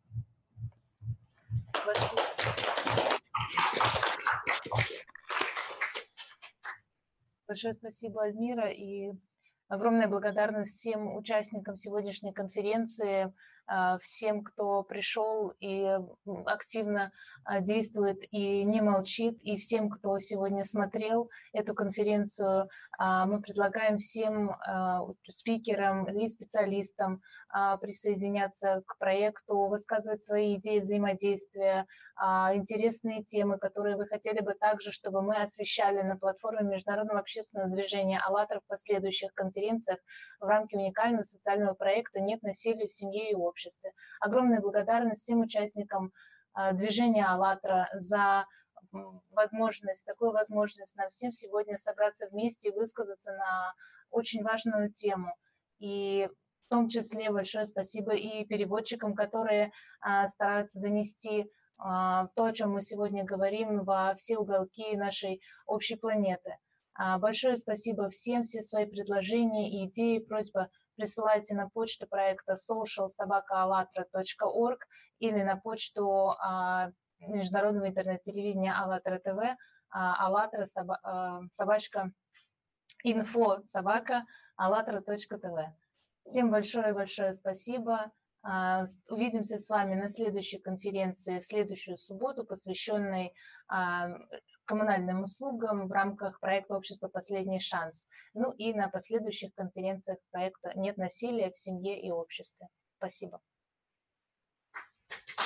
Большое спасибо, Альмира, и огромная благодарность всем участникам сегодняшней конференции, всем, кто пришел и активно действует и не молчит, и всем, кто сегодня смотрел эту конференцию. Мы предлагаем всем спикерам и специалистам присоединяться к проекту, высказывать свои идеи взаимодействия, интересные темы, которые вы хотели бы также, чтобы мы освещали на платформе Международного общественного движения «АЛЛАТРА» в последующих конференциях в рамках уникального социального проекта «Нет насилия в семье и обществе». Огромная благодарность всем участникам движения «АЛЛАТРА» за возможность, такую возможность нам всем сегодня собраться вместе и высказаться на очень важную тему. И в том числе большое спасибо и переводчикам, которые а, стараются донести а, то, о чем мы сегодня говорим, во все уголки нашей общей планеты. А, большое спасибо всем, все свои предложения и идеи, просьба присылайте на почту проекта social собака allatra точка org или на почту а, международного интернет-телевидения АЛЛАТРА ТВ, а, АЛЛАТРА соба, а, собачка инфо собака allatra точка tv. Всем большое-большое спасибо. Увидимся с вами на следующей конференции в следующую субботу, посвященной коммунальным услугам в рамках проекта «Общество. Последний шанс». Ну и на последующих конференциях проекта «Нет насилия в семье и обществе». Спасибо.